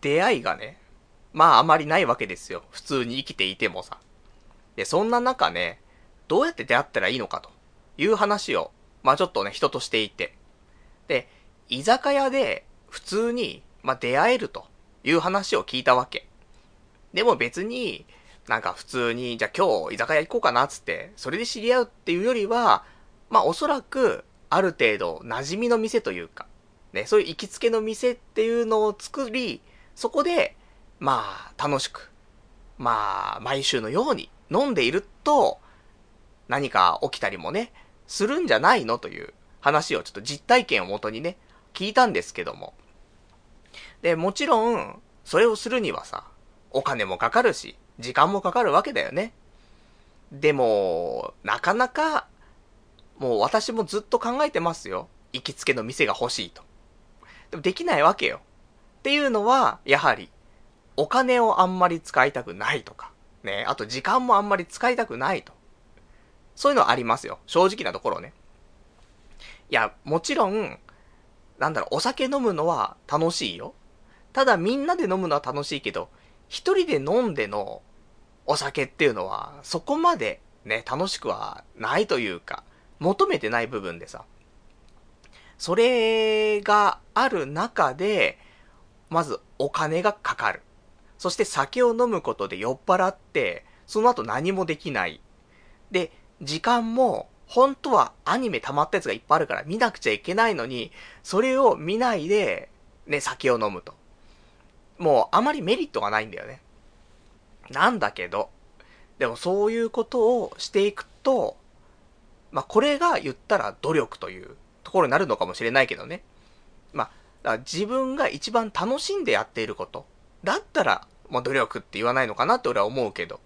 出会いがね、まああまりないわけですよ。普通に生きていてもさ。で、そんな中ね、どうやって出会ったらいいのかという話を、まあちょっとね、人としていて。で、居酒屋で普通に、まあ出会えるという話を聞いたわけ。でも別に、なんか普通に、じゃあ今日居酒屋行こうかなっつって、それで知り合うっていうよりは、まあおそらく、ある程度馴染みの店というか、ね、そういう行きつけの店っていうのを作り、そこで、まあ楽しく、まあ毎週のように飲んでいると、何か起きたりもね、するんじゃないのという話をちょっと実体験をもとにね、聞いたんですけども。で、もちろん、それをするにはさ、お金もかかるし、時間もかかるわけだよね。でも、なかなか、もう私もずっと考えてますよ。行きつけの店が欲しいと。でもできないわけよ。っていうのは、やはり、お金をあんまり使いたくないとか、ね、あと時間もあんまり使いたくないと。そういうのはありますよ。正直なところね。いや、もちろん、なんだろう、お酒飲むのは楽しいよ。ただみんなで飲むのは楽しいけど、一人で飲んでのお酒っていうのは、そこまでね、楽しくはないというか、求めてない部分でさ。それがある中で、まずお金がかかる。そして酒を飲むことで酔っ払って、その後何もできない。で、時間も、本当はアニメ溜まったやつがいっぱいあるから見なくちゃいけないのに、それを見ないで、ね、酒を飲むと。もうあまりメリットがないんだよね。なんだけど、でもそういうことをしていくと、まあこれが言ったら努力というところになるのかもしれないけどね。まあ、だから自分が一番楽しんでやっていること。だったら、もう努力って言わないのかなって俺は思うけど。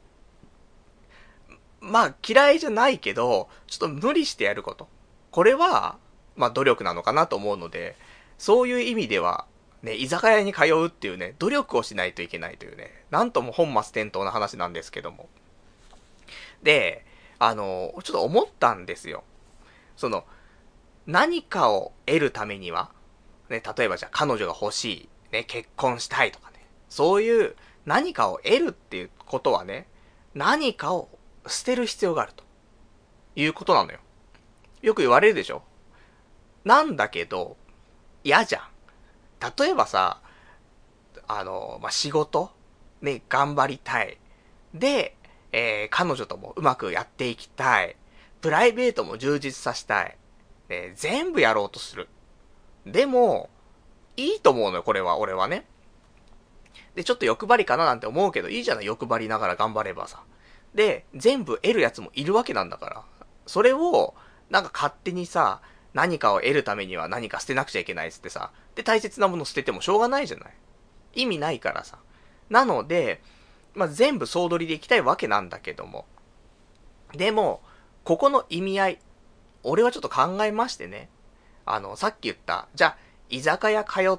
まあ嫌いじゃないけど、ちょっと無理してやること。これは、まあ努力なのかなと思うので、そういう意味では、ね、居酒屋に通うっていうね、努力をしないといけないというね、なんとも本末転倒な話なんですけども。で、ちょっと思ったんですよ。その、何かを得るためには、ね、例えばじゃあ彼女が欲しい、ね、結婚したいとかね、そういう何かを得るっていうことはね、何かを捨てる必要があるということなのよ。よく言われるでしょ。なんだけど、嫌じゃん。例えばさ、まあ、仕事ね、頑張りたい。で、彼女ともうまくやっていきたい。プライベートも充実させたい。全部やろうとする。でも、いいと思うのよ、これは、俺はね。で、ちょっと欲張りかななんて思うけど、いいじゃない、欲張りながら頑張ればさ。で、全部得るやつもいるわけなんだから。それを、なんか勝手にさ、何かを得るためには何か捨てなくちゃいけないっつってさ。で、大切なもの捨ててもしょうがないじゃない。意味ないからさ。なので、まあ、全部総取りでいきたいわけなんだけども。でも、ここの意味合い、俺はちょっと考えましてね。さっき言った、じゃあ、居酒屋通って、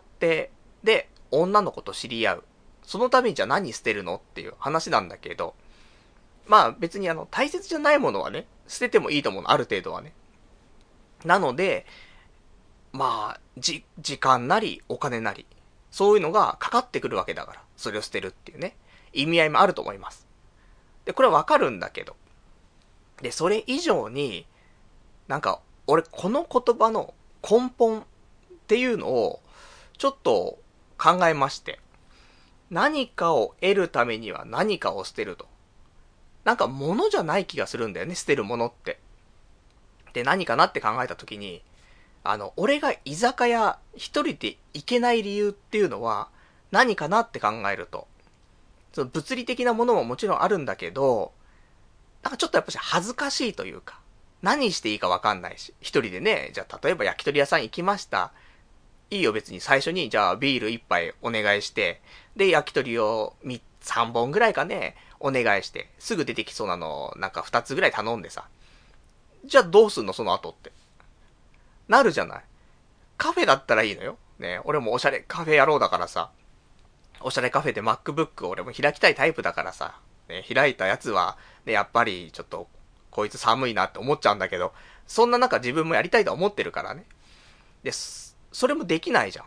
で、女の子と知り合う。そのためにじゃあ何捨てるのっていう話なんだけど、まあ別に大切じゃないものはね、捨ててもいいと思うの、ある程度はね。なので、まあ、時間なり、お金なり、そういうのがかかってくるわけだから、それを捨てるっていうね、意味合いもあると思います。で、これはわかるんだけど、で、それ以上に、なんか、俺、この言葉の根本っていうのを、ちょっと考えまして、何かを得るためには何かを捨てると。なんか物じゃない気がするんだよね、捨てるものって。で、何かなって考えたときに、俺が居酒屋一人で行けない理由っていうのは、何かなって考えると、その物理的なものももちろんあるんだけど、なんかちょっとやっぱし恥ずかしいというか、何していいかわかんないし、一人でね、じゃあ例えば焼き鳥屋さん行きました。いいよ別に最初にじゃあビール一杯お願いして、で焼き鳥を3本ぐらいかね、お願いして、すぐ出てきそうなのなんか2つぐらい頼んでさ。じゃあどうすんのその後って。なるじゃない。カフェだったらいいのよ。ね、俺もおしゃれカフェ野郎だからさ。おしゃれカフェで MacBook を俺も開きたいタイプだからさ。ね、開いたやつは、ね、やっぱりちょっと、こいつ寒いなって思っちゃうんだけど、そんな中自分もやりたいと思ってるからね。で、それもできないじゃん。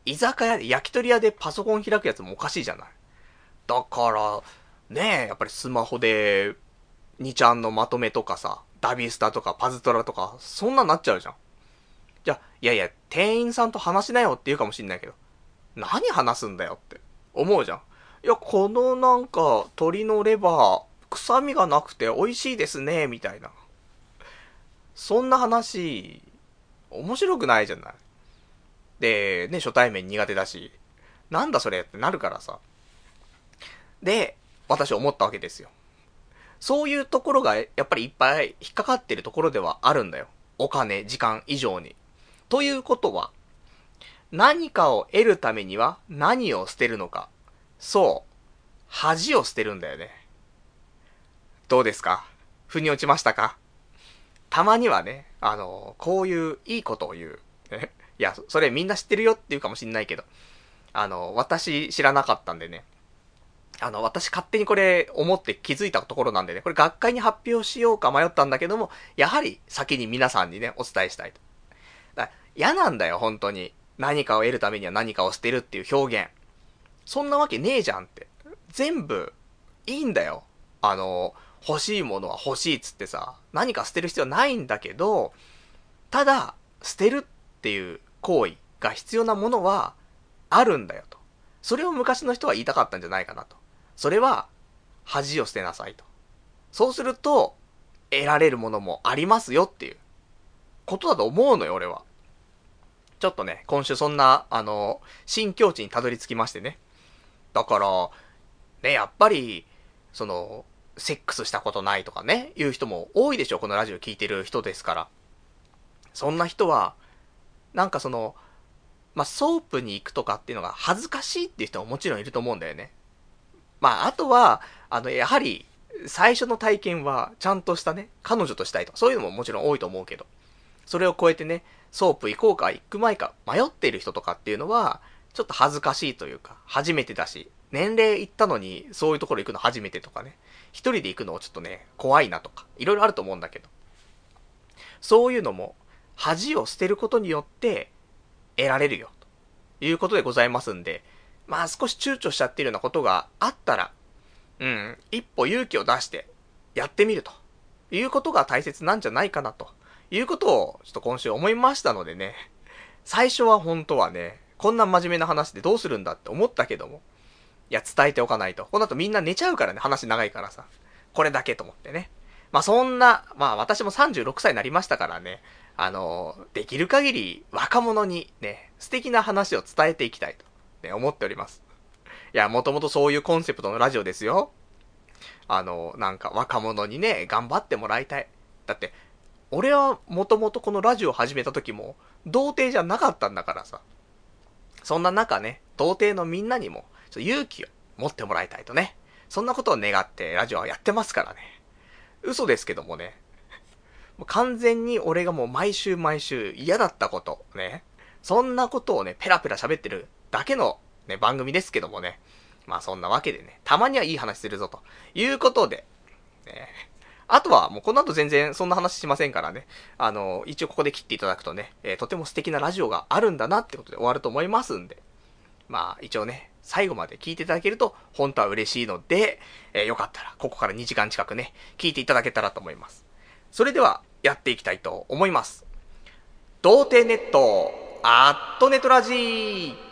居酒屋で、焼き鳥屋でパソコン開くやつもおかしいじゃない。だから、ねえ、やっぱりスマホで、2ちゃんのまとめとかさ、ダビスタとかパズトラとか、そんななっちゃうじゃん。じゃあ、いやいや、店員さんと話しなよって言うかもしんないけど、何話すんだよって思うじゃん。いや、このなんか、鶏のレバー、臭みがなくて美味しいですね、みたいな。そんな話、面白くないじゃない。で、ね、初対面苦手だし、なんだそれってなるからさ。で、私思ったわけですよ。そういうところがやっぱりいっぱい引っかかってるところではあるんだよ。お金、時間以上に。ということは、何かを得るためには何を捨てるのか。そう。恥を捨てるんだよね。どうですか？腑に落ちましたか？たまにはね、こういういいことを言う。いや、それみんな知ってるよって言うかもしんないけど、私知らなかったんでね。私勝手にこれ思って気づいたところなんでね、これ学会に発表しようか迷ったんだけども、やはり先に皆さんにね、お伝えしたいと。だから嫌なんだよ、本当に。何かを得るためには何かを捨てるっていう表現。そんなわけねえじゃんって。全部、いいんだよ。欲しいものは欲しいっつってさ、何か捨てる必要はないんだけど、ただ、捨てるっていう行為が必要なものは、あるんだよと。それを昔の人は言いたかったんじゃないかなと。それは、恥を捨てなさいと。そうすると、得られるものもありますよっていう、ことだと思うのよ、俺は。ちょっとね、今週そんな、新境地にたどり着きましてね。だから、ね、やっぱり、セックスしたことないとかね、いう人も多いでしょ、このラジオ聞いてる人ですから。そんな人は、なんかソープに行くとかっていうのが恥ずかしいっていう人ももちろんいると思うんだよね。あとは、やはり、最初の体験は、ちゃんとしたね、彼女としたいと。そういうのももちろん多いと思うけど。それを超えてね、ソープ行こうか行く前か迷っている人とかっていうのは、ちょっと恥ずかしいというか、初めてだし、年齢行ったのにそういうところ行くの初めてとかね、一人で行くのちょっとね、怖いなとか、いろいろあると思うんだけど、そういうのも、恥を捨てることによって得られるよ、ということでございますんで、少し躊躇しちゃっているようなことがあったら、一歩勇気を出して、やってみるということが大切なんじゃないかなということをちょっと今週思いましたのでね。最初は本当はね、こんな真面目な話でどうするんだって思ったけども、いや伝えておかないと。この後みんな寝ちゃうからね、話長いからさ。これだけと思ってね。そんな、私も36歳になりましたからね、できる限り若者にね、素敵な話を伝えていきたいと、ね、思っております。いや、もともとそういうコンセプトのラジオですよ。なんか若者にね、頑張ってもらいたい。だって、俺はもともとこのラジオを始めた時も、童貞じゃなかったんだからさ。そんな中ね、童貞のみんなにも、勇気を持ってもらいたいとね。そんなことを願ってラジオはやってますからね。嘘ですけどもね。もう完全に俺がもう毎週毎週嫌だったこと、ね。そんなことをね、ペラペラ喋ってるだけのね、番組ですけどもね。そんなわけでね、たまにはいい話するぞということで、ね。あとはもうこの後全然そんな話しませんからね。一応ここで切っていただくとね、とても素敵なラジオがあるんだなってことで終わると思いますんで。一応ね、最後まで聞いていただけると本当は嬉しいので、よかったらここから2時間近くね、聞いていただけたらと思います。それではやっていきたいと思います。童貞ネット、ネトラジー。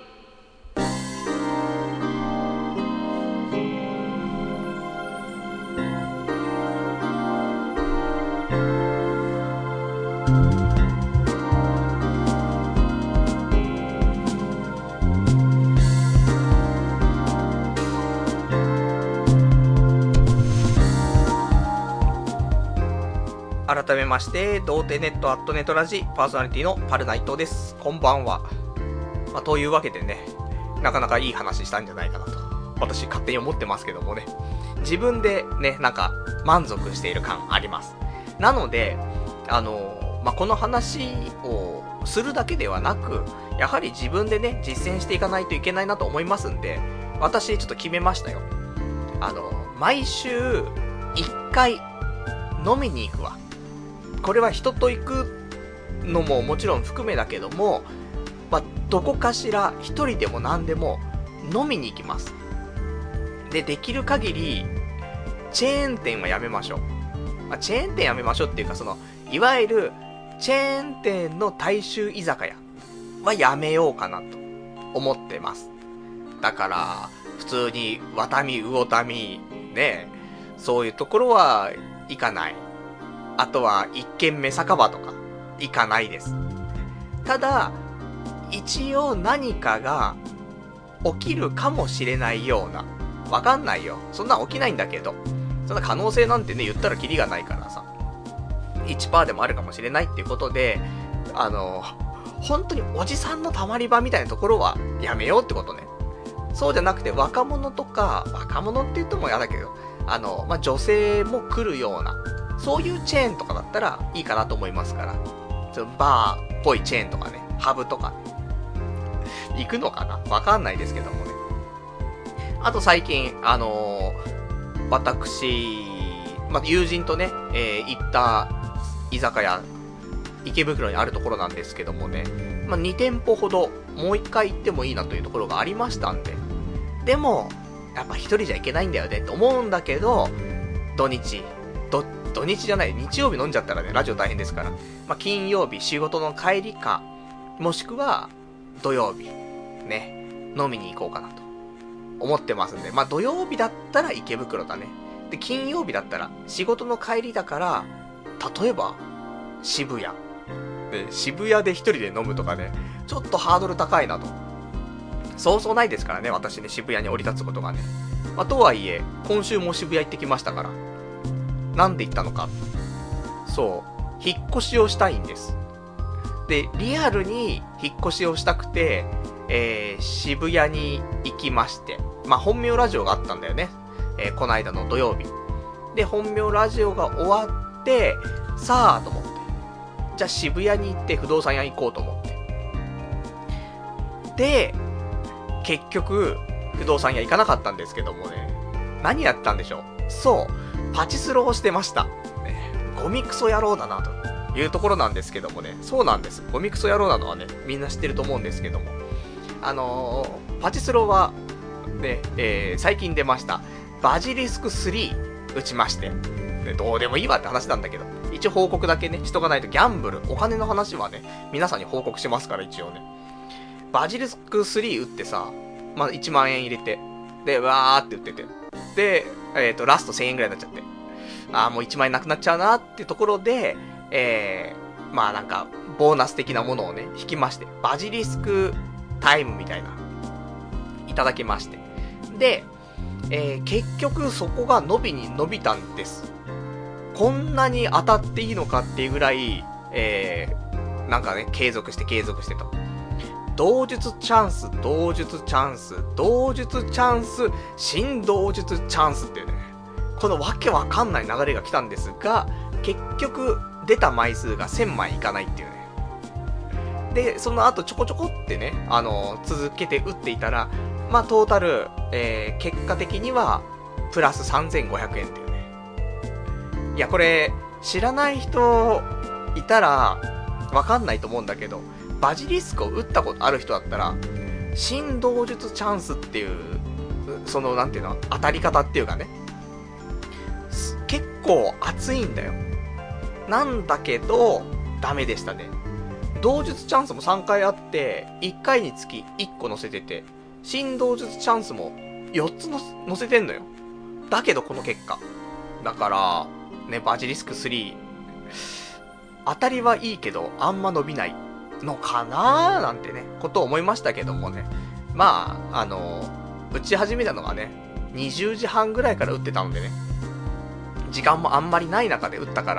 改めまして、童貞ネットネトラジパーソナリティのパルナイトです。こんばんは。というわけでね、なかなかいい話したんじゃないかなと、私勝手に思ってますけどもね。自分でね、なんか満足している感あります。なので、この話をするだけではなく、やはり自分でね、実践していかないといけないなと思いますんで、私ちょっと決めましたよ。毎週1回飲みに行くわ。これは人と行くのももちろん含めだけども、 どこかしら一人でも何でも飲みに行きます。で、できる限りチェーン店はやめましょう。チェーン店やめましょうっていうか、いわゆるチェーン店の大衆居酒屋はやめようかなと思ってます。だから普通にワタミ、魚民ね、そういうところは行かない。あとは一軒目酒場とか行かないです。ただ一応何かが起きるかもしれないような、わかんないよ、そんな起きないんだけど、そんな可能性なんてね、言ったらキリがないからさ、1% でもあるかもしれないっていうことで、本当におじさんのたまり場みたいなところはやめようってことね。そうじゃなくて若者とか、若者って言っても嫌だけど、女性も来るような、そういうチェーンとかだったらいいかなと思いますから、バーっぽいチェーンとかね、ハブとかね、行くのかな、わかんないですけどもね。あと最近、私、友人とね、行った居酒屋、池袋にあるところなんですけどもね、2店舗ほどもう1回行ってもいいなというところがありましたんで、でもやっぱ一人じゃいけないんだよねと思うんだけど、土日じゃない、日曜日飲んじゃったらね、ラジオ大変ですから、金曜日仕事の帰りか、もしくは土曜日ね、飲みに行こうかなと思ってますんで、土曜日だったら池袋だね。で、金曜日だったら仕事の帰りだから、例えば渋谷で、渋谷で一人で飲むとかね、ちょっとハードル高いなと。そうそうないですからね、私ね、渋谷に降り立つことがね。とはいえ今週も渋谷行ってきましたから。なんで行ったのか、そう、引っ越しをしたいんです。で、リアルに引っ越しをしたくて、渋谷に行きまして、本名ラジオがあったんだよね、この間の土曜日で、本名ラジオが終わって、さあと思って、じゃあ渋谷に行って不動産屋行こうと思って、で結局不動産屋行かなかったんですけどもね、何やったんでしょう。そう、パチスロをしてました、ね、ゴミクソ野郎だなというところなんですけどもね。そうなんです、ゴミクソ野郎なのはね、みんな知ってると思うんですけども、パチスロはね、最近出ましたバジリスク3打ちまして、どうでもいいわって話なんだけど、一応報告だけねしとかないと。ギャンブル、お金の話はね皆さんに報告しますから、一応ね。バジリスク3打ってさ、1万円入れて、でわーって打ってて、でラスト1000円ぐらいになっちゃって、もう1万円なくなっちゃうなっていうところで、なんかボーナス的なものをね引きまして、バジリスクタイムみたいないただきまして、で、結局そこが伸びに伸びたんです。こんなに当たっていいのかっていうぐらい、なんかね、継続してと、同術チャンス、同術チャンス、同術チャンス、新同術チャンスっていうね、このわけわかんない流れが来たんですが、結局出た枚数が1000枚いかないっていうね。でその後ちょこちょこってね、続けて打っていたら、トータル、結果的にはプラス3500円っていうね。いや、これ知らない人いたらわかんないと思うんだけど、バジリスクを打ったことある人だったら、新同術チャンスっていう、そのなんていうの、当たり方っていうかね、結構熱いんだよ。なんだけどダメでしたね。同術チャンスも3回あって、1回につき1個乗せてて、新同術チャンスも4つ乗せてんのよ。だけどこの結果だからね、バジリスク3当たりはいいけどあんま伸びないのかなーなんてねことを思いましたけどもね。打ち始めたのがね20時半ぐらいから打ってたのでね、時間もあんまりない中で打ったから、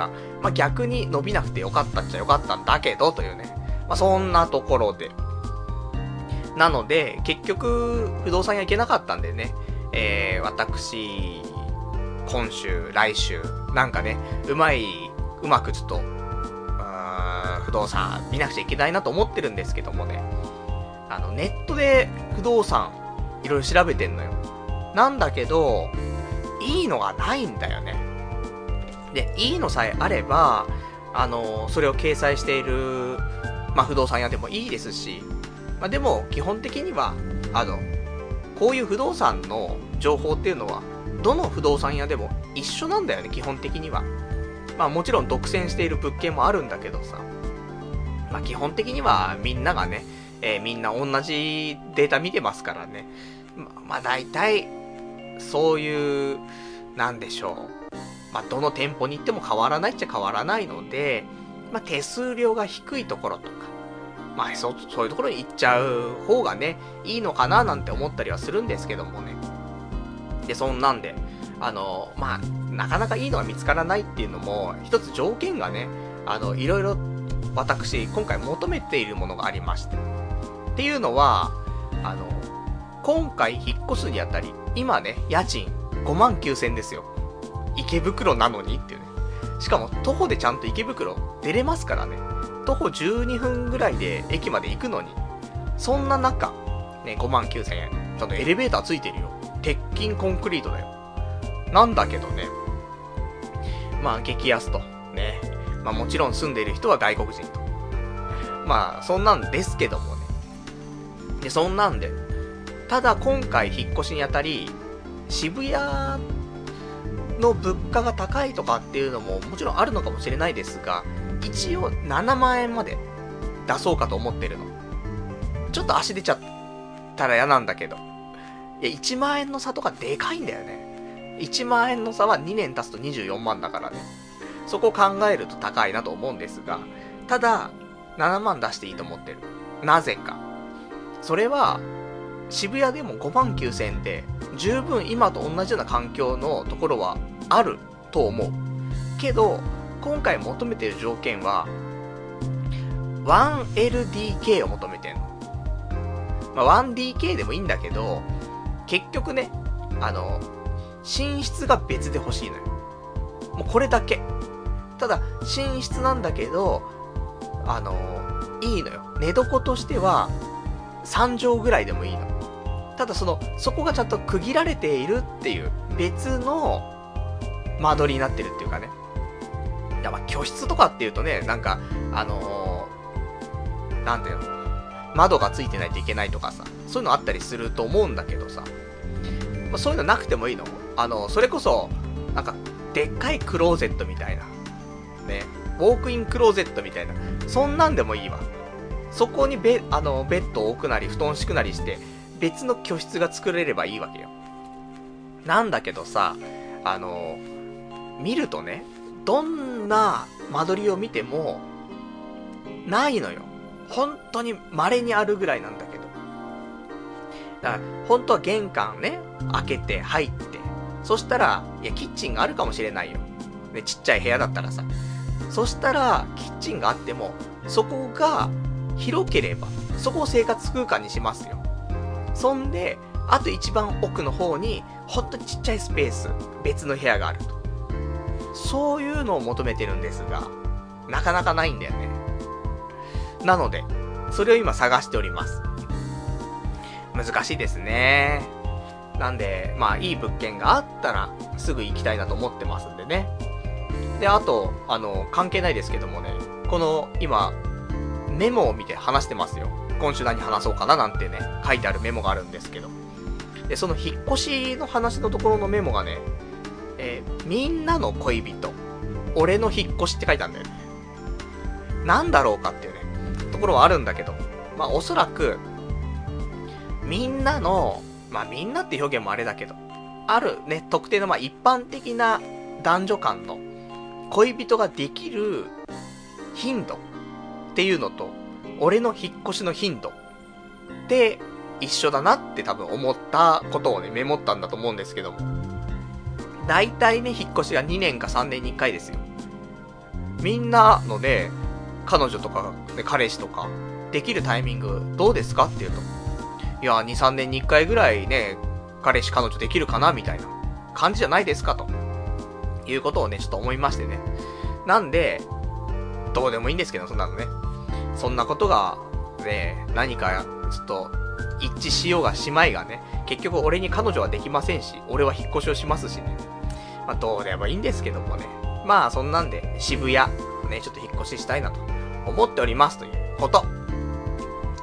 逆に伸びなくてよかったっちゃよかったんだけどというね、そんなところで、なので結局不動産屋行けなかったんでね、私今週来週なんかねうまくちょっと不動産見なくちゃいけないなと思ってるんですけどもね、ネットで不動産いろいろ調べてんのよ。なんだけどいいのがないんだよね。で、いいのさえあればそれを掲載している不動産屋でもいいですし、 まあでも、基本的には、こういう不動産の情報っていうのは、どの不動産屋でも一緒なんだよね、基本的には。まあもちろん独占している物件もあるんだけどさ。まあ基本的にはみんながね、みんな同じデータ見てますからね。まあ大体、そういう、なんでしょう。まあどの店舗に行っても変わらないっちゃ変わらないので、まあ手数料が低いところとか、まあそういうところに行っちゃう方がね、いいのかななんて思ったりはするんですけどもね。で、そんなんで、まあ、なかなかいいのが見つからないっていうのも、一つ条件がね、いろいろ、私、今回求めているものがありまして。っていうのは、今回引っ越すにあたり、今ね、家賃59,000ですよ。池袋なのにっていうね。しかも、徒歩でちゃんと池袋出れますからね。徒歩12分ぐらいで駅まで行くのに。そんな中、ね、59,000円。ちゃんとエレベーターついてるよ。鉄筋コンクリートだよ。なんだけどね。まあ、激安と。ね。まあ、もちろん住んでいる人は外国人と。まあ、そんなんですけどもね。で、そんなんで。ただ、今回引っ越しにあたり、渋谷の物価が高いとかっていうのももちろんあるのかもしれないですが、一応7万円まで出そうかと思ってるの。ちょっと足出ちゃったら嫌なんだけど。いや、1万円の差とかでかいんだよね。1万円の差は2年経つと24万だからね。そこを考えると高いなと思うんですが、ただ、7万出していいと思ってる。なぜか。それは、渋谷でも59,000円で、十分今と同じような環境のところはあると思う。けど、今回求めている条件は、1LDK を求めてんの。まあ、1DK でもいいんだけど、結局ね、寝室が別で欲しいのよ。もうこれだけ。ただ、寝室なんだけど、いいのよ。寝床としては、3畳ぐらいでもいいの。ただそこがちゃんと区切られているっていう、別の間取りになってるっていうかね。いや、まあ、居室とかっていうとね、なんか、なんていうの、窓がついてないといけないとかさ、そういうのあったりすると思うんだけどさ、まあ、そういうのなくてもいいの。それこそ、なんか、でっかいクローゼットみたいな。ね。ウォークインクローゼットみたいな。そんなんでもいいわ。そこにベッドを置くなり、布団敷くなりして、別の居室が作れればいいわけよ。なんだけどさ、見るとね、どんな間取りを見ても、ないのよ。本当に稀にあるぐらいなんだけど。だから、本当は玄関ね、開けて入って、そしたら、いや、キッチンがあるかもしれないよ。ね、ちっちゃい部屋だったらさ。そしたら、キッチンがあっても、そこが広ければ、そこを生活空間にしますよ。そんで、あと一番奥の方に、ほんとちっちゃいスペース、別の部屋があると。そういうのを求めてるんですが、なかなかないんだよね。なので、それを今探しております。難しいですね。なんで、まあいい物件があったらすぐ行きたいなと思ってますんでね。で、あと、関係ないですけどもね、この今、メモを見て話してますよ。今週何話そうかななんてね、書いてあるメモがあるんですけど。で、その引っ越しの話のところのメモがね、みんなの恋人、俺の引っ越しって書いてあるんだよね。なんだろうかっていうね、ところはあるんだけど、まあおそらく、みんなの、まあみんなって表現もあれだけど、あるね、特定のまあ一般的な男女間の恋人ができる頻度っていうのと、俺の引っ越しの頻度って一緒だなって多分思ったことをね、メモったんだと思うんですけども。だいたいね、引っ越しが2年か3年に1回ですよ。みんなのね、彼女とか、ね、彼氏とか、できるタイミングどうですかっていうと、いや、2、3年に1回ぐらいね、彼氏彼女できるかなみたいな感じじゃないですかと。いうことをね、ちょっと思いましてね。なんで、どうでもいいんですけど、そんなのね。そんなことが、ね、何か、ちょっと、一致しようがしまいがね、結局俺に彼女はできませんし、俺は引っ越しをしますしね。まあ、どうでもいいんですけどもね。まあ、そんなんで、渋谷、ね、ちょっと引っ越ししたいなと思っておりますということ。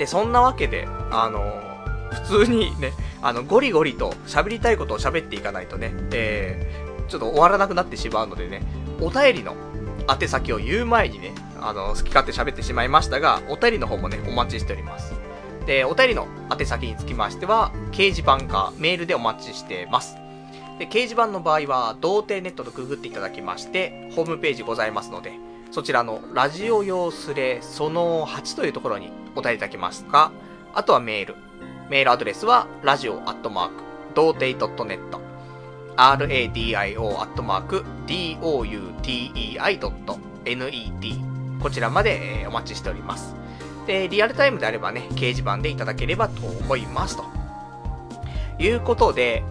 で、そんなわけで、普通にね、ゴリゴリと喋りたいことを喋っていかないとね、ちょっと終わらなくなってしまうのでね、お便りの宛先を言う前にね、好き勝手喋ってしまいましたが、お便りの方もね、お待ちしております。で、お便りの宛先につきましては、掲示板かメールでお待ちしてます。で、掲示板の場合は、童貞ネットとググっていただきまして、ホームページございますので、そちらのラジオ用スレその8というところにお便りいただけますか、あとはメールアドレスは、radio@doutei.net、radio@doutei.net、こちらまでお待ちしております。で、リアルタイムであればね、掲示板でいただければと思います。ということで、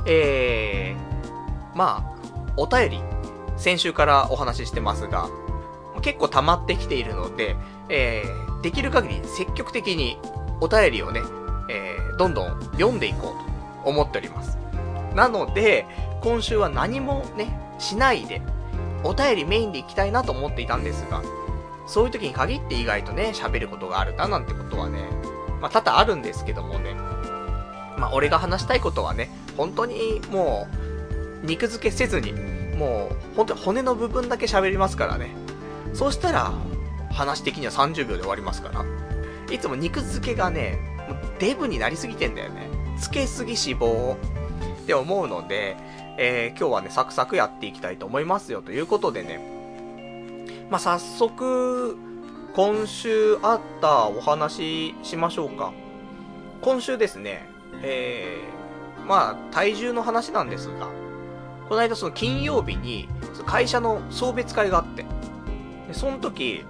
まあ、お便り、先週からお話ししてますが、結構溜まってきているので、できる限り積極的にお便りをね、どんどん読んでいこうと思っております。なので、今週は何もね、しないで、お便りメインでいきたいなと思っていたんですが、そういう時に限って意外とね、喋ることがあるななんてことはね、まあ多々あるんですけどもね、まあ俺が話したいことはね、本当にもう、肉付けせずに、もう、本当に骨の部分だけ喋りますからね。そうしたら、話的には30秒で終わりますから。いつも肉付けがね、デブになりすぎてんだよね。つけすぎ脂肪って思うので、今日はね、サクサクやっていきたいと思いますよということでね。まあ、早速、今週あったお話しましょうか。今週ですね、まあ、体重の話なんですが、この間その金曜日に、会社の送別会があって、でその時、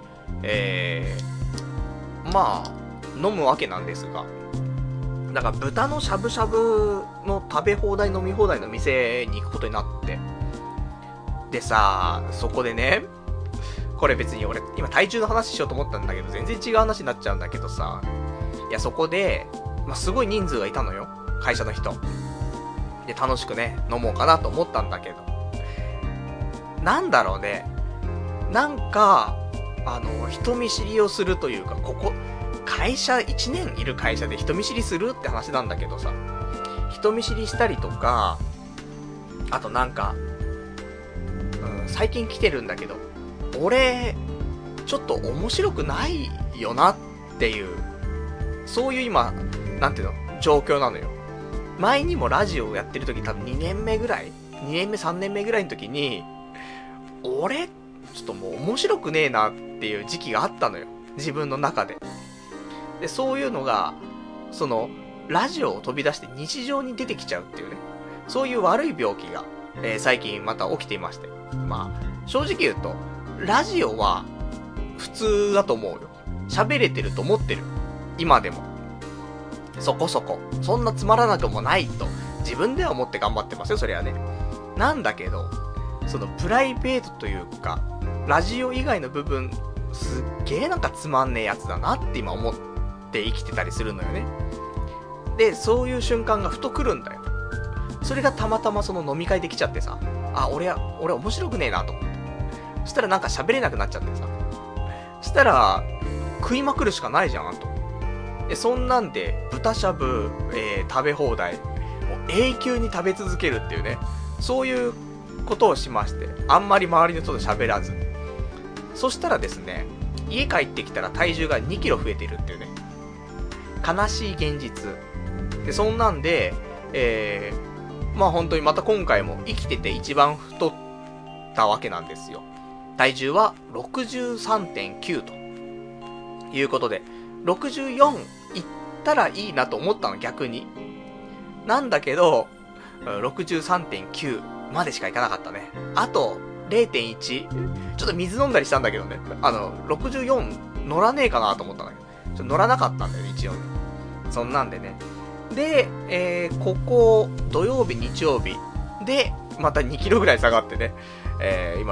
まあ、飲むわけなんですが、だから豚のしゃぶしゃぶの食べ放題飲み放題の店に行くことになって、でさ、そこでね、これ別に俺今体重の話しようと思ったんだけど全然違う話になっちゃうんだけどさ、いやそこで、まあ、すごい人数がいたのよ、会社の人で。楽しくね飲もうかなと思ったんだけど、なんだろうね、なんか人見知りをするというか、ここ会社1年いる会社で人見知りするって話なんだけどさ、人見知りしたりとか、あとなんか、最近来てるんだけど、俺ちょっと面白くないよなっていう、そういう今なんていうの状況なのよ。前にもラジオをやってる時、多分2年目ぐらい、2年目3年目ぐらいの時に、俺ちょっともう面白くねえなっていう時期があったのよ、自分の中で。で、そういうのがそのラジオを飛び出して日常に出てきちゃうっていうね、そういう悪い病気が、最近また起きていまして、まあ正直言うとラジオは普通だと思うよ。喋れてると思ってる、今でもそこそこ、そんなつまらなくもないと自分では思って頑張ってますよ、それはね。なんだけど、そのプライベートというかラジオ以外の部分、すっげえなんかつまんねえやつだなって今思って生きてたりするのよね。で、そういう瞬間がふと来るんだよ。それがたまたまその飲み会で来ちゃってさ、あ、俺面白くねえなと思って。そしたらなんか喋れなくなっちゃってさ、そしたら食いまくるしかないじゃんと。で、そんなんで豚しゃぶ、食べ放題、もう永久に食べ続けるっていうね、そういうことをしまして、あんまり周りの人と喋らず。そしたらですね、家帰ってきたら体重が2キロ増えてるっていうね、悲しい現実で、そんなんで、まあ本当にまた今回も生きてて一番太ったわけなんですよ。体重は 63.9 ということで、64いったらいいなと思ったの、逆に。なんだけど 63.9 までしかいかなかったね。あと 0.1 ちょっと水飲んだりしたんだけどね、64乗らねえかなと思ったんだけど、ちょっと乗らなかったんだよね、一応ね。そんなんでね。で、ここ土曜日日曜日でまた2キロぐらい下がってね、今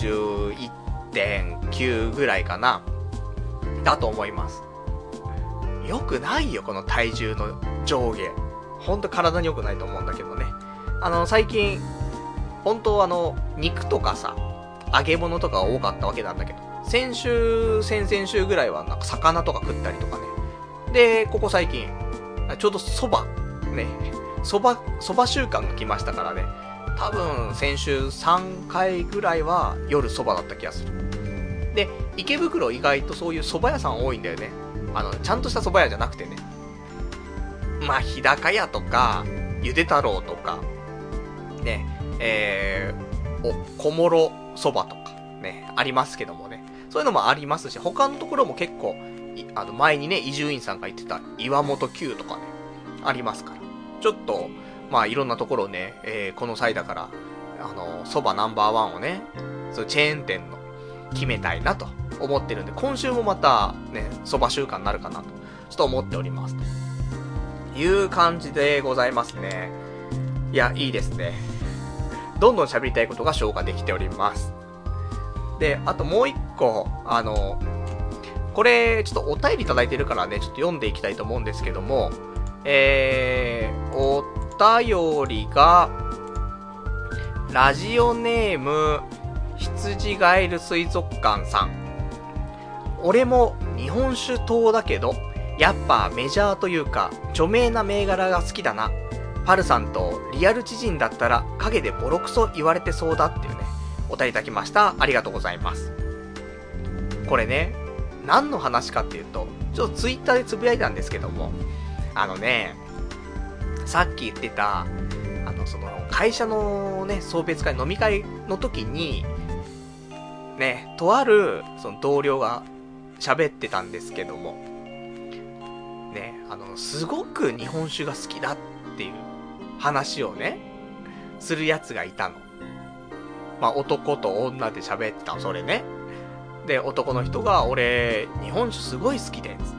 61.9 ぐらいかなだと思います。よくないよ、この体重の上下。ほんと体に良くないと思うんだけどね。最近本当肉とかさ、揚げ物とか多かったわけなんだけど、先々週ぐらいはなんか魚とか食ったりとかね、 で、ここ最近、ちょうど蕎麦、ね、蕎麦週間が来ましたからね、多分先週3回ぐらいは夜蕎麦だった気がする。で、池袋意外とそういう蕎麦屋さん多いんだよね。ちゃんとした蕎麦屋じゃなくてね。まあ、日高屋とか、ゆで太郎とか、ね、小諸蕎麦とか、ね、ありますけどもね。そういうのもありますし、他のところも結構、前にね、伊集院さんが言ってた岩本九とかね、ありますから。ちょっと、まあいろんなところをね、この際だから、蕎麦ナンバーワンをね、そうチェーン店の決めたいなと思ってるんで、今週もまたね、蕎麦週間になるかなと、ちょっと思っております。という感じでございますね。いや、いいですね。どんどん喋りたいことが消化できております。で、あともう一個、これ、ちょっとお便りいただいてるからね、ちょっと読んでいきたいと思うんですけども、お便りが、ラジオネーム、羊ガエル水族館さん。俺も日本酒党だけど、やっぱメジャーというか、著名な銘柄が好きだな。パルさんとリアル知人だったら、陰でボロクソ言われてそうだっていうね、お便りいただきました。ありがとうございます。これね、何の話かっていうと、ちょっとツイッターでつぶやいたんですけども、さっき言ってた、その会社のね、送別会、飲み会の時に、ね、とあるその同僚が喋ってたんですけども、ね、すごく日本酒が好きだっていう話をね、するやつがいたの。まあ、男と女で喋ってた、それね。で、男の人が、俺、日本酒すごい好きで、つって。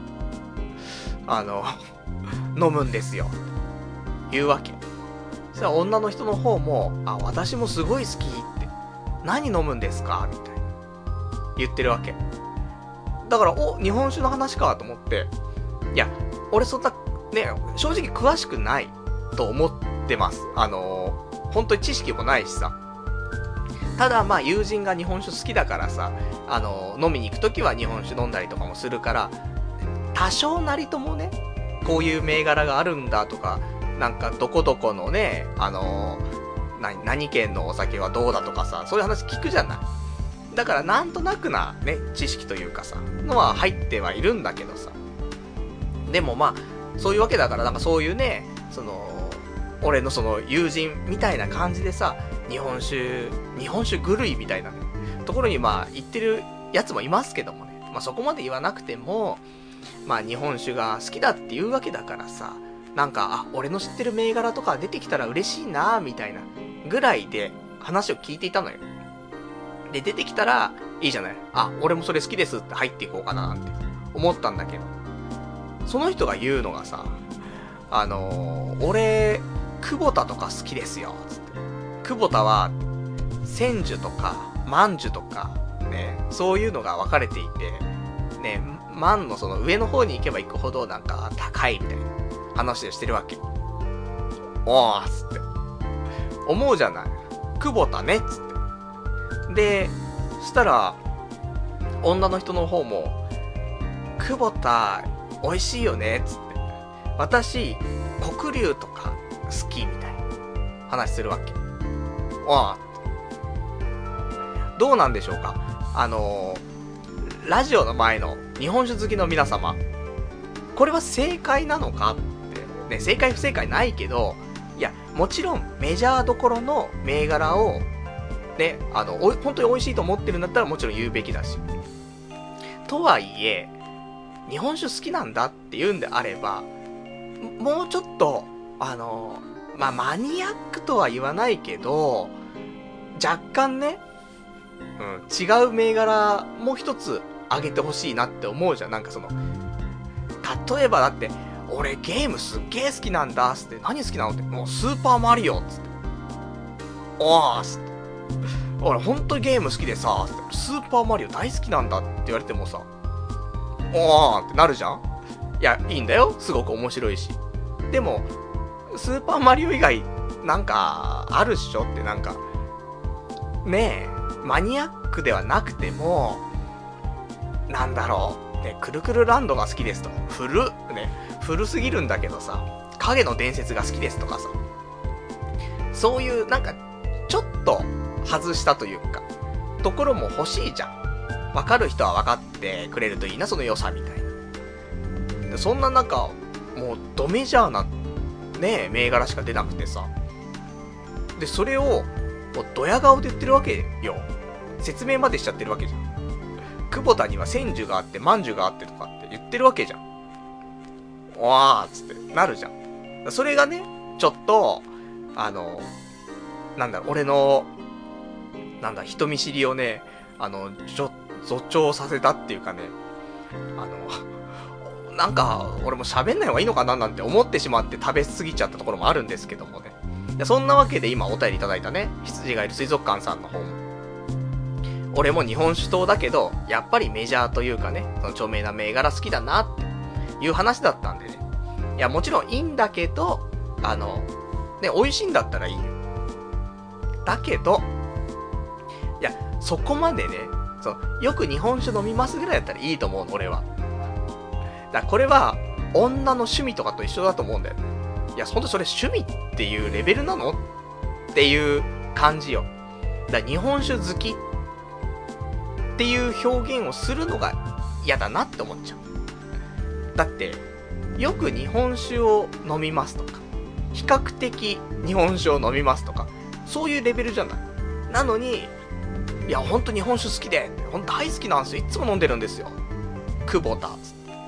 飲むんですよ。言うわけ。そしたら女の人の方も、私もすごい好きって。何飲むんですかみたいな。言ってるわけ。だから、日本酒の話かと思って、いや、俺そんな、ね、正直詳しくないと思ってます。本当に知識もないしさ。ただまあ友人が日本酒好きだからさ、飲みに行くときは日本酒飲んだりとかもするから、多少なりともね、こういう銘柄があるんだとか、なんかどこどこのね、何県のお酒はどうだとかさ、そういう話聞くじゃない。だからなんとなくなね、知識というかさ、のは入ってはいるんだけどさ。でもまあ、そういうわけだから、なんかそういうね、俺のその友人みたいな感じでさ、日本酒狂いみたいなね、ところにまあ行ってるやつもいますけどもね。まあそこまで言わなくても、まあ日本酒が好きだっていうわけだからさ、なんか、俺の知ってる銘柄とか出てきたら嬉しいなみたいなぐらいで話を聞いていたのよ。で、出てきたらいいじゃない。俺もそれ好きですって入っていこうかななんて思ったんだけど、その人が言うのがさ、俺、久保田とか好きですよ、つって。久保田は、千寿とか、万寿とか、ね、そういうのが分かれていて、ね、万のその上の方に行けば行くほどなんか高いみたいな話をしてるわけ。おー、つって。思うじゃない。久保田ね、つって。で、そしたら、女の人の方も、久保田、美味しいよね、つって。私、黒龍とか好きみたいな話するわけ。どうなんでしょうか。ラジオの前の日本酒好きの皆様、これは正解なのかってね、正解不正解ないけど、いや、もちろんメジャーどころの銘柄をね、本当に美味しいと思ってるんだったらもちろん言うべきだし、とはいえ日本酒好きなんだって言うんであれば、もうちょっとマニアックとは言わないけど、若干ね、違う銘柄も一つあげてほしいなって思うじゃん。なんかその、例えばだって、俺ゲームすっげー好きなんだっつって、何好きなのって、もうスーパーマリオっつって、っつって、俺本当にゲーム好きでさ、スーパーマリオ大好きなんだって言われてもさ、ってなるじゃん。いや、いいんだよ、すごく面白いし。でもスーパーマリオ以外なんかあるっしょって、なんかねえ、マニアックではなくても、なんだろう、 ね、くるくるランドが好きですと。古すぎるんだけどさ、影の伝説が好きですとかさ。そういうなんか、ちょっと外したというか、ところも欲しいじゃん。わかる人はわかってくれるといいな、その良さみたいな。でそんな中、もうドメジャーな、ね、銘柄しか出なくてさ。で、それを、もうドヤ顔で言ってるわけよ。説明までしちゃってるわけじゃん。久保田には千寿があって、万寿があってとかって言ってるわけじゃん。わーっつってなるじゃん。それがね、ちょっと、俺の、人見知りをね、助長させたっていうかね、なんか、俺も喋んない方がいいのかななんて思ってしまって食べ過ぎちゃったところもあるんですけどもね。そんなわけで今お便りいただいたね、羊がいる水族館さんの方も、俺も日本酒党だけど、やっぱりメジャーというかね、その著名な銘柄好きだなっていう話だったんでね。いや、もちろんいいんだけど、ね、美味しいんだったらいいよ。だけど、いや、そこまでね、よく日本酒飲みますぐらいだったらいいと思うの、俺は。だからこれは、女の趣味とかと一緒だと思うんだよ。いや、ほんとそれ趣味っていうレベルなのっていう感じよ。だから日本酒好きっていう表現をするのが嫌だなって思っちゃう。だって、よく日本酒を飲みますとか、比較的日本酒を飲みますとか、そういうレベルじゃない。なのに、いや、ほんと日本酒好きで、ほんと大好きなんですよ。いつも飲んでるんですよ。久保田つって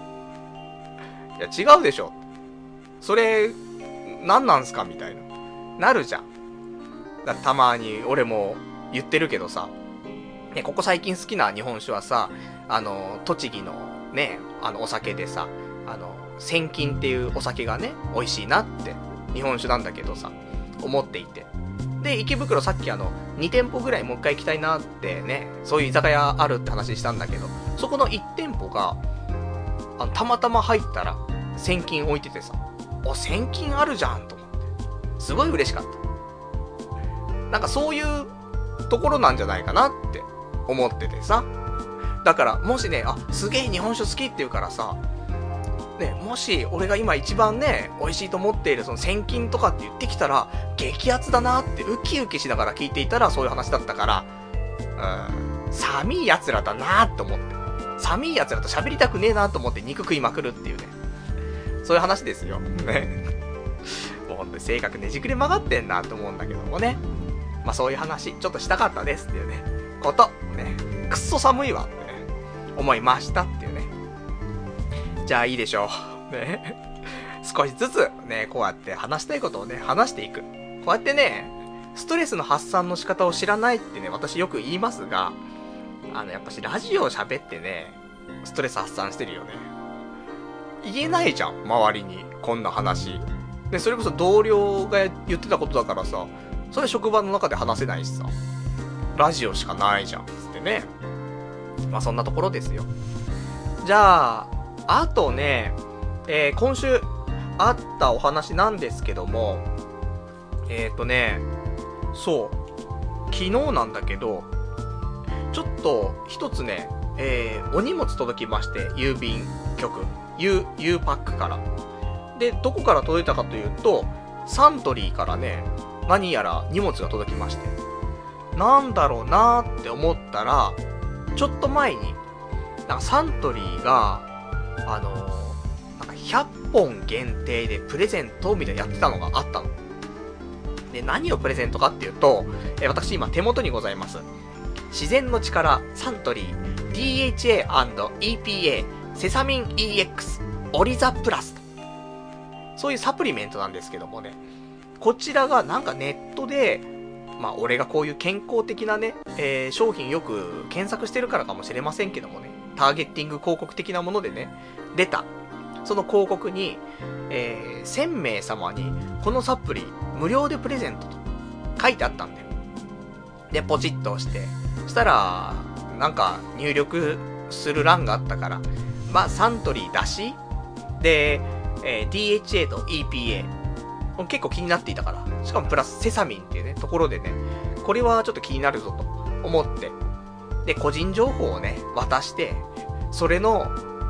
。いや、違うでしょ。それ、何なんすかみたいな。なるじゃん。だたまに俺も言ってるけどさ、ね、ここ最近好きな日本酒はさ、栃木のね、お酒でさ、千金っていうお酒がね、美味しいなって、日本酒なんだけどさ、思っていて。で、池袋さっき2店舗ぐらいもう一回行きたいなってね、そういう居酒屋あるって話したんだけど、そこの1店舗が、たまたま入ったら、千金置いててさ、千金あるじゃんと思って。すごい嬉しかった。なんかそういうところなんじゃないかなって思っててさ。だから、もしね、すげえ日本酒好きって言うからさ、ね、もし俺が今一番ね、美味しいと思っているその千金とかって言ってきたら、激アツだなってウキウキしながら聞いていたらそういう話だったから、寒い奴らだなって思って。寒い奴らと喋りたくねえなと思って肉食いまくるっていうね。そういう話ですよ。ね。もうほんとに性格ねじくれ曲がってんなと思うんだけどもね。まあそういう話、ちょっとしたかったですっていうね、こと、ね。くっそ寒いわってね、思いましたっていうね。じゃあいいでしょう。ね。少しずつね、こうやって話したいことをね、話していく。こうやってね、ストレスの発散の仕方を知らないってね、私よく言いますが、やっぱしラジオを喋ってね、ストレス発散してるよね。言えないじゃん、周りに、こんな話。で、それこそ同僚が言ってたことだからさ、それ職場の中で話せないしさ、ラジオしかないじゃん、つってね。まあそんなところですよ。じゃあ、あとね、今週あったお話なんですけども、そう、昨日なんだけど、ちょっと一つね、お荷物届きまして、郵便局、U パックから。で、どこから届いたかというと、サントリーからね、何やら荷物が届きまして、なんだろうなーって思ったら、ちょっと前に、なんかサントリーが、なんか100本限定でプレゼントみたいなやってたのがあったの。で、何をプレゼントかっていうと、私今手元にございます。自然の力サントリー DHA&EPA セサミン EX オリザプラスと、そういうサプリメントなんですけどもね、こちらがなんかネットで、まあ俺がこういう健康的なね、商品よく検索してるからかもしれませんけどもね、ターゲッティング広告的なものでね、出たその広告に、1000名様にこのサプリ無料でプレゼントと書いてあったんだよ。で、ポチッと押して、そしたらなんか入力する欄があったから、まあサントリーだしで、DHA と EPA 結構気になっていたから、しかもプラスセサミンっていうねところでね、これはちょっと気になるぞと思って、で個人情報をね渡して、それの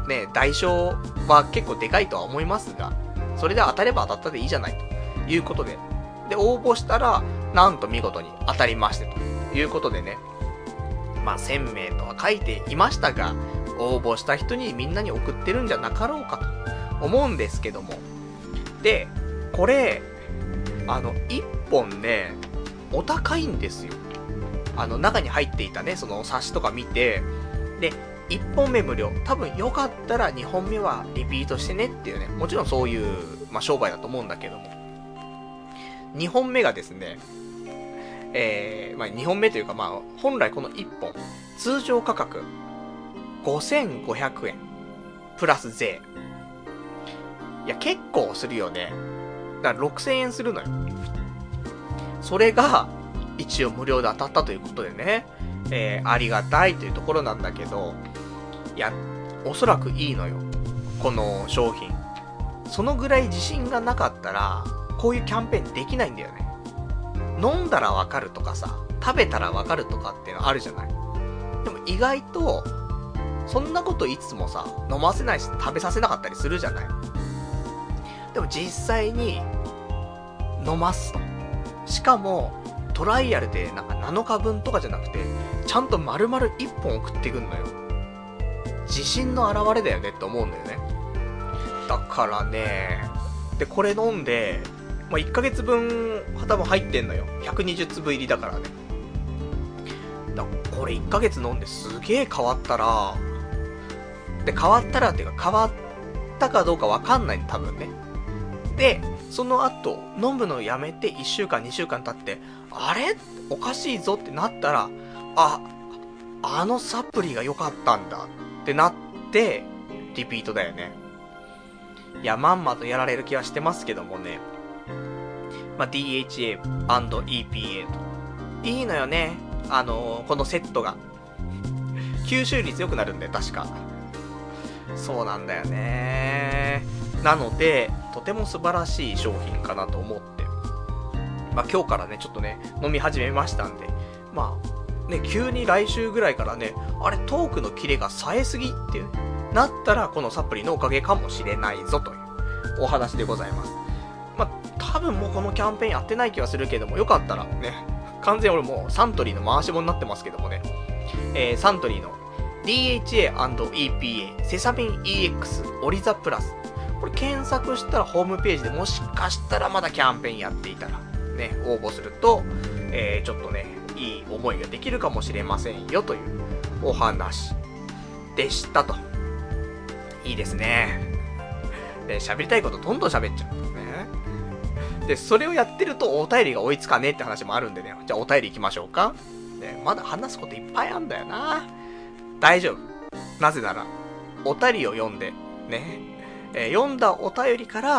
ね、代償は結構でかいとは思いますが、それで当たれば当たったでいいじゃないということで、で、応募したら、なんと見事に当たりましてということでね、まあ、1000名とは書いていましたが、応募した人にみんなに送ってるんじゃなかろうかと思うんですけども。で、これ、1本ね、お高いんですよ。中に入っていたね、その冊子とか見て、で、1本目無料。多分よかったら2本目はリピートしてねっていうね、もちろんそういう、まあ、商売だと思うんだけども。2本目がですね、まあ、2本目というか、まあ、本来この1本、通常価格、5500円、プラス税。いや、結構するよね。だから6000円するのよ。それが、一応無料で当たったということでね、ありがたいというところなんだけど、いや、おそらくいいのよ。この商品。そのぐらい自信がなかったら、こういうキャンペーンできないんだよね。飲んだらわかるとかさ、食べたらわかるとかっていうのあるじゃない。でも意外と、そんなこといつもさ、飲ませないし食べさせなかったりするじゃない。でも実際に、飲ますと。しかも、トライアルでなんか7日分とかじゃなくて、ちゃんと丸々1本送ってくんのよ。自信の表れだよねって思うんだよね。だからね、で、これ飲んで、まあ、1ヶ月分多分入ってんのよ。120粒入りだからね。だからこれ1ヶ月飲んですげえ変わったら、で、変わったらっていうか変わったかどうかわかんないの多分ね。で、その後、飲むのやめて1週間2週間経って、あれおかしいぞってなったら、あのサプリが良かったんだってなって、リピートだよね。いや、まんまとやられる気はしてますけどもね。まあ、DHA&EPA と。いいのよね。このセットが。吸収率良くなるんだよ、確か。そうなんだよね。なので、とても素晴らしい商品かなと思って。まあ、今日からね、ちょっとね、飲み始めましたんで。まあ、ね、急に来週ぐらいからね、あれ、トークのキレが冴えすぎっていう、なったら、このサプリのおかげかもしれないぞというお話でございます。まあ、多分もうこのキャンペーンやってない気はするけども、よかったらね、完全に俺もうサントリーの回し物になってますけどもね、サントリーの DHA&EPA セサミン EX オリザプラス、これ検索したらホームページでもしかしたらまだキャンペーンやっていたらね、応募すると、ちょっとね、いい思いができるかもしれませんよというお話でしたと。いいですね。で、喋りたいことどんどん喋っちゃう。ね。で、それをやってるとお便りが追いつかねえって話もあるんでね。じゃあお便り行きましょうか。ね、まだ話すこといっぱいあんだよな。大丈夫。なぜなら、お便りを読んで、ね。読んだお便りから、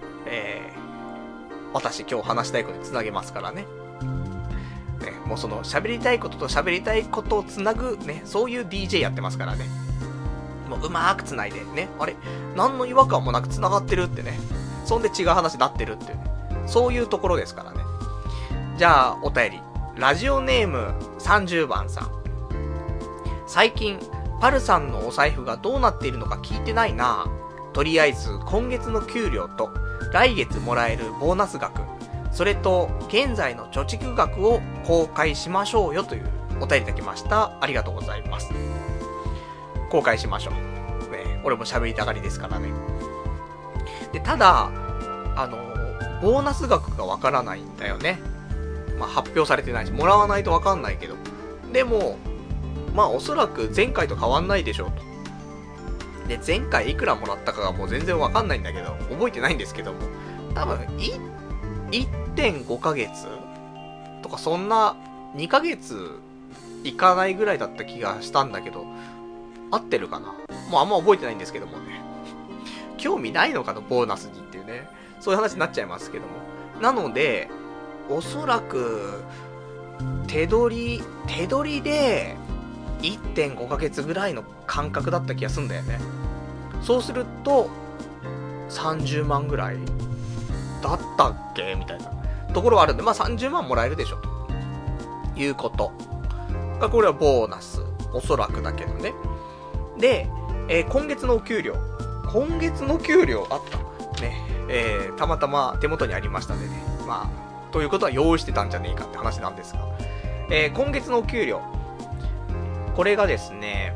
私今日話したいことにつなげますからね。ね、もうその喋りたいことと喋りたいことをつなぐね、そういう DJ やってますからね。もううまーくつないでね、あれ何の違和感もなくつながってるってね、そんで違う話になってるっていう、ね、そういうところですからね。じゃあお便り、ラジオネーム30番さん。最近パルさんのお財布がどうなっているのか聞いてないな。とりあえず今月の給料と来月もらえるボーナス額、それと現在の貯蓄額を公開しましょうよというお便りいただきました。ありがとうございます。公開しましょう。ね、俺も喋りたがりですからね。で、ただ、ボーナス額がわからないんだよね。まあ、発表されてないし、もらわないとわかんないけど。でも、まあ、おそらく前回と変わんないでしょうと。で、前回いくらもらったかがもう全然わかんないんだけど、覚えてないんですけども、多分、1.5 ヶ月とか、そんな2ヶ月いかないぐらいだった気がしたんだけど、合ってるかな。もうあんま覚えてないんですけどもね。興味ないのかな、ボーナスにっていうね。そういう話になっちゃいますけども。なので、おそらく、手取りで、1.5 ヶ月ぐらいの感覚だった気がするんだよね。そうすると、30万ぐらいだったっけみたいなところはあるんで、まあ30万もらえるでしょ、ということが、これはボーナス。おそらくだけどね。で、 今月のお給料。今月の給料あった。ね。たまたま手元にありましたんでね。まあ、ということは用意してたんじゃねえかって話なんですが。今月のお給料。これがですね、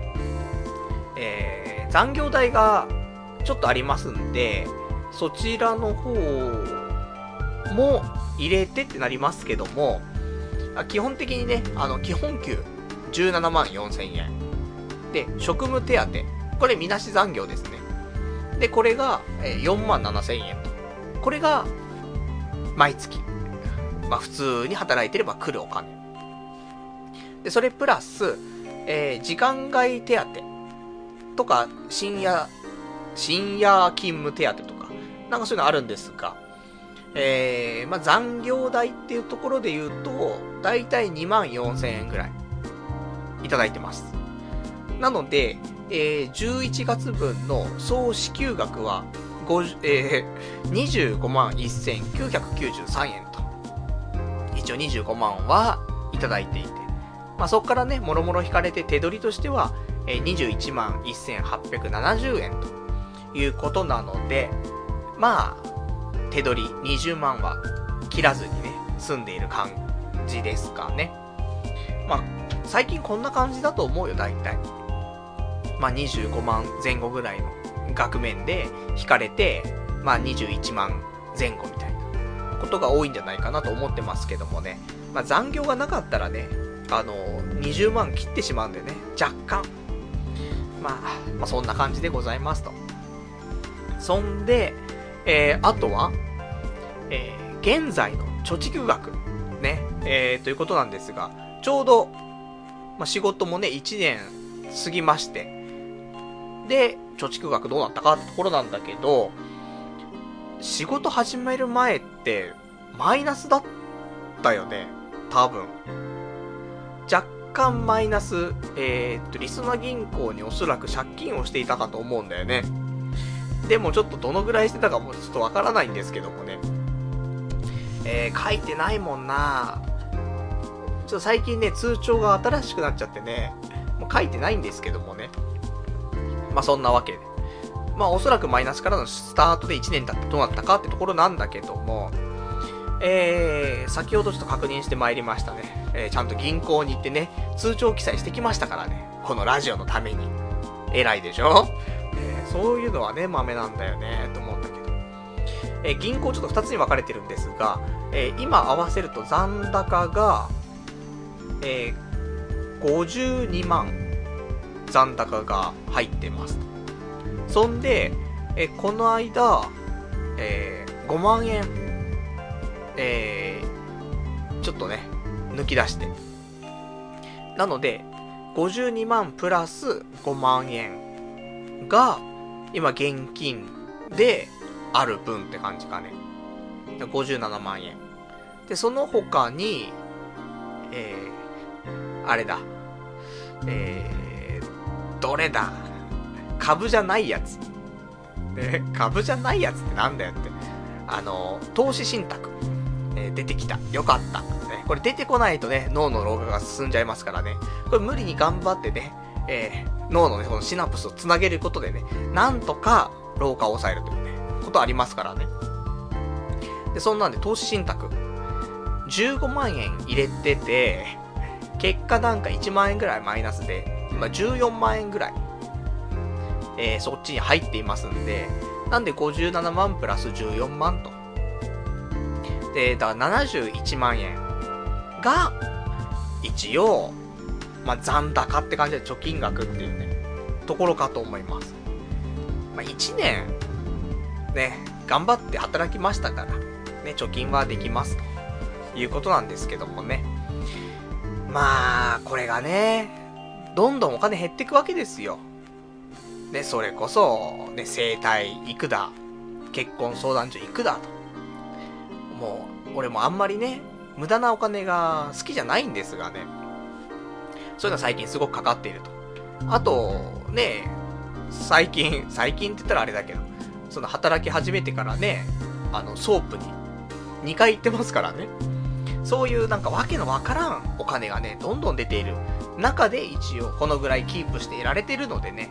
残業代がちょっとありますんで、そちらの方も入れてってなりますけども、基本的にね、基本給17万4千円。で、職務手当。これみなし残業ですね。で、これが4万7千円と。これが、毎月。まあ普通に働いてれば来るお金。で、それプラス、時間外手当とか、深夜勤務手当とか、なんかそういうのあるんですが、まあ残業代っていうところで言うと、だいたい2万4千円ぐらい、いただいてます。なので、11月分の総支給額は、25万1993円と。一応25万はいただいていて。まあ、そこからね、もろもろ引かれて手取りとしては、21万1870円ということなので、まあ、手取り20万は切らずにね、済んでいる感じですかね。まあ、最近こんな感じだと思うよ、大体。まあ、25万前後ぐらいの額面で引かれて、まあ、21万前後みたいなことが多いんじゃないかなと思ってますけどもね。まあ、残業がなかったらね、20万切ってしまうんでね、若干。まあ、そんな感じでございますと。そんで、あとは、現在の貯蓄額。ね、ということなんですが、ちょうど、まあ、仕事もね、1年過ぎまして、で、貯蓄額どうなったかってところなんだけど、仕事始める前って、マイナスだったよね。多分。若干マイナス、りそな銀行におそらく借金をしていたかと思うんだよね。でもちょっとどのぐらいしてたかもちょっとわからないんですけどもね。書いてないもんな。ちょっと最近ね、通帳が新しくなっちゃってね、もう書いてないんですけどもね。まあそんなわけで。まあおそらくマイナスからのスタートで1年経ってどうなったかってところなんだけども、先ほどちょっと確認してまいりましたね。ちゃんと銀行に行ってね、通帳記載してきましたからね。このラジオのために。偉いでしょ？そういうのはね、豆なんだよね、と思うんだけど。銀行ちょっと2つに分かれてるんですが、今合わせると残高が、52万残高が入ってますと。そんで、この間、5万円、ちょっとね、抜き出して。なので、52万プラス5万円が、今現金である分って感じかね。57万円。で、その他に、あれだ。どれだ？株じゃないやつ。株じゃないやつってなんだよって。投資信託。出てきた。よかった。これ出てこないとね、脳の老化が進んじゃいますからね。これ無理に頑張ってね、脳のね、このシナプスをつなげることでね、なんとか老化を抑えるというね、ことありますからね。で、そんなんで投資信託、15万円入れてて、結果なんか1万円ぐらいマイナスで、今14万円ぐらい、そっちに入っていますんで、なんで57万プラス14万と。で、だから71万円が、一応、まあ、残高って感じで貯金額っていうね、ところかと思います。まあ、1年、ね、頑張って働きましたから、ね、貯金はできますということなんですけどもね。まあ、これがね、どんどんお金減っていくわけですよ。ね、それこそ、ね、整体行くだ、結婚相談所行くだと。もう、俺もあんまりね、無駄なお金が好きじゃないんですがね。そういうのは最近すごくかかっていると。あと、ね、最近って言ったらあれだけど、その働き始めてからね、ソープに2回行ってますからね。そういうなんかわけのわからんお金がね、どんどん出ている中で一応このぐらいキープしていられているのでね、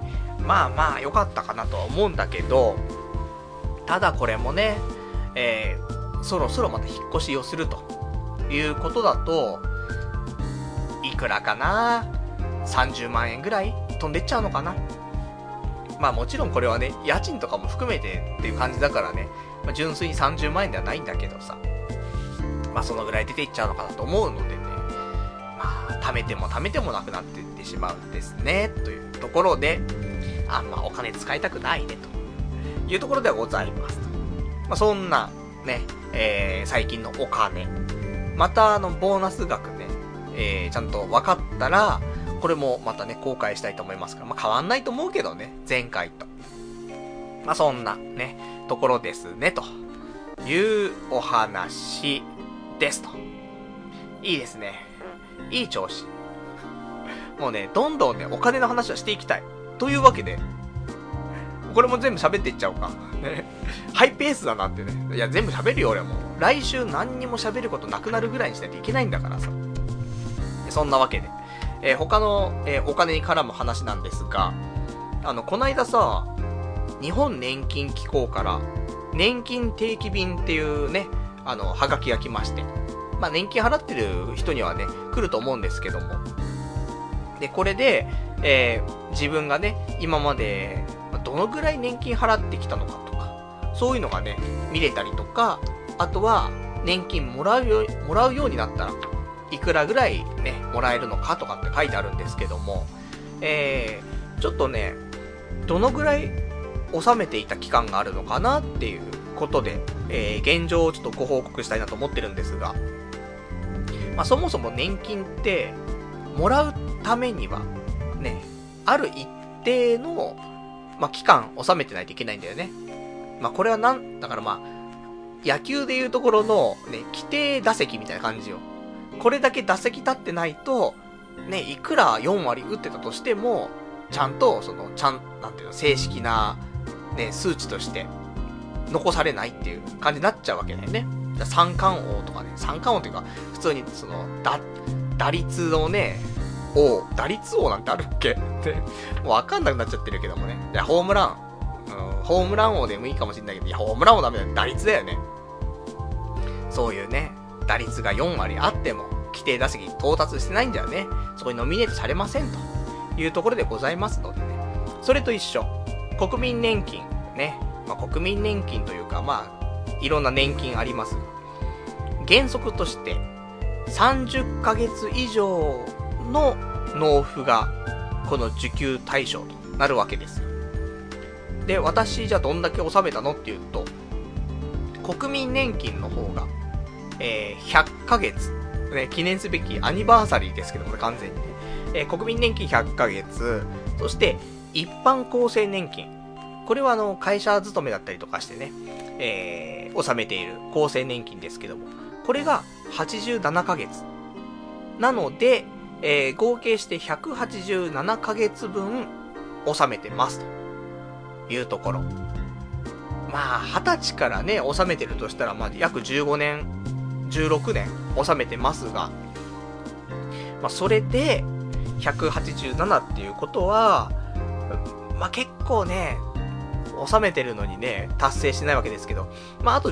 まあまあ良かったかなとは思うんだけど、ただこれもね、そろそろまた引っ越しをするということだと、いくらかな、30万円ぐらい飛んでっちゃうのかな。まあもちろんこれはね、家賃とかも含めてっていう感じだからね、まあ、純粋に30万円ではないんだけどさ、まあそのぐらい出ていっちゃうのかなと思うのでね、まあ貯めても貯めてもなくなっていってしまうんですね、というところで、あんまお金使いたくないね、というところではございます。まあそんな、ね、最近のお金、またボーナス額ね、ちゃんと分かったら、これもまたね、公開したいと思いますから、まあ変わんないと思うけどね、前回と。まあそんなね、ところですね、というお話ですと。いいですね。いい調子。もうね、どんどんね、お金の話はしていきたい。というわけで、これも全部喋っていっちゃおうか。ね、ハイペースだなってね。いや、全部喋るよ、俺はもう。来週何にも喋ることなくなるぐらいにしないといけないんだからさ。そんなわけで。他の、お金に絡む話なんですが、こないださ、日本年金機構から、年金定期便っていうね、はがきが来まして。まあ、年金払ってる人にはね、来ると思うんですけども。で、これで、自分がね、今まで、どのぐらい年金払ってきたのかとか、そういうのがね、見れたりとか、あとは、年金もらうようになったら、いくらぐらいね、もらえるのかとかって書いてあるんですけども、ちょっとね、どのぐらい納めていた期間があるのかなっていうことで、現状をちょっとご報告したいなと思ってるんですが、まあそもそも年金って、もらうためには、ね、ある一定の、まあ期間納めてないといけないんだよね。まあこれはだからまあ、野球でいうところの、ね、規定打席みたいな感じよ。これだけ打席立ってないと、ね、いくら4割打ってたとしても、ちゃんと、なんていうの、正式な、ね、数値として、残されないっていう感じになっちゃうわけだよね。三冠王とかね、三冠王っていうか、普通に、打率のね、打率王なんてあるっけって、もうわかんなくなっちゃってるけどもね。いや、ホームラン王でもいいかもしれないけど、いや、ホームラン王ダメだよ。打率だよね。そういうね、打率が4割あっても、規定打席到達してないんだよね。そこにノミネートされませんというところでございますのでね。それと一緒。国民年金。ね。まあ、国民年金というか、まあ、いろんな年金ありますが、原則として、30ヶ月以上の納付が、この受給対象となるわけですよ。で、私、じゃあどんだけ納めたのっていうと、国民年金の方が、100ヶ月、ね、記念すべきアニバーサリーですけど、これ完全にね。国民年金100ヶ月、そして、一般厚生年金。これは会社勤めだったりとかしてね、納めている厚生年金ですけども、これが87ヶ月。なので、合計して187ヶ月分納めてますというところ。まあ、20歳からね、納めてるとしたら、まあ、約15年、16年納めてますが、まあ、それで、187っていうことは、まあ、結構ね、納めてるのにね、達成してないわけですけど、まあ、あと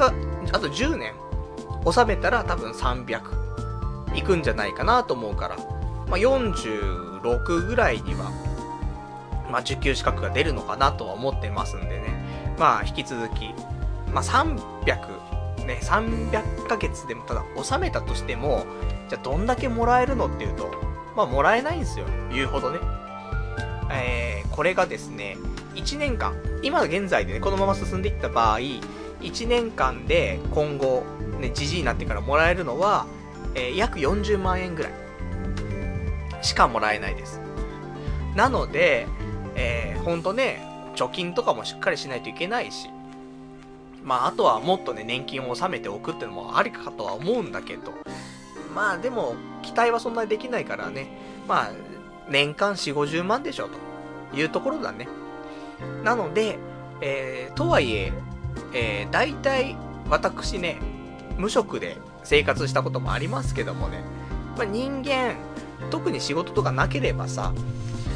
10年、納めたら多分300いくんじゃないかなと思うから、まあ、46ぐらいには、まあ、受給資格が出るのかなとは思ってますんでね。まあ、引き続き、まあ、300ヶ月でもただ納めたとしても、じゃあどんだけもらえるのっていうと、まあ、もらえないんですよ。言うほどね。これがですね、1年間、今現在でね、このまま進んでいった場合、1年間で今後、ね、じじいになってからもらえるのは、約40万円ぐらいしかもらえないです。なので、ほんとね、貯金とかもしっかりしないといけないし、まあ、あとはもっとね、年金を納めておくってのもありかとは思うんだけど、まあでも、期待はそんなにできないからね、まあ、年間4、50万でしょ、というところだね。なので、とはいえ、大体、私ね、無職で生活したこともありますけどもね、まあ、人間、特に仕事とかなければさ、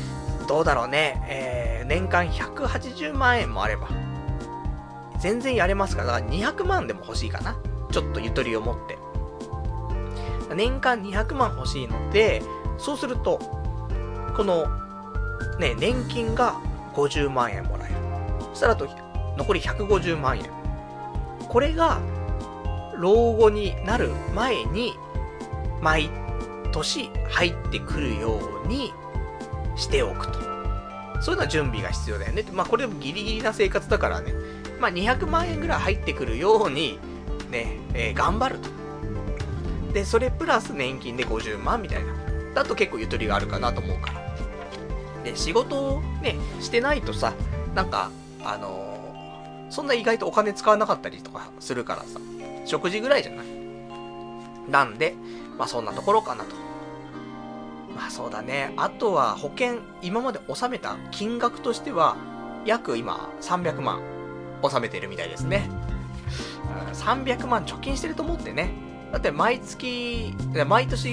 どうだろうね。年間180万円もあれば、全然やれますから、だから200万でも欲しいかな。ちょっとゆとりを持って。年間200万欲しいので、そうすると、この、ね、年金が50万円もらえる。そしたらあと、残り150万円。これが、老後になる前に、毎年入ってくるようにしておくと。そういうのは準備が必要だよね。まあこれでもギリギリな生活だからね。まあ200万円ぐらい入ってくるように、ね、頑張ると。で、それプラス年金で50万みたいな。だと結構ゆとりがあるかなと思うから。で、仕事をね、してないとさ、なんか、そんな意外とお金使わなかったりとかするからさ、食事ぐらいじゃない。なんで、まあそんなところかなと。まあそうだね。あとは保険、今まで納めた金額としては、約今300万納めてるみたいですね。300万貯金してると思ってね。だって毎年で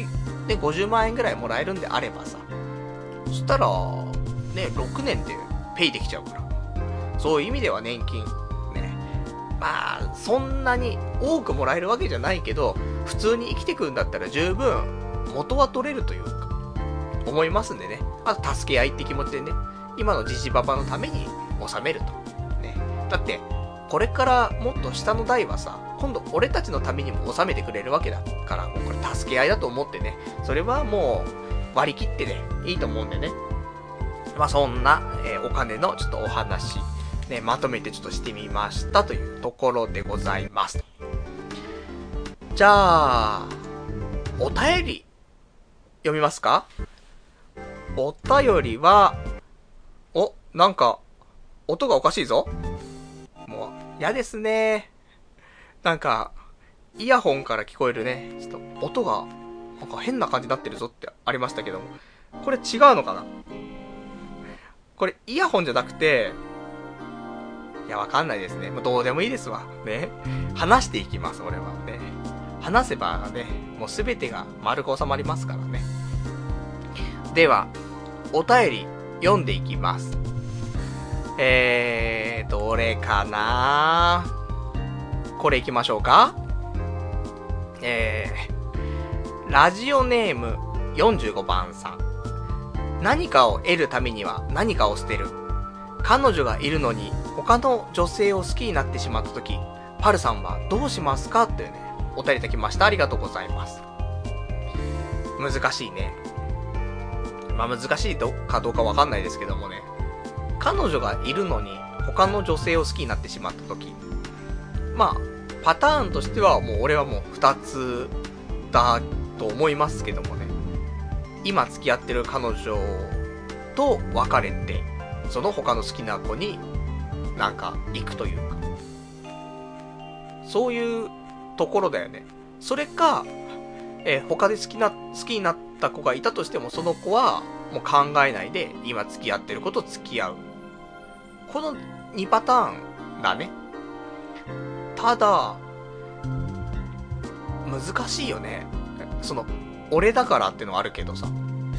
50万円ぐらいもらえるんであればさ、そしたら、ね、6年でペイできちゃうから。そういう意味では年金、ね。まあ、そんなに多くもらえるわけじゃないけど、普通に生きてくんだったら十分元は取れるというか、思いますんでね。あと助け合いって気持ちでね、今のじじばばのために納めると。ね。だって、これからもっと下の代はさ、今度俺たちのためにも納めてくれるわけだから、もうこれ助け合いだと思ってね、それはもう割り切ってね、いいと思うんでね。まあそんな、お金のちょっとお話、ね、まとめてちょっとしてみましたというところでございます。じゃあ、お便り、読みますか？お便りは、なんか、音がおかしいぞ。もう、嫌ですね。なんか、イヤホンから聞こえるね、ちょっと音が、なんか変な感じになってるぞってありましたけども。これ違うのかな？これイヤホンじゃなくて、いや、わかんないですね。もうどうでもいいですわ。ね。話していきます、俺はね。話せばね、もうすべてが丸く収まりますからね。では、お便り読んでいきます。どれかな？これいきましょうか。ラジオネーム45番さん。何かを得るためには何かを捨てる。彼女がいるのに他の女性を好きになってしまったとき、パルさんはどうしますかっていうね、お便りいただきました。ありがとうございます。難しいね。まあ難しいかどうかわかんないですけどもね。彼女がいるのに他の女性を好きになってしまったとき、まあ、パターンとしてはもう俺はもう2つだと思いますけどもね。今付き合ってる彼女と別れて、その他の好きな子になんか行くというか、そういうところだよね。それか、他で好きになった子がいたとしても、その子はもう考えないで今付き合ってる子と付き合う。この2パターンだね。ただ、難しいよね。俺だからってのはあるけどさ。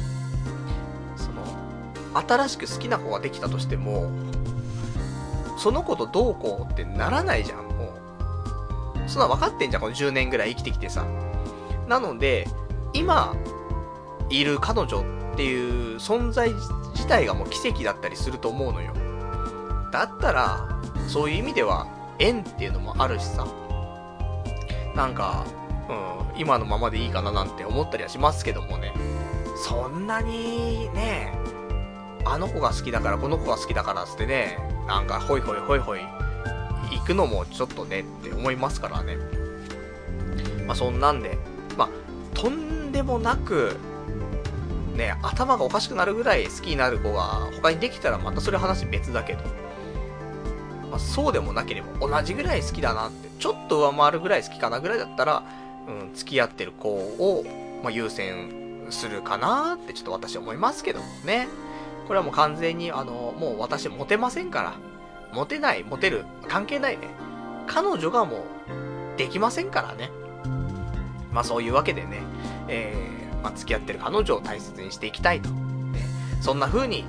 新しく好きな子ができたとしても、その子とどうこうってならないじゃん、もう。そんな分かってんじゃん、この10年ぐらい生きてきてさ。なので、今、いる彼女っていう存在自体がもう奇跡だったりすると思うのよ。だったら、そういう意味では、縁っていうのもあるしさ。なんか、今のままでいいかななんて思ったりはしますけどもね。そんなにね、あの子が好きだからこの子が好きだからつってね、なんかホイホイホイホイ行くのもちょっとねって思いますからね。まあそんなんで、まあとんでもなくね、頭がおかしくなるぐらい好きになる子が他にできたらまたそれ話別だけど、まあそうでもなければ同じぐらい好きだなって、ちょっと上回るぐらい好きかなぐらいだったら、付き合ってる子を、まあ、優先するかなってちょっと私は思いますけどもね。これはもう完全にもう私モテませんから。モテない、モテる、関係ないね。彼女がもうできませんからね。まあそういうわけでね、まあ付き合ってる彼女を大切にしていきたいと。ね、そんな風に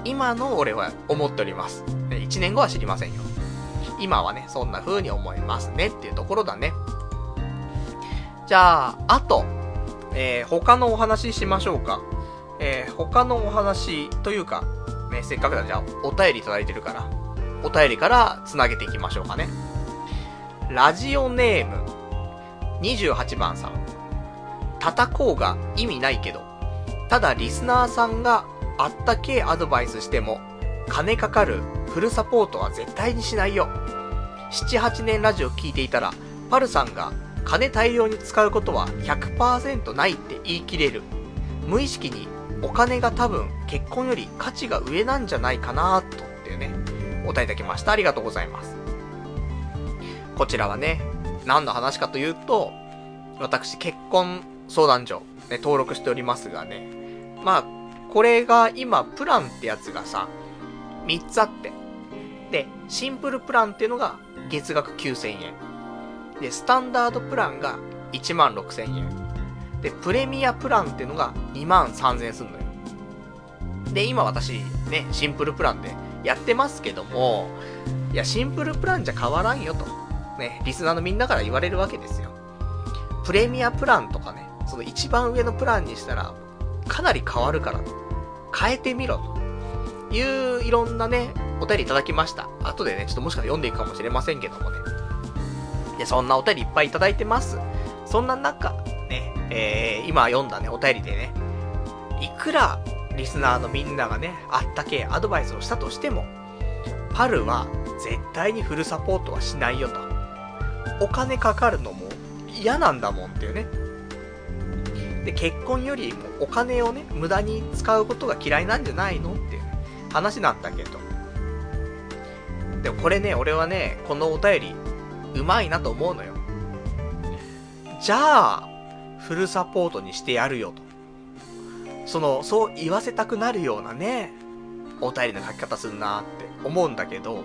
今の俺は思っております。1年後は知りませんよ。今はね、そんな風に思いますねっていうところだね。じゃあ、あと、他のお話しましょうか。他のお話というか、ね、せっかくだじゃあ、お便りいただいてるから、お便りから繋げていきましょうかね。ラジオネーム、28番さん。叩こうが意味ないけど、ただリスナーさんがあったけえアドバイスしても、金かかるフルサポートは絶対にしないよ。7、8年ラジオ聞いていたら、パルさんが金大量に使うことは 100% ないって言い切れる。無意識にお金が多分結婚より価値が上なんじゃないかなとっていうね、お答えいただきました。ありがとうございます。こちらはね、何の話かというと、私結婚相談所、ね、登録しておりますがね、まあ、これが今プランってやつがさ、3つあって、で、シンプルプランっていうのが月額9000円。で、スタンダードプランが16000円。で、プレミアプランっていうのが23000円すんのよ。で、今私ね、シンプルプランでやってますけども、いや、シンプルプランじゃ変わらんよと。ね、リスナーのみんなから言われるわけですよ。プレミアプランとかね、その一番上のプランにしたら、かなり変わるからと。変えてみろと。いういろんなね、お便りいただきました。後でね、ちょっともしかしたら読んでいくかもしれませんけどもね。で、そんなお便りいっぱいいただいてます。そんな中、ね、今読んだね、お便りでね、いくらリスナーのみんながね、あったけアドバイスをしたとしても、パルは絶対にフルサポートはしないよと。お金かかるのも嫌なんだもんっていうね。で、結婚よりもお金をね、無駄に使うことが嫌いなんじゃないのっていう、ね、話なんだけど。でもこれね、俺はね、このお便り、うまいなと思うのよ。じゃあ、フルサポートにしてやるよと。そう言わせたくなるようなね、お便りの書き方すんなって思うんだけど、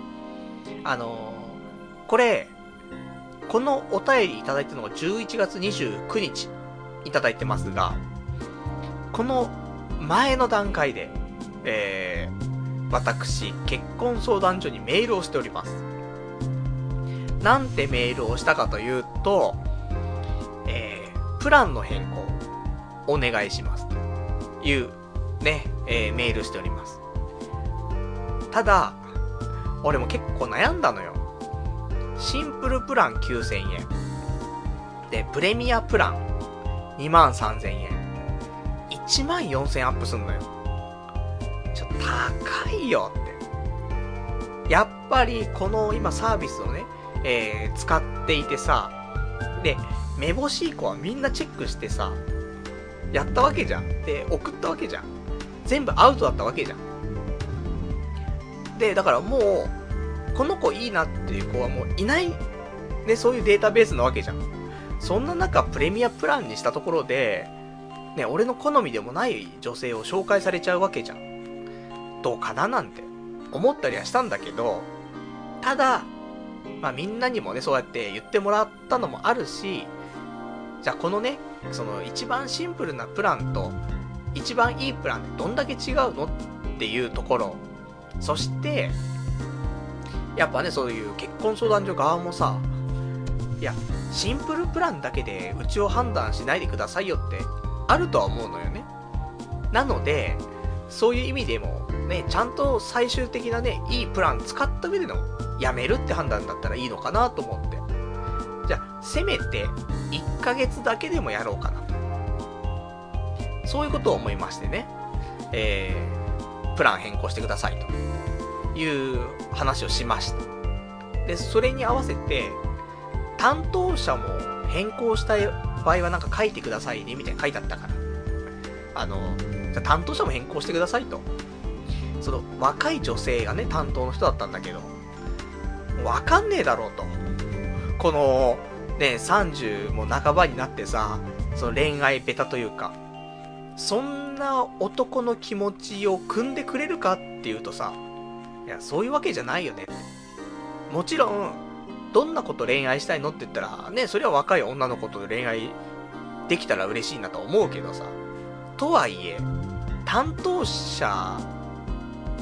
これ、このお便りいただいたのが11月29日いただいてますが、この前の段階で、私、結婚相談所にメールをしております。なんてメールをしたかというと、プランの変更、お願いします。というね、メールしております。ただ、俺も結構悩んだのよ。シンプルプラン9000円。で、プレミアプラン23000円。14000円アップすんのよ。ちょっと高いよって。やっぱりこの今サービスをね、使っていてさ、で、めぼしい子はみんなチェックしてさ、やったわけじゃん。で、送ったわけじゃん。全部アウトだったわけじゃん。で、だからもう、この子いいなっていう子はもういない、ね、そういうデータベースなわけじゃん。そんな中、プレミアプランにしたところで、ね、俺の好みでもない女性を紹介されちゃうわけじゃん。どうかななんて思ったりはしたんだけど、ただ、まあみんなにもね、そうやって言ってもらったのもあるし、じゃあこのね、その一番シンプルなプランと一番いいプランってどんだけ違うのっていうところ、そしてやっぱね、そういう結婚相談所側もさ、いやシンプルプランだけでうちを判断しないでくださいよってあるとは思うのよね。なのでそういう意味でもね、ちゃんと最終的なね、いいプラン使った上でのやめるって判断だったらいいのかなと思って、じゃあせめて1ヶ月だけでもやろうかなと、そういうことを思いましてね、プラン変更してくださいという話をしました。で、それに合わせて担当者も変更したい場合はなんか書いてくださいねみたいな書いてあったから、じゃあ担当者も変更してくださいと。その若い女性がね、担当の人だったんだけど、わかんねえだろうと。このね、30も半ばになってさ、その恋愛ベタというか、そんな男の気持ちを汲んでくれるかっていうとさ、いやそういうわけじゃないよねって。もちろんどんなこと恋愛したいのって言ったらね、それは若い女の子と恋愛できたら嬉しいなと思うけどさ、とはいえ担当者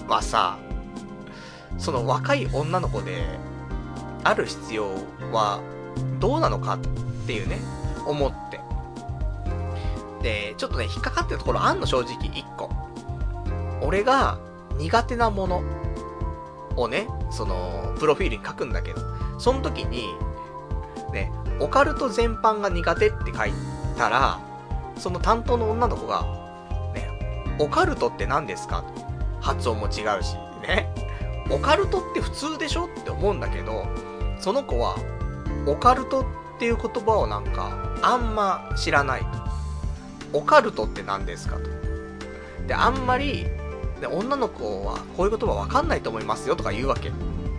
はさ、その若い女の子である必要はどうなのかっていうね、思って。で、ちょっとね、引っかかってるところあんの、正直一個。俺が苦手なものをね、その、プロフィールに書くんだけど、その時に、ね、オカルト全般が苦手って書いたら、その担当の女の子が、ね、オカルトって何ですか？発音も違うし、ね。オカルトって普通でしょって思うんだけど、その子は、オカルトっていう言葉をなんか、あんま知らないと。オカルトって何ですかと。で、あんまり、で、女の子はこういう言葉わかんないと思いますよとか言うわけ。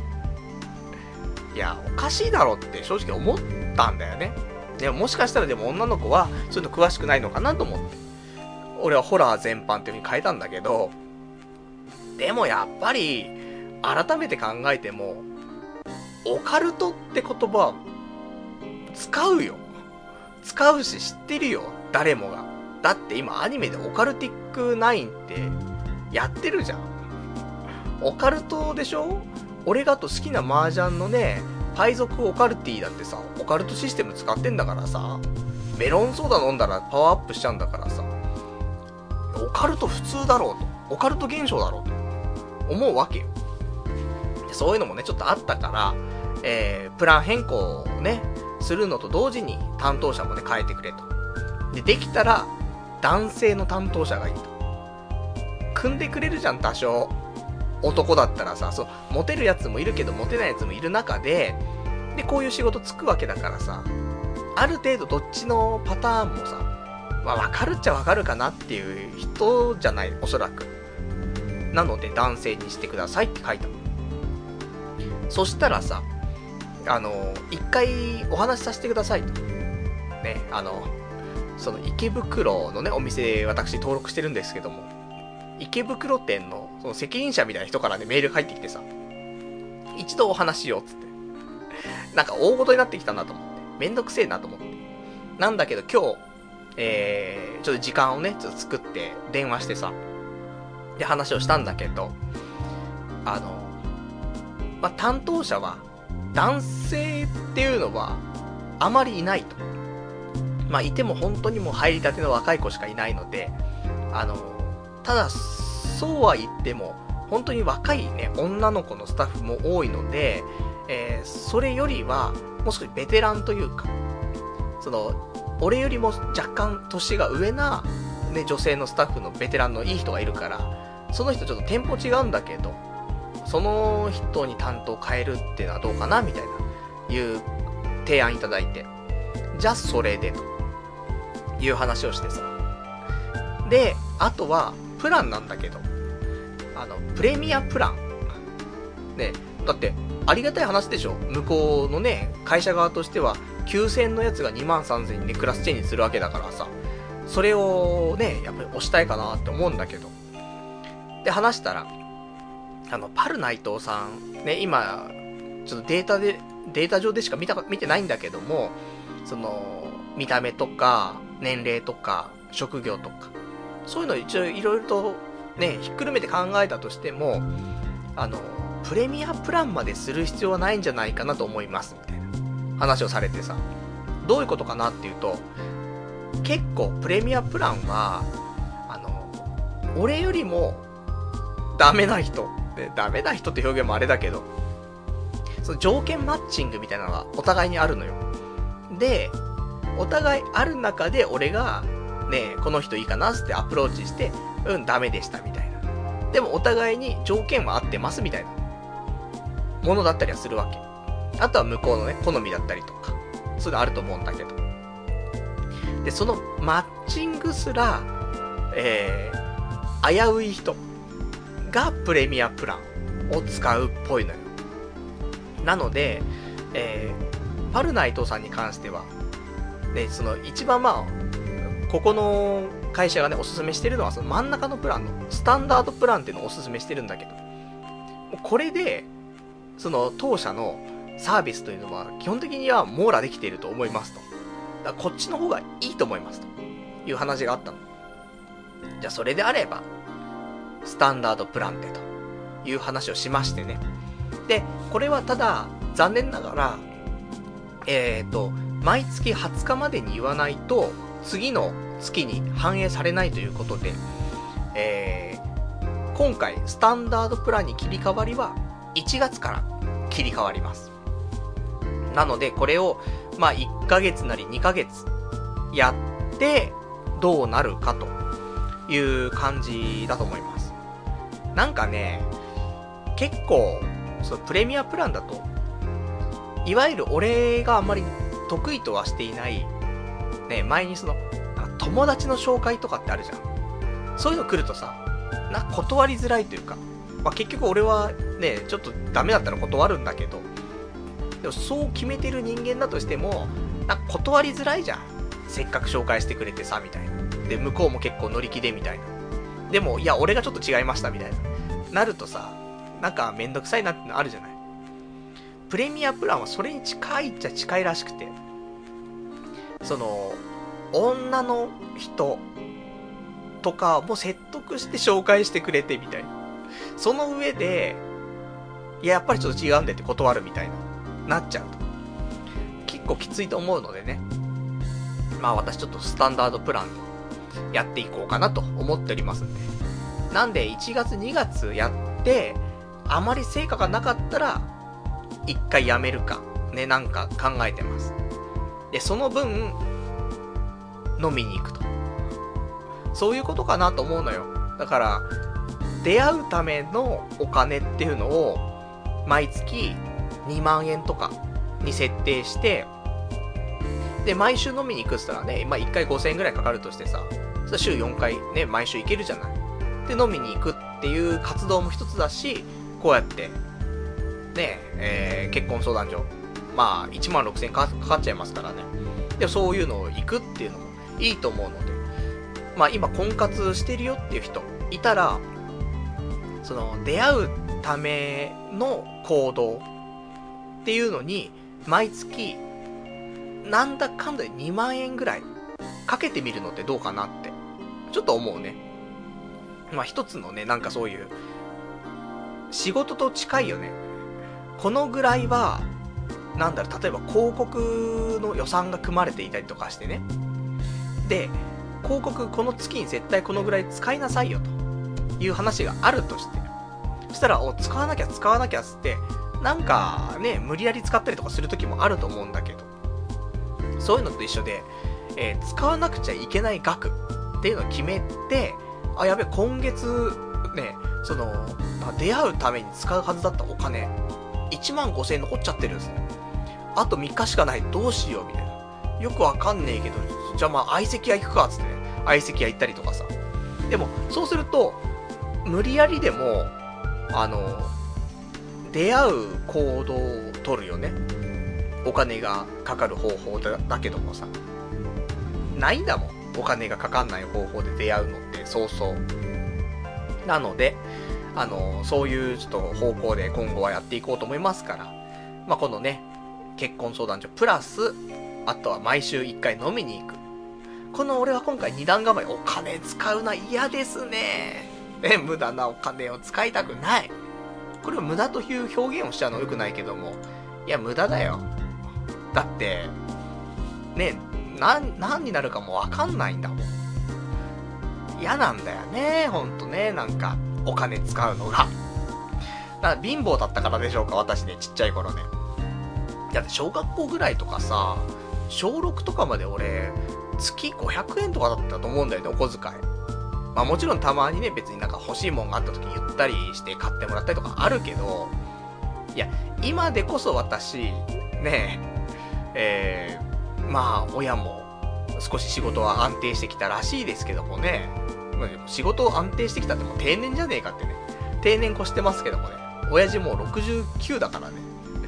いや、おかしいだろって正直思ったんだよね。でももしかしたらでも女の子はそういうの詳しくないのかなと思って。俺はホラー全般っていう風に変えたんだけど、でもやっぱり、改めて考えても、オカルトって言葉、使うよ。使うし知ってるよ。誰もが。だって今アニメでオカルティック9ってやってるじゃん。オカルトでしょ？俺がと好きな麻雀のね、海賊オカルティだってさ、オカルトシステム使ってんだからさ、メロンソーダ飲んだらパワーアップしちゃうんだからさ、オカルト普通だろうと、オカルト現象だろうと思うわけよ。そういうのもね、ちょっとあったから、プラン変更をね、するのと同時に担当者もね、変えてくれと。できたら、男性の担当者がいいと。組んでくれるじゃん、多少。男だったらさ、そう、モテるやつもいるけど、モテないやつもいる中で、で、こういう仕事つくわけだからさ、ある程度どっちのパターンもさ、まあ、わかるっちゃわかるかなっていう人じゃない、おそらく。なので、男性にしてくださいって書いたの。そしたらさ、一回お話しさせてくださいと。ね、その池袋のね、お店、私登録してるんですけども、池袋店のその責任者みたいな人からね、メールが入ってきてさ、一度お話しようっつって。なんか大事になってきたなと思って。めんどくせえなと思って。なんだけど今日、ちょっと時間をね、ちょっと作って電話してさ、で話をしたんだけど、まあ、担当者は、男性っていうのは、あまりいないと。まあ、いても本当にもう入りたての若い子しかいないので、ただ、そうは言っても、本当に若いね、女の子のスタッフも多いので、それよりは、もう少しベテランというか、その、俺よりも若干年が上な、ね、女性のスタッフのベテランのいい人がいるから、その人ちょっとテンポ違うんだけど、その人に担当変えるっていうのはどうかなみたいな、いう提案いただいて、じゃあそれで、という話をしてさ。で、あとは、プランなんだけど、プレミアプラン。ね、だって、ありがたい話でしょ？向こうのね、会社側としては、9000のやつが23000にね、クラスチェンジするわけだからさ、それをね、やっぱり押したいかなって思うんだけど。で、話したら、パル内藤さん、ね、今、ちょっとデータ上でしか見てないんだけども、その、見た目とか、年齢とか、職業とか、そういうの一応いろいろとね、ひっくるめて考えたとしても、プレミアプランまでする必要はないんじゃないかなと思います、みたいな話をされてさ、どういうことかなっていうと、結構プレミアプランは、俺よりも、ダメな人って表現もあれだけど、その条件マッチングみたいなのがお互いにあるのよ。で、お互いある中で俺が、ね、この人いいかなってアプローチして、ダメでしたみたいな。でもお互いに条件は合ってますみたいなものだったりはするわけ。あとは向こうのね、好みだったりとか、そういうのあると思うんだけど。で、そのマッチングすら、危うい人がプレミアプランを使うっぽいのよ。なので、パルナイトさんに関しては、で、その一番まあ、ここの会社がね、おすすめしてるのはその真ん中のプランのスタンダードプランっていうのをおすすめしてるんだけど、これで、その当社のサービスというのは基本的には網羅できていると思いますと。だからこっちの方がいいと思いますという話があったの。じゃあそれであれば、スタンダードプランでという話をしましてね。で、これはただ、残念ながら、毎月20日までに言わないと、次の月に反映されないということで、今回、スタンダードプランに切り替わりは、1月から切り替わります。なので、これを、まあ、1ヶ月なり2ヶ月やって、どうなるかという感じだと思います。なんかね、結構、プレミアプランだと、いわゆる俺があんまり得意とはしていない、ね、前に友達の紹介とかってあるじゃん。そういうの来るとさ、断りづらいというか、まあ、結局俺はね、ちょっとダメだったら断るんだけど、でもそう決めてる人間だとしても、断りづらいじゃん。せっかく紹介してくれてさ、みたいな。で、向こうも結構乗り気でみたいな。でも、いや、俺がちょっと違いました、みたいな。なるとさ、なんかめんどくさいなってのあるじゃない。プレミアプランはそれに近いっちゃ近いらしくて、女の人とかも説得して紹介してくれてみたいな。その上で、いや、やっぱりちょっと違うんでって断るみたいな、なっちゃうと。結構きついと思うのでね。まあ私ちょっとスタンダードプランやっていこうかなと思っておりますんで。なんで1月2月やって、あまり成果がなかったら、一回やめるか、ね、なんか考えてます。で、その分、飲みに行くと。そういうことかなと思うのよ。だから、出会うためのお金っていうのを、毎月2万円とかに設定して、で、毎週飲みに行くって言ったらね、まあ1回5000円ぐらいかかるとしてさ、それ週4回ね、毎週行けるじゃない。で、飲みに行くっていう活動も一つだし、こうやって、ね、結婚相談所、まあ1万6000円かかっちゃいますからね。で、そういうのを行くっていうのもいいと思うので、まあ今婚活してるよっていう人いたら、出会うための行動っていうのに、毎月、なんだかんだで2万円ぐらいかけてみるのってどうかなって、ちょっと思うね。まあ一つのね、なんかそういう、仕事と近いよね。このぐらいは、なんだろう、例えば広告の予算が組まれていたりとかしてね。で、広告この月に絶対このぐらい使いなさいよという話があるとして、そしたら、使わなきゃ使わなきゃっつって、なんかね、無理やり使ったりとかする時もあると思うんだけど、そういうのと一緒で、使わなくちゃいけない額っていうのを決めて、あ、やべ、今月ね、出会うために使うはずだったお金、1万5000円残っちゃってるんですね。あと3日しかない、どうしようみたいな。よくわかんねえけど、じゃあまあ相席屋行くかっつってね、相席屋行ったりとかさ。でも、そうすると、無理やりでも、出会う行動を取るよね。お金がかかる方法だけどもさ。ないんだもん。お金がかかんない方法で出会うのって、そうそう。なので、そういうちょっと方向で今後はやっていこうと思いますから、まあ、このね、結婚相談所プラス、あとは毎週1回飲みに行く。この俺は今回2段構え、お金使うな、嫌ですね。無駄なお金を使いたくない。これを無駄という表現をしちゃうのは良くないけども、いや、無駄だよ。だって、ね、何になるかもわかんないんだもん。嫌なんだよね、ほんとね、なんか、お金使うのが。だから貧乏だったからでしょうか、私ね、ちっちゃい頃ね。だって小学校ぐらいとかさ、小6とかまで俺、月500円とかだったと思うんだよね、お小遣い。まあもちろんたまにね、別になんか欲しいもんがあった時にゆったりして買ってもらったりとかあるけど、いや、今でこそ私、ねまあ親も少し仕事は安定してきたらしいですけどもね、仕事安定してきたってもう定年じゃねえかってね、定年越してますけどもね、親父もう69だからね、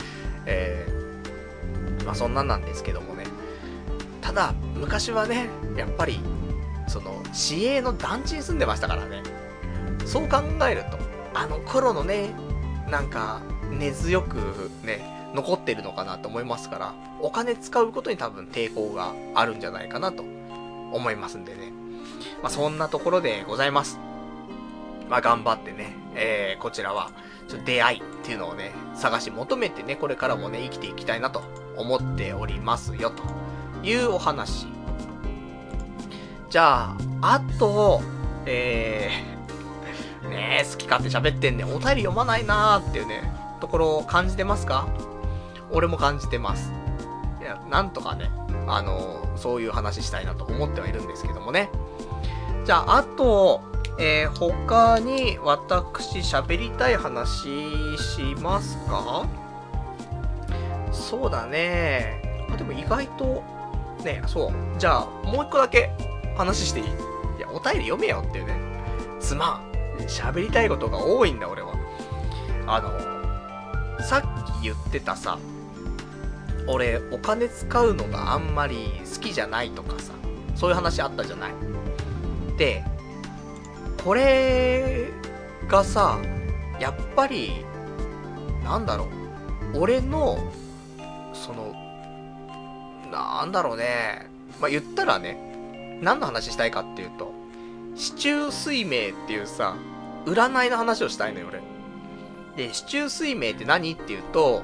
まあそんなんなんですけどもね。ただ昔はね、やっぱり市営の団地に住んでましたからね。そう考えると、あの頃のね、なんか根強くね残ってるのかなと思いますから、お金使うことに多分抵抗があるんじゃないかなと思いますんでね。まあそんなところでございます。 まあ頑張ってね、こちらは、ちょっと出会いっていうのをね、探し求めてね、これからもね、生きていきたいなと思っておりますよ、というお話。じゃあ、あと、ね好き勝手喋ってんね、お便り読まないなーっていうね、ところを感じてますか？俺も感じてます。いや、なんとかね、そういう話したいなと思ってはいるんですけどもね。じゃあ、あと、他に私喋りたい話しますか？そうだね。でも意外と、ね、そう。じゃあ、もう一個だけ話していい？いや、お便り読めよっていうね。すまん。喋りたいことが多いんだ、俺は。さっき言ってたさ、俺、お金使うのがあんまり好きじゃないとかさ、そういう話あったじゃない？で、これがさ、やっぱり、なんだろう、俺の、なんだろうね、まあ、言ったらね、何の話したいかっていうと、四柱推命っていうさ、占いの話をしたいのよ、俺。で、四柱推命って何っていうと、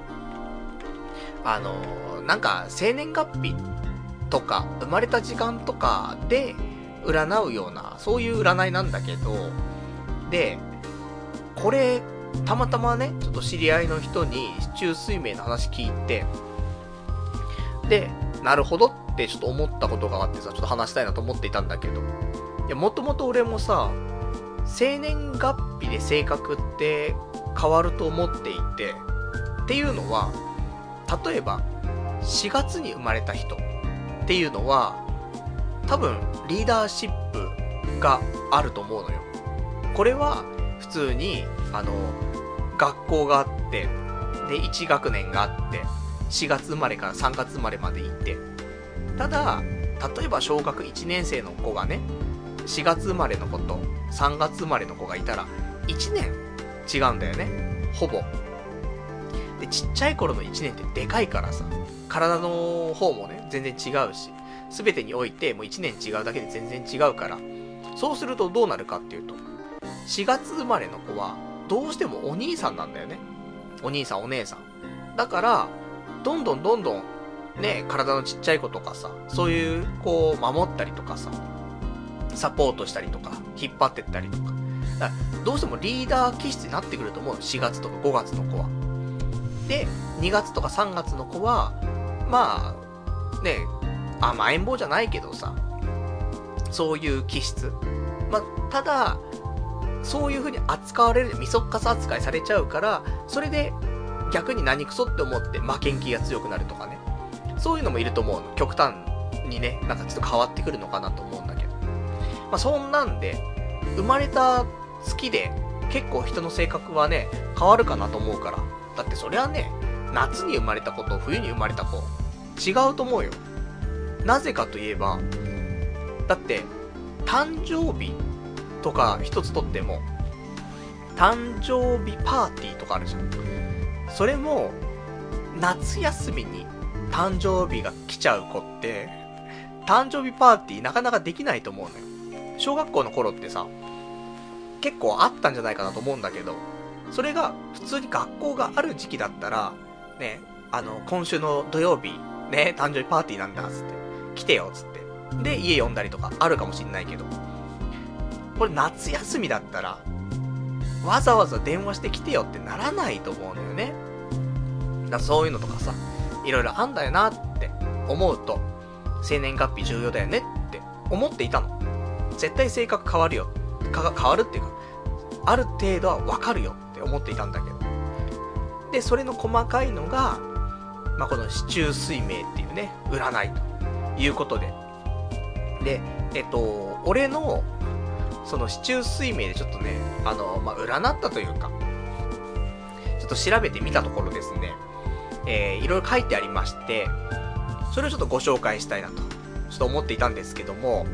なんか、生年月日とか、生まれた時間とかで占うような、そういう占いなんだけど、で、これ、たまたまね、ちょっと知り合いの人に四柱推命の話聞いて、で、なるほどってちょっと思ったことがあってさ、ちょっと話したいなと思っていたんだけど、いや、もともと俺もさ、生年月日で性格って変わると思っていて、っていうのは、例えば、4月に生まれた人っていうのは、多分、リーダーシップがあると思うのよ。これは、普通に、学校があって、で、1学年があって、4月生まれから3月生まれまでいて、ただ、例えば小学1年生の子がね、4月生まれの子と3月生まれの子がいたら、1年違うんだよね。ほぼ。で、ちっちゃい頃の1年ってでかいからさ、体の方もね、全然違うし、すべてにおいてもう1年違うだけで全然違うから、そうするとどうなるかっていうと、4月生まれの子は、どうしてもお兄さんなんだよね。お兄さんお姉さん。だから、どんどん、ね、体のちっちゃい子とかさ、そういう子を守ったりとかさ、サポートしたりとか、引っ張ってったりとか。だからどうしてもリーダー気質になってくると思う。4月とか5月の子は。で、2月とか3月の子は、まあ、ね、甘えん坊じゃないけどさ、そういう気質。まあ、ただ、そういう風に扱われる、みそっかす扱いされちゃうから、それで逆に何クソって思って負けん気が強くなるとかね。そういうのもいると思うの。極端にね、なんかちょっと変わってくるのかなと思うんだけど。まあそんなんで、生まれた月で結構人の性格はね、変わるかなと思うから。だってそりゃね、夏に生まれた子と冬に生まれた子、違うと思うよ。なぜかといえば、だって、誕生日とか一つとっても、誕生日パーティーとかあるじゃん。それも、夏休みに誕生日が来ちゃう子って、誕生日パーティーなかなかできないと思うのよ。小学校の頃ってさ、結構あったんじゃないかなと思うんだけど、それが普通に学校がある時期だったら、ね、今週の土曜日、ね、誕生日パーティーなんだ、つって、来てよ、つって。で、家呼んだりとかあるかもしんないけど、これ夏休みだったら、わざわざ電話して来てよってならないと思うのよね。だからそういうのとかさ、いろいろあんだよなって思うと、生年月日重要だよねって思っていたの。絶対性格変わるよ。変わるっていうか、ある程度はわかるよって思っていたんだけど。で、それの細かいのが、まあ、この四柱推命っていうね、占いということで。で、俺の、その四柱推命でちょっとね、まあ、占ったというか、ちょっと調べてみたところですね、いろいろ書いてありまして、それをちょっとご紹介したいなと、ちょっと思っていたんですけども、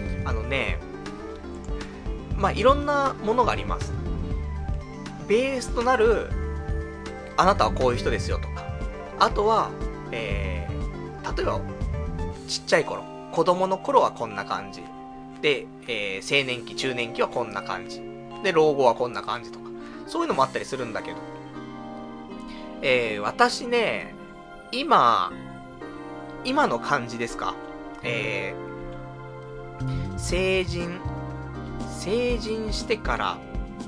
まあ、いろんなものがあります。ベースとなる、あなたはこういう人ですよとか、あとは、例えば、ちっちゃい頃、子供の頃はこんな感じ。で、青年期、中年期はこんな感じ。 で、老後はこんな感じとか。そういうのもあったりするんだけど。私ね、今の感じですか。成人してから、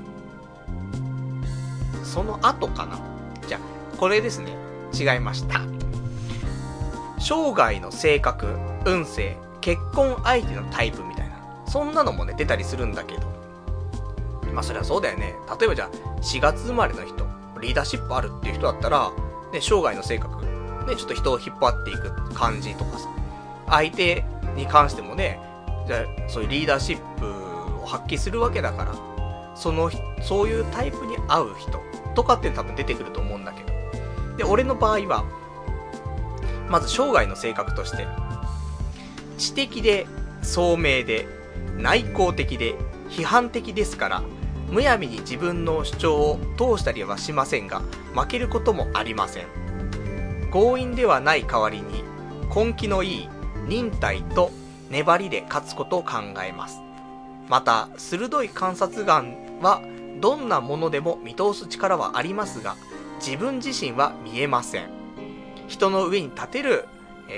その後かな。じゃあ、これですね。違いました。生涯の性格、運勢、結婚相手のタイプみたいな。そんなのもね、出たりするんだけど。まあ、そりゃそうだよね。例えばじゃあ、4月生まれの人、リーダーシップあるっていう人だったら、ね、生涯の性格、ね、ちょっと人を引っ張っていく感じとかさ。相手に関してもね、じゃあ、そういうリーダーシップを発揮するわけだから、そういうタイプに合う人とかって多分出てくると思うんだけど。で、俺の場合は、まず生涯の性格として、知的で、聡明で、内向的で、批判的ですから、むやみに自分の主張を通したりはしませんが、負けることもありません。強引ではない代わりに、根気のいい忍耐と粘りで勝つことを考えます。また、鋭い観察眼は、どんなものでも見通す力はありますが、自分自身は見えません。人の上に立てる、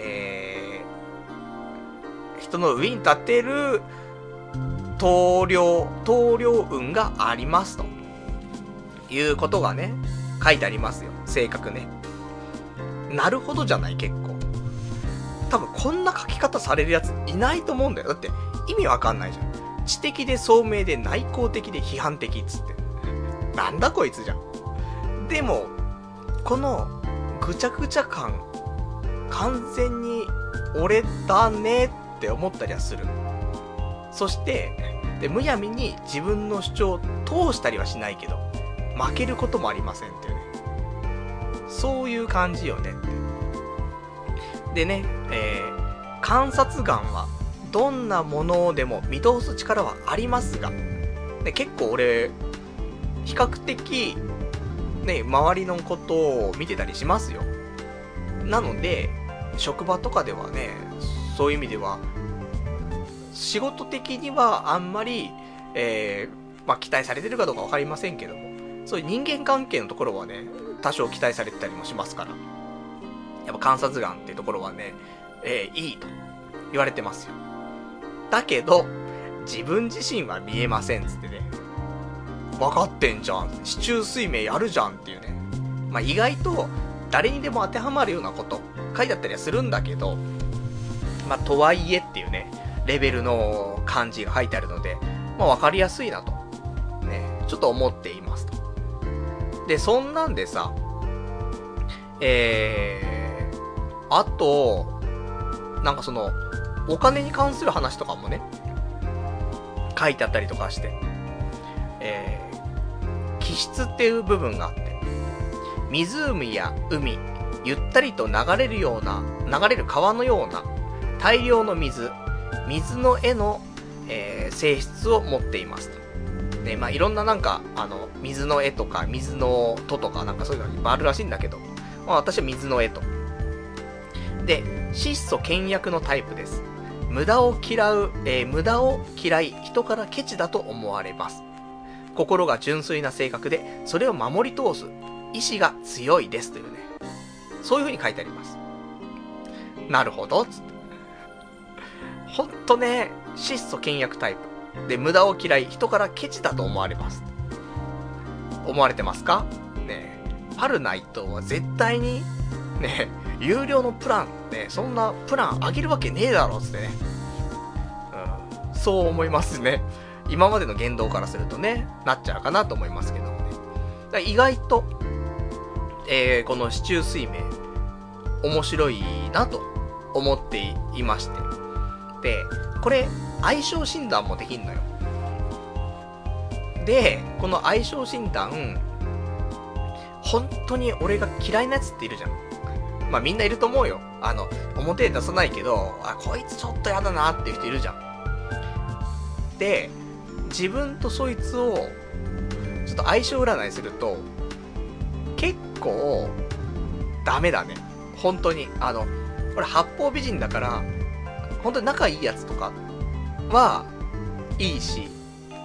棟梁運がありますということがね、書いてありますよ。性格ね。なるほどじゃない、結構。多分こんな書き方されるやついないと思うんだよ。だって意味わかんないじゃん。知的で聡明で内向的で批判的っつって。なんだこいつじゃん。でも、このぐちゃぐちゃ感、完全に俺だねって思ったりはする。そして、で、むやみに自分の主張を通したりはしないけど、負けることもありませんっていうね。そういう感じよねって。でね、観察眼はどんなものでも見通す力はありますが、で結構俺、比較的、ね、周りのことを見てたりしますよ。なので、職場とかではね、そういう意味では、仕事的にはあんまり、まあ、期待されてるかどうかわかりませんけども、そういう人間関係のところはね、多少期待されてたりもしますから、やっぱ観察眼っていうところはね、いいと言われてますよ。だけど、自分自身は見えませんつってね、分かってんじゃん、四柱推命やるじゃんっていうね。まあ、意外と誰にでも当てはまるようなこと書いてあったりはするんだけど、まあ、とはいえっていうね、レベルの漢字が書いてあるので、まあ、分かりやすいなとね、ちょっと思っていますと。で、そんなんでさ、あと、なんかその、お金に関する話とかもね、書いてあったりとかして、気質っていう部分があって、湖や海、ゆったりと流れる川のような大量の水の絵の、性質を持っていますと。ね、まあいろんななんか、水の絵とか、水の戸とかなんかそういうのがいっぱいあるらしいんだけど、まあ私は水の絵と。で、質素倹約のタイプです。無駄を嫌い、人からケチだと思われます。心が純粋な性格で、それを守り通す意志が強いですというね。そういう風に書いてあります。なるほど、つって。ほんとね、質素倹約タイプ。で、無駄を嫌い、人からケチだと思われます。思われてますかねえ。パルナイトは絶対に、ねえ、有料のプラン、ね、そんなプランあげるわけねえだろ、つってね。そう思いますね。今までの言動からするとね、なっちゃうかなと思いますけどもね。だ意外と、この四柱推命、面白いなと思っていまして。で、これ、相性診断もできんのよ。で、この相性診断、本当に俺が嫌いなやつっているじゃん。まあみんないると思うよ。表で出さないけど、こいつちょっとやだなっていう人いるじゃん。で、自分とそいつを、ちょっと相性占いすると、結構、ダメだね。本当に。これ八方美人だから、本当に仲いいやつとかは、いいし、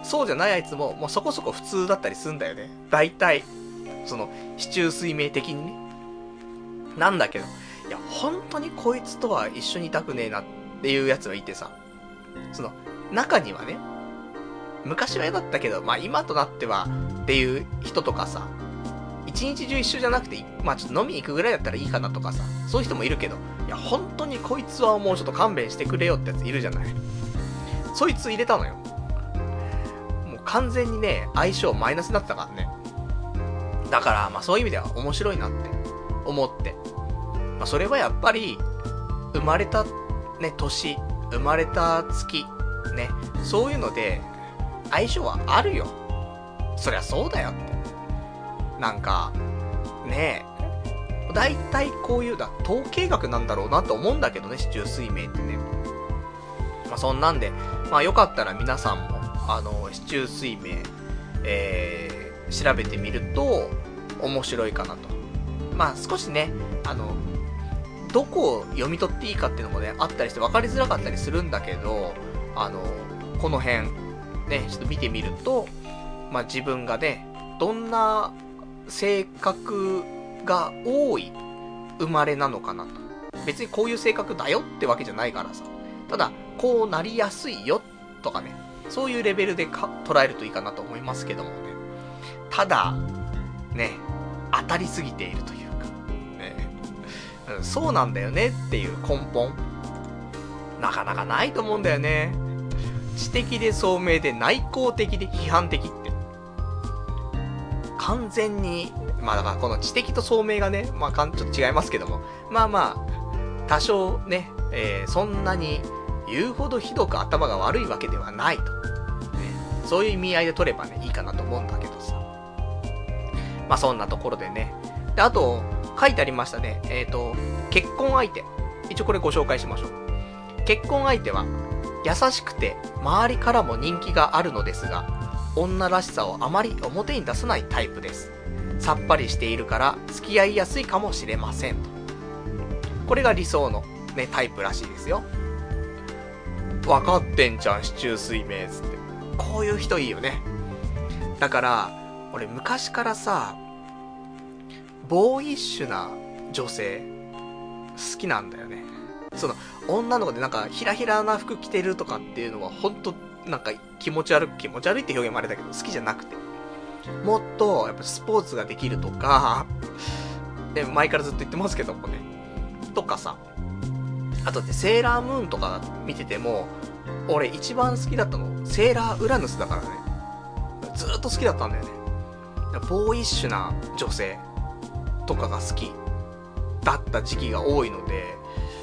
そうじゃないあいつも、もうそこそこ普通だったりするんだよね。大体。その、市中水明的にね。なんだけど、いや、本当にこいつとは一緒にいたくねえなっていうやつがいてさ、その、中にはね、昔は嫌だったけど、まあ今となってはっていう人とかさ、一日中一緒じゃなくて、まあちょっと飲みに行くぐらいだったらいいかなとかさ、そういう人もいるけど、いや本当にこいつはもうちょっと勘弁してくれよってやついるじゃない。そいつ入れたのよ。もう完全にね、相性マイナスだったからね。だからまあそういう意味では面白いなって思って。まあそれはやっぱり、生まれたね、年、生まれた月、ね、そういうので、相性はあるよ。そりゃそうだよって。なんか、ねえ、だいたいこういう統計学なんだろうなと思うんだけどね、市中水明ってね。まあそんなんで、まあよかったら皆さんも、市中水明、調べてみると、面白いかなと。まあ少しね、どこを読み取っていいかっていうのもね、あったりして分かりづらかったりするんだけど、この辺、ね、ちょっと見てみると、まあ自分がね、どんな性格が多い生まれなのかなと。別にこういう性格だよってわけじゃないからさ。ただ、こうなりやすいよとかね、そういうレベルで捉えるといいかなと思いますけどもね。ただ、ね、当たりすぎているというか、ね、そうなんだよねっていう根本、なかなかないと思うんだよね。知的で聡明で内向的で批判的って。完全に、まあだからこの知的と聡明がね、まあちょっと違いますけども、まあまあ、多少ね、そんなに言うほどひどく頭が悪いわけではないと。ね、そういう意味合いで取ればね、いいかなと思うんだけどさ。まあそんなところでね。で、あと、書いてありましたね。結婚相手。一応これご紹介しましょう。結婚相手は、優しくて周りからも人気があるのですが、女らしさをあまり表に出さないタイプです。さっぱりしているから付き合いやすいかもしれませんと。これが理想の、ね、タイプらしいですよ。分かってんじゃん、市中水明つって。こういう人いいよね。だから俺昔からさ、ボーイッシュな女性好きなんだよね。その女の子でなんかヒラヒラな服着てるとかっていうのはほんとなんか気持ち悪いって表現もあれだけど好きじゃなくて、もっとやっぱスポーツができるとかで前からずっと言ってますけどもね、とかさ、あとでセーラームーンとか見てても俺一番好きだったのセーラーウラヌスだからね。ずーっと好きだったんだよね。ボーイッシュな女性とかが好きだった時期が多いので、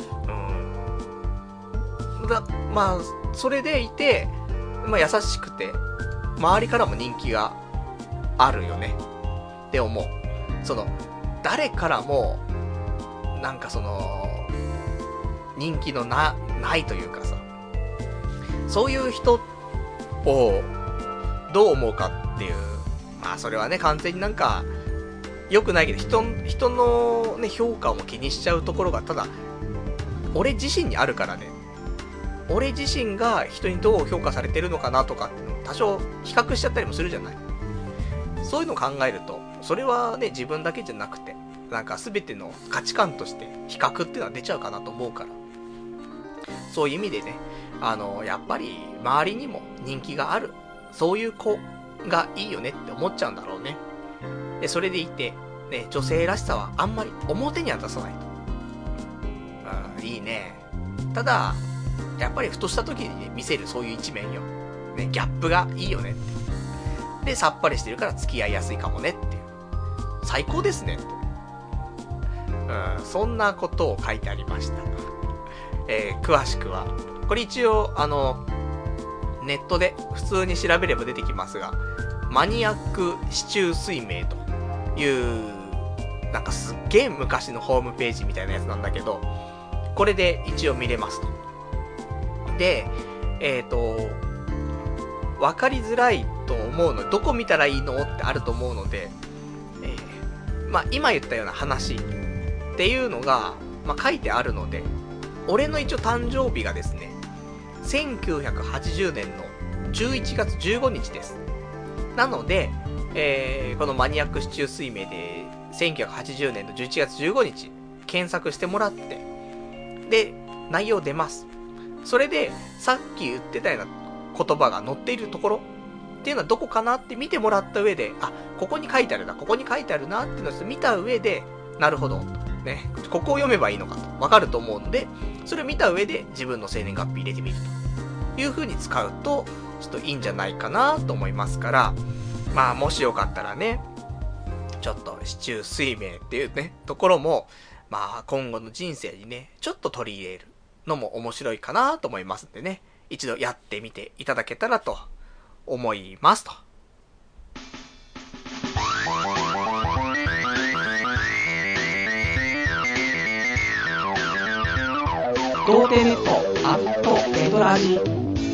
まあそれでいて、まあ優しくて周りからも人気があるよねって思う。その誰からもなんかその人気のないというかさ、そういう人をどう思うかっていう、まあそれはね完全になんか良くないけど、人のね評価も気にしちゃうところがただ俺自身にあるからね。俺自身が人にどう評価されてるのかなとかっていうのを多少比較しちゃったりもするじゃない。そういうのを考えると、それはね自分だけじゃなくて、なんか全ての価値観として比較っていうのは出ちゃうかなと思うから、そういう意味でね、やっぱり周りにも人気がある、そういう子がいいよねって思っちゃうんだろうね。でそれでいて、ね、女性らしさはあんまり表には出さないと。いいね。ただやっぱりふとした時に、ね、見せるそういう一面よ、ね、ギャップがいいよねって。でさっぱりしてるから付き合いやすいかもねっていう、最高ですねって、そんなことを書いてありました。詳しくはこれ一応ネットで普通に調べれば出てきますが、マニアック市中水明というなんかすっげえ昔のホームページみたいなやつなんだけど、これで一応見れますと。で分かりづらいと思うので、どこ見たらいいのってあると思うので、まあ今言ったような話っていうのが、まあ、書いてあるので、俺の一応誕生日がですね、1980年の 11月15日です。なので、このマニアック市中水明で1980年の11月15日検索してもらって、で、内容出ます。それで、さっき言ってたような言葉が載っているところっていうのはどこかなって見てもらった上で、あ、ここに書いてあるな、ここに書いてあるなっていうのを見た上で、なるほど、ね、ここを読めばいいのかとわかると思うので、それを見た上で自分の生年月日入れてみるという風に使うと、ちょっといいんじゃないかなと思いますから、まあもしよかったらね、ちょっと市中水明っていうね、ところも、まあ今後の人生にね、ちょっと取り入れるのも面白いかなと思いますんでね、一度やってみていただけたらと思いますと。 童貞ネットアットネトラジ。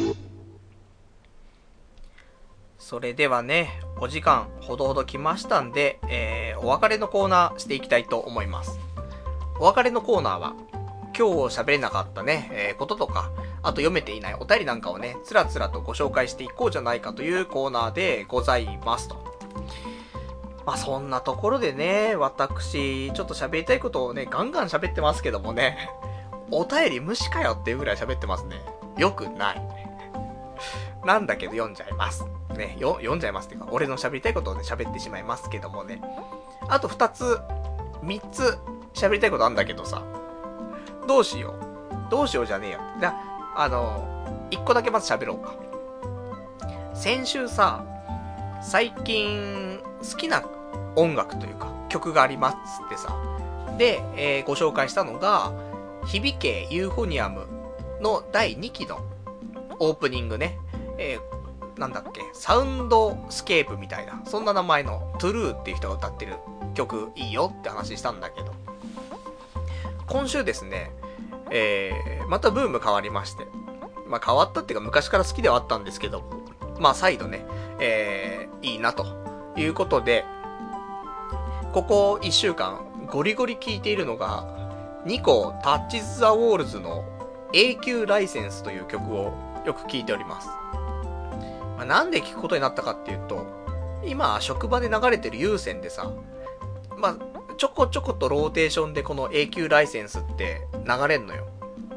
それではね、お時間ほどほど来ましたんで、お別れのコーナーしていきたいと思います。お別れのコーナーは、今日喋れなかったね、こととか、あと読めていないお便りなんかをね、つらつらとご紹介していこうじゃないかというコーナーでございますと。まあそんなところでね、私、ちょっと喋りたいことをね、ガンガン喋ってますけどもね、お便り無視かよっていうぐらい喋ってますね。よくない。なんだけど読んじゃいます。ね、読んじゃいますっていうか、俺の喋りたいことをね、喋ってしまいますけどもね。あと2つ、3つ喋りたいことあんだけどさ、どうしようじゃねえよ。1個だけまず喋ろうか。先週さ、最近好きな音楽というか曲がありますってさ、で、ご紹介したのが、響けユーフォニアムの第2期のオープニングね、なんだっけ、サウンドスケープみたいな、そんな名前のトゥルーっていう人が歌ってる曲いいよって話したんだけど、今週ですね、またブーム変わりまして、まあ変わったっていうか昔から好きではあったんですけど、まあ再度ね、いいなということで、ここ1週間ゴリゴリ聴いているのが、ニコタッチズ・ザ・ウォールズの永久ライセンスという曲をよく聴いております。まあ、なんで聴くことになったかっていうと、今職場で流れてる有線でさ、まあちょこちょことローテーションでこの永久ライセンスって流れんのよ。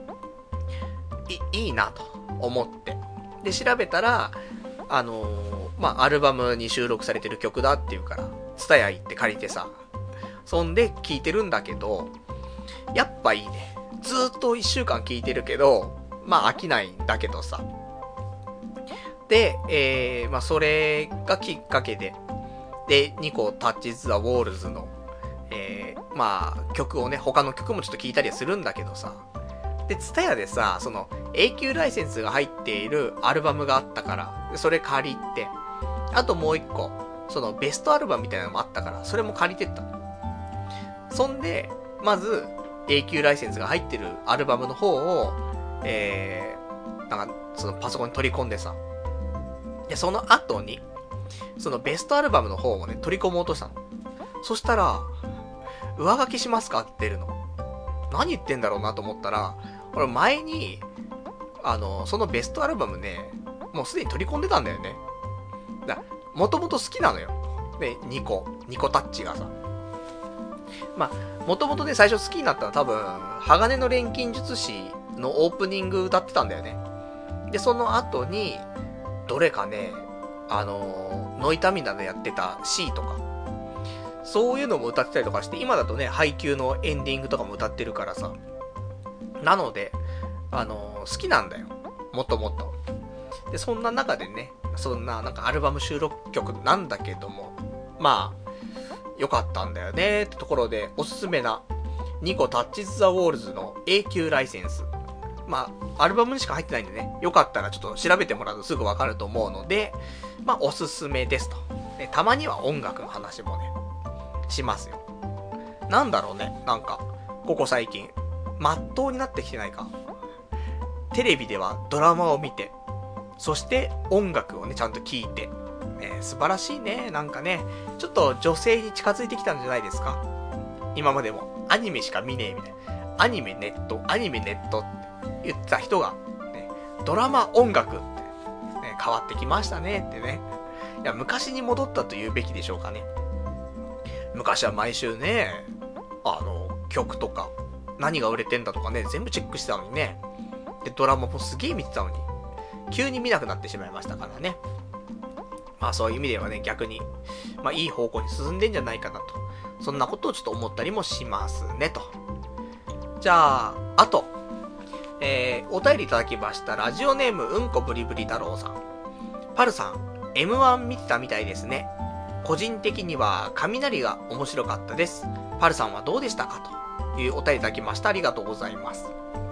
いいなと思って。で、調べたら、まあ、アルバムに収録されてる曲だっていうから、ツタヤ行って借りてさ、そんで聴いてるんだけど、やっぱいいね。ずーっと1週間聴いてるけど、まあ飽きないんだけどさ。で、まあそれがきっかけで、で、ニコタッチズ・ザ・ウォールズの、まあ曲をね、他の曲もちょっと聴いたりはするんだけどさ。で、ツタヤでさ、その永久ライセンスが入っているアルバムがあったから、それ借りて、あともう一個、そのベストアルバムみたいなのもあったから、それも借りてった。そんで、まず、永久ライセンスが入ってるアルバムの方を、なんか、そのパソコンに取り込んでさ。で、その後に、そのベストアルバムの方もね、取り込もうとしたの。そしたら、上書きしますかって出るの。何言ってんだろうなと思ったら、俺前に、そのベストアルバムね、もうすでに取り込んでたんだよね。もともと好きなのよ。で、ニコタッチがさ。まあ、もともとね、最初好きになったのは多分、鋼の錬金術師のオープニング歌ってたんだよね。で、その後に、どれかね、ノイタミナでやってた C とか、そういうのも歌ってたりとかして、今だとね、配給のエンディングとかも歌ってるからさ。なので、好きなんだよ。もともと。で、そんな中でね、そんな、なんかアルバム収録曲なんだけども、まあ、良かったんだよねってところで、おすすめな、ニコタッチズ・ザ・ウォールズの永久ライセンス。まあ、アルバムにしか入ってないんでね、よかったらちょっと調べてもらうとすぐわかると思うので、まあ、おすすめですと。で、たまには音楽の話もね、しますよ。なんだろうね、なんか、ここ最近、まっとうになってきてないか。テレビではドラマを見て、そして音楽をね、ちゃんと聴いて、素晴らしいね、なんかね、ちょっと女性に近づいてきたんじゃないですか。今までもアニメしか見ねえみたいな。アニメネットって言ってた人が、ね、ドラマ音楽って、ね、 変わってきましたねってね。いや、昔に戻ったと言うべきでしょうかね。昔は毎週ね、曲とか、何が売れてんだとかね、全部チェックしてたのにね。で、ドラマもすげえ見てたのに、急に見なくなってしまいましたからね。まあそういう意味ではね、逆に、まあいい方向に進んでんじゃないかなと。そんなことをちょっと思ったりもしますね、と。じゃあ、あと、お便りいただきました。ラジオネーム、うんこブリブリ太郎さん。パルさん、M1 見てたみたいですね。個人的には、雷が面白かったです。パルさんはどうでしたかというお便りいただきました。ありがとうございます。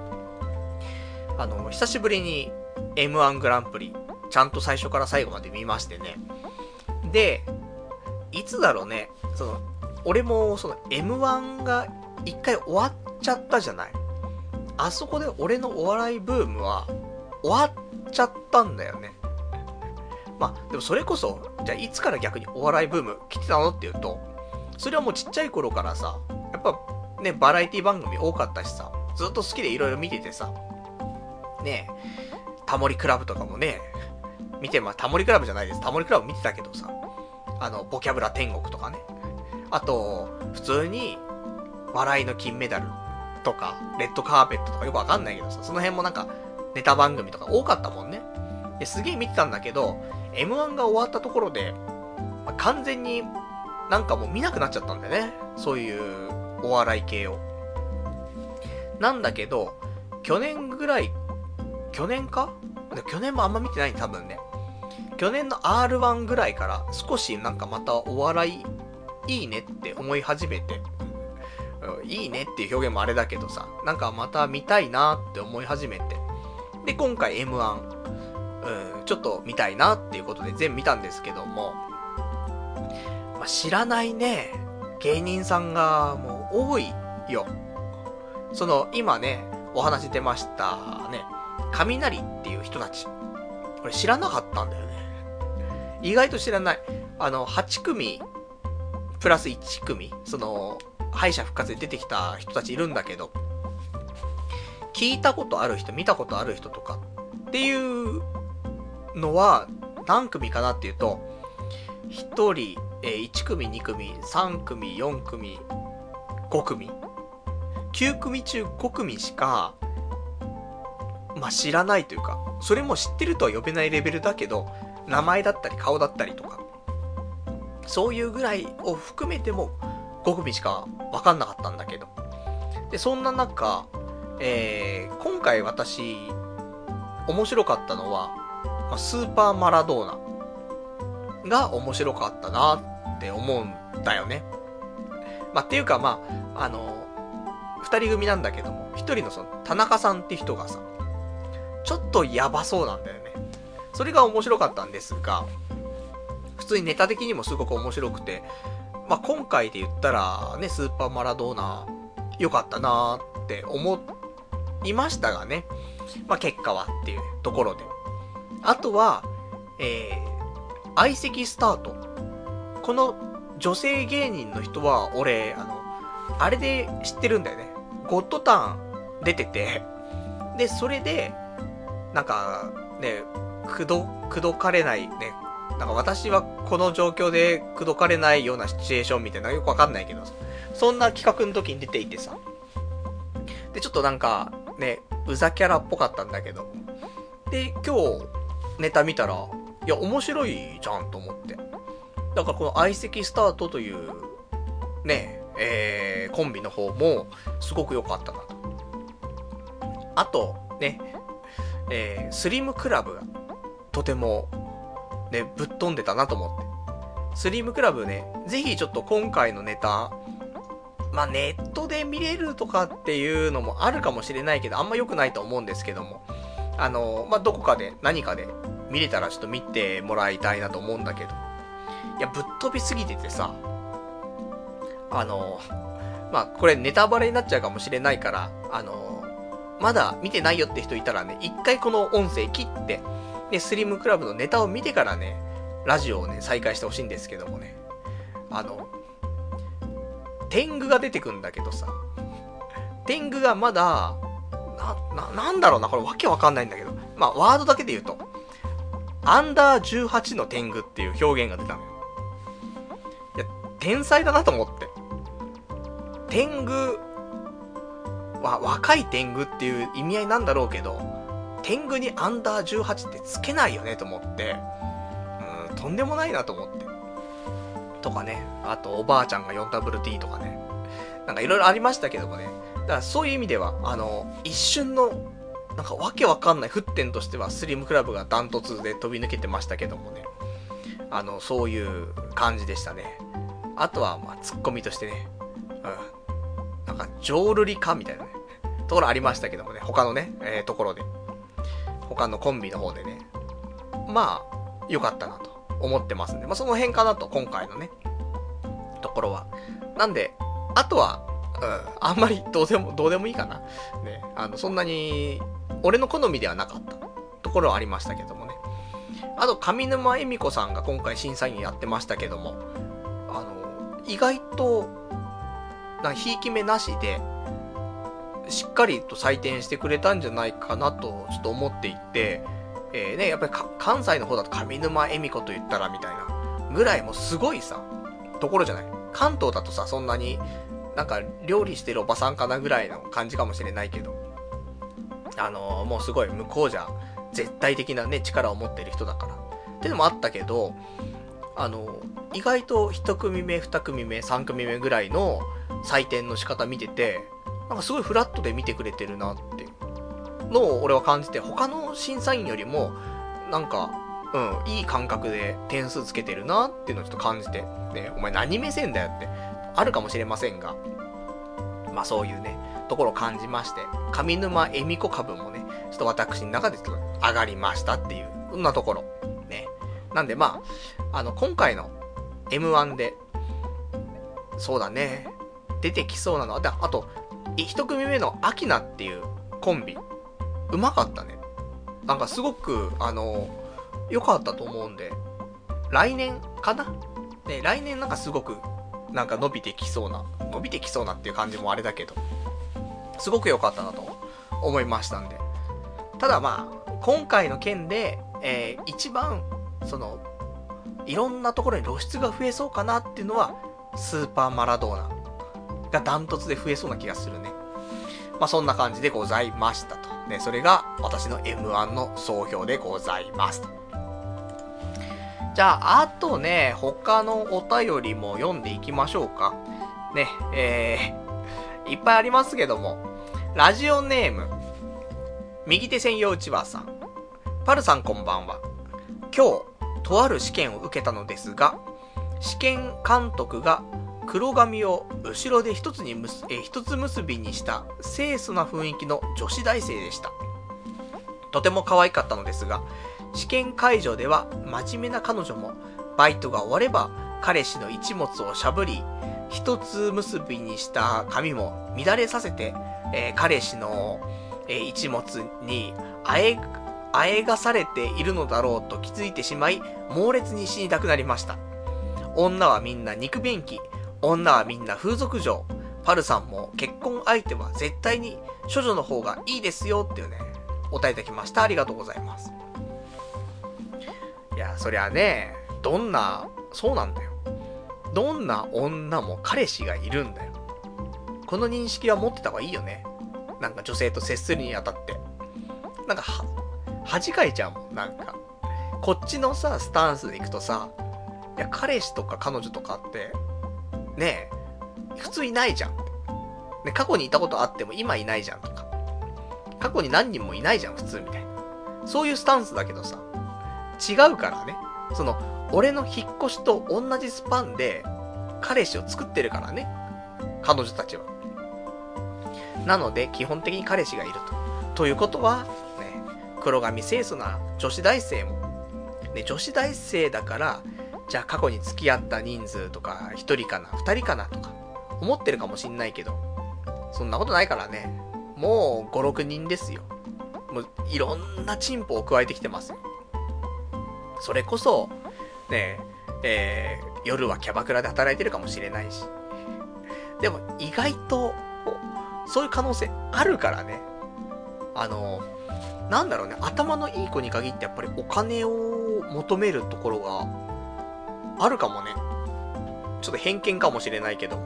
久しぶりに M1 グランプリ、ちゃんと最初から最後まで見ましてね。で、いつだろうね、俺もM1 が一回終わっちゃったじゃない。あそこで俺のお笑いブームは終わっちゃったんだよね。まあ、でもそれこそ、じゃあいつから逆にお笑いブーム来てたのっていうと、それはもうちっちゃい頃からさ、やっぱね、バラエティ番組多かったしさ、ずっと好きでいろいろ見ててさ、ねえ、タモリクラブとかもね、タモリクラブじゃないです。タモリクラブ見てたけどさ、ボキャブラ天国とかね。あと、普通に、笑いの金メダルとか、レッドカーペットとかよくわかんないけどさ、その辺もなんか、ネタ番組とか多かったもんね。ですげえ見てたんだけど、M1 が終わったところで、完全になんかもう見なくなっちゃったんだよね。そういうお笑い系を。なんだけど、去年もあんま見てない多分ね。去年の R1 ぐらいから少しなんかまたお笑いいいねって思い始めて、いいねっていう表現もあれだけどさ、なんかまた見たいなって思い始めて、で今回 M1、ちょっと見たいなっていうことで全部見たんですけども、まあ、知らないね芸人さんがもう多いよ。今ねお話出ましたね、雷っていう人たち、これ知らなかったんだよね。意外と知らない。8組プラス1組敗者復活で出てきた人たちいるんだけど、聞いたことある人、見たことある人とかっていうのは何組かなっていうと、1人、1組2組3組4組5組9組中5組しか知らないというか、それも知ってるとは呼べないレベルだけど、名前だったり顔だったりとか、そういうぐらいを含めても5組しか分かんなかったんだけど、でそんな中、今回私面白かったのは、スーパーマラドーナが面白かったなって思うんだよね。っていうか2人組なんだけども、1人の田中さんって人がさ、ちょっとヤバそうなんだよね。それが面白かったんですが、普通にネタ的にもすごく面白くて、今回で言ったらね、スーパーマラドーナ良かったなーって思いましたがね、結果はっていうところで、あとは相席スタート、この女性芸人の人は俺あれで知ってるんだよね。ゴッドタン出てて、でそれでなんかね、口説かれないね、なんか私はこの状況で口説かれないようなシチュエーションみたいな、よくわかんないけど、そんな企画の時に出ていてさ、でちょっとなんかね、うざキャラっぽかったんだけど、で今日ネタ見たら、いや面白いじゃんと思って、だからこの相席スタートというね、コンビの方もすごく良かったなと。あとね、スリムクラブがとてもね、ぶっ飛んでたなと思って。スリムクラブね、ぜひちょっと今回のネタ、ネットで見れるとかっていうのもあるかもしれないけど、あんま良くないと思うんですけども、どこかで何かで見れたらちょっと見てもらいたいなと思うんだけど、いやぶっ飛びすぎててさ、これネタバレになっちゃうかもしれないから、まだ見てないよって人いたらね、一回この音声切って、で、スリムクラブのネタを見てからね、ラジオをね、再開してほしいんですけどもね。天狗が出てくんだけどさ、天狗がまだ、なんだろうな、これわけわかんないんだけど、ワードだけで言うと、 アンダー18の天狗っていう表現が出たのよ。いや、天才だなと思って。天狗は若い天狗っていう意味合いなんだろうけど、天狗にアンダー18ってつけないよねと思って、とんでもないなと思って。とかね、あとおばあちゃんが 4WD とかね、なんかいろいろありましたけどもね。だからそういう意味では、一瞬の、なんかわけわかんない沸点としてはスリムクラブがダントツで飛び抜けてましたけどもね。そういう感じでしたね。あとは、まあ、ツッコミとしてね、なんか、ジョールリかみたいなね、ところありましたけどもね、他のね、ところで。他のコンビの方でね。まあ、良かったなと思ってますんで。まあ、その辺かなと、今回のね、ところは。なんで、あとは、あんまりどうでもいいかな。ね、そんなに、俺の好みではなかったところはありましたけどもね。あと、上沼恵美子さんが今回審査員やってましたけども、意外と、ひいき目なしで、しっかりと採点してくれたんじゃないかなと、ちょっと思っていて、ね、やっぱり関西の方だと上沼恵美子と言ったらみたいな、ぐらいもすごいさ、ところじゃない。関東だとさ、そんなに、なんか料理してるおばさんかなぐらいの感じかもしれないけど、もうすごい向こうじゃ絶対的なね力を持ってる人だからっていうのもあったけど、意外と1組目2組目3組目ぐらいの採点の仕方見てて、なんかすごいフラットで見てくれてるなっていうのを俺は感じて、他の審査員よりもなんかいい感覚で点数つけてるなっていうのをちょっと感じて、ね、お前何目線だよってあるかもしれませんが、まあそういうねところを感じまして、上沼恵美子株もねちょっと私の中でちょっと上がりましたっていうそんなところね。なんでまあ今回の M1 でそうだね出てきそうなの、あと一組目のアキナっていうコンビうまかったね。なんかすごく良かったと思うんで、来年かなね、来年なんかすごくなんか伸びてきそうなっていう感じもあれだけど、すごく良かったなと思いましたんで。ただまあ今回の件で、一番そのいろんなところに露出が増えそうかなっていうのはスーパーマラドーナがダントツで増えそうな気がするね。まあそんな感じでございましたとね。それが私の M1 の総評でございますと。じゃああとね他のお便りも読んでいきましょうかね。いっぱいありますけども、ラジオネーム右手専用千葉さん、パルさんこんばんは。今日とある試験を受けたのですが、試験監督が黒髪を後ろで一つ結びにした清楚な雰囲気の女子大生でした。とても可愛かったのですが、試験会場では真面目な彼女もバイトが終われば彼氏の一物をしゃぶり、一つ結びにした髪も乱れさせて、彼氏の、一物にあえがされているのだろうと気づいてしまい、猛烈に死にたくなりました。女はみんな肉便器、女はみんな風俗嬢。パルさんも結婚相手は絶対に処女の方がいいですよっていうね、お答えいただきました。ありがとうございます。いや、そりゃね、そうなんだよ。どんな女も彼氏がいるんだよ。この認識は持ってた方がいいよね。なんか女性と接するにあたって。なんか恥かいちゃうもん。なんかこっちのさスタンスでいくとさ、いや彼氏とか彼女とかってねえ普通いないじゃん。ね、過去にいたことあっても今いないじゃんとか、過去に何人もいないじゃん普通みたいな、そういうスタンスだけどさ、違うからね。その俺の引っ越しと同じスパンで彼氏を作ってるからね、彼女たちは。なので基本的に彼氏がいるということはね、黒髪清楚な女子大生もね、女子大生だからじゃあ過去に付き合った人数とか1人かな2人かなとか思ってるかもしんないけど、そんなことないからね。もう 5,6 人ですよ。もういろんなチンポを加えてきてますよ。それこそね夜はキャバクラで働いてるかもしれないし、でも意外とそういう可能性あるからね。なんだろうね、頭のいい子に限ってやっぱりお金をを求めるところがあるかもね。ちょっと偏見かもしれないけど、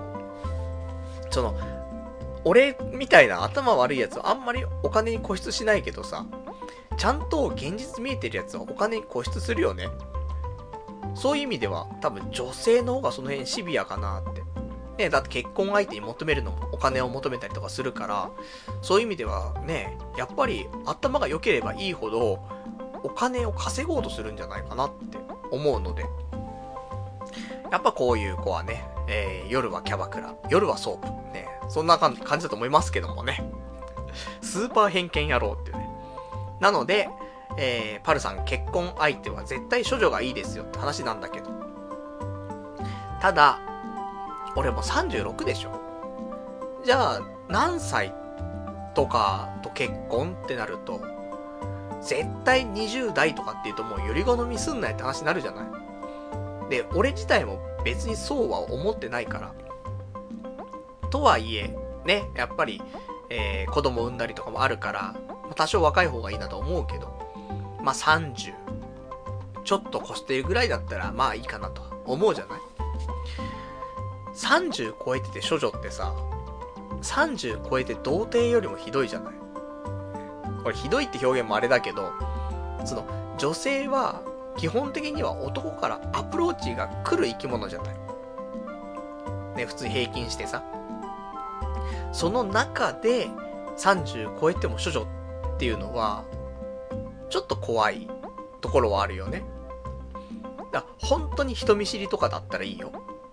俺みたいな頭悪いやつはあんまりお金に固執しないけどさ、ちゃんと現実見えてるやつはお金に固執するよね。そういう意味では多分女性の方がその辺シビアかなって。ね、だって結婚相手に求めるのもお金を求めたりとかするから、そういう意味ではね、やっぱり頭が良ければいいほどお金を稼ごうとするんじゃないかなって思うので、やっぱこういう子はね、夜はキャバクラ、夜はソープ、ね、そんな感じだと思いますけどもね。スーパー偏見野郎っていうね。なので、パルさん結婚相手は絶対処女がいいですよって話なんだけど。ただ、俺も36でしょ。じゃあ、何歳とかと結婚ってなると、絶対20代とかって言うともうより好みすんないって話になるじゃない。で、俺自体も別にそうは思ってないから。とはいえ、ね、やっぱり、子供産んだりとかもあるから、多少若い方がいいなと思うけど、まあ30、ちょっと越してるぐらいだったら、まあいいかなと思うじゃない。30超えてて処女ってさ、30超えて童貞よりもひどいじゃない。これひどいって表現もあれだけど、女性は基本的には男からアプローチが来る生き物じゃない。ね、普通平均してさ。その中で30超えても処女っていうのは、ちょっと怖いところはあるよね。本当に人見知りとかだったらいいよ。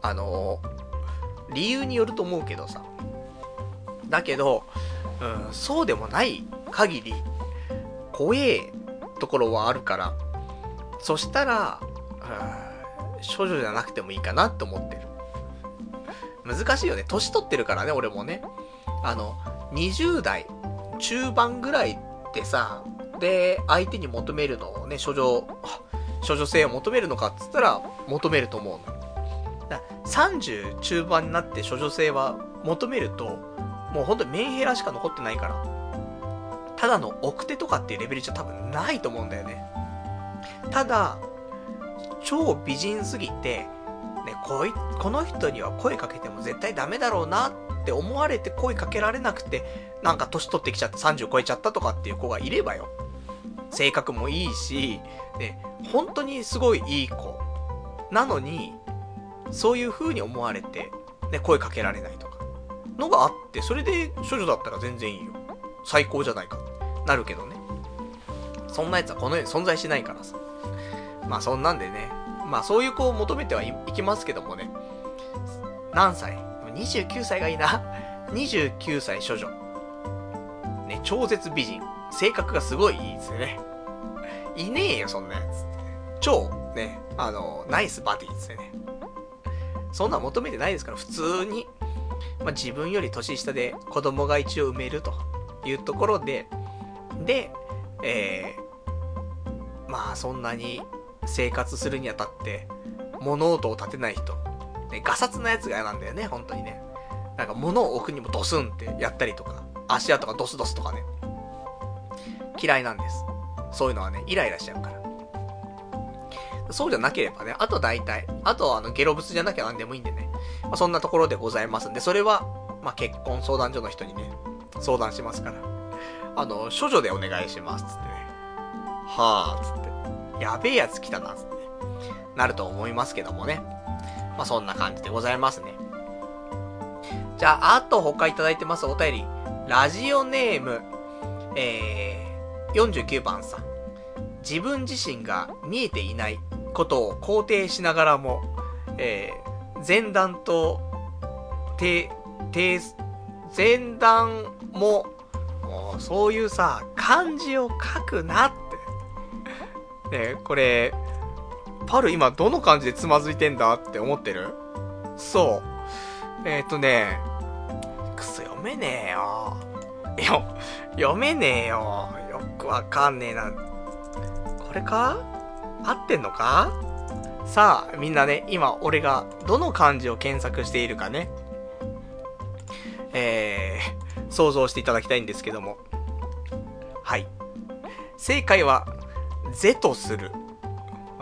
理由によると思うけどさ。だけど、そうでもない限り、怖えところはあるから、そしたら、処女じゃなくてもいいかなって思ってる。難しいよね。年取ってるからね、俺もね。20代中盤ぐらいってさ、で、相手に求めるのをね、処女性を求めるのかっつったら、求めると思うの。30中盤になって処女性は求めると、もうほんとメンヘラしか残ってないから、ただの奥手とかっていうレベルじゃ多分ないと思うんだよね。ただ、超美人すぎて、ね、この人には声かけても絶対ダメだろうなって思われて声かけられなくて、なんか年取ってきちゃって30超えちゃったとかっていう子がいればよ。性格もいいし、ね、本当にすごいいい子。なのに、そういう風に思われて、ね、声かけられないとか。のがあって、それで処女だったら全然いいよ。最高じゃないか。なるけどね。そんなやつはこの世に存在しないからさ。まあそんなんでね。まあそういう子を求めてはいきますけどもね。何歳 ?29 歳がいいな。29歳処女。ね、超絶美人。性格がすごいいいですよね。いねえよ、そんなやつ。超、ね、ナイスバディですよね。そんな求めてないですから、普通に。まあ、自分より年下で子供が一応産めるというところで、まあそんなに生活するにあたって物音を立てない人、ね、ガサツなやつが嫌なんだよね、本当にね。なんか物を置くにもドスンってやったりとか、足跡がドスドスとかね、嫌いなんです。そういうのはね、イライラしちゃうから。そうじゃなければね、あと大体、あとはゲロブスじゃなきゃなんでもいいんでね、まあ、そんなところでございますんで、それは、まあ、結婚相談所の人にね、相談しますから、処女でお願いします、つってね。はぁ、つって。やべえやつ来たな、つって、ね。なると思いますけどもね。まあ、そんな感じでございますね。じゃあ、あと他いただいてますお便り。ラジオネーム、49番さん。自分自身が見えていないことを肯定しながらも、前段と前段もうそういうさ漢字を書くなってね。これパル今どの漢字でつまずいてんだって思ってる？そう、くそ読めねえよ。読めねえよ。よくわかんねえな。これか？合ってんのか？さあ、みんなね、今俺がどの漢字を検索しているかね、想像していただきたいんですけども。はい。正解は、是とする。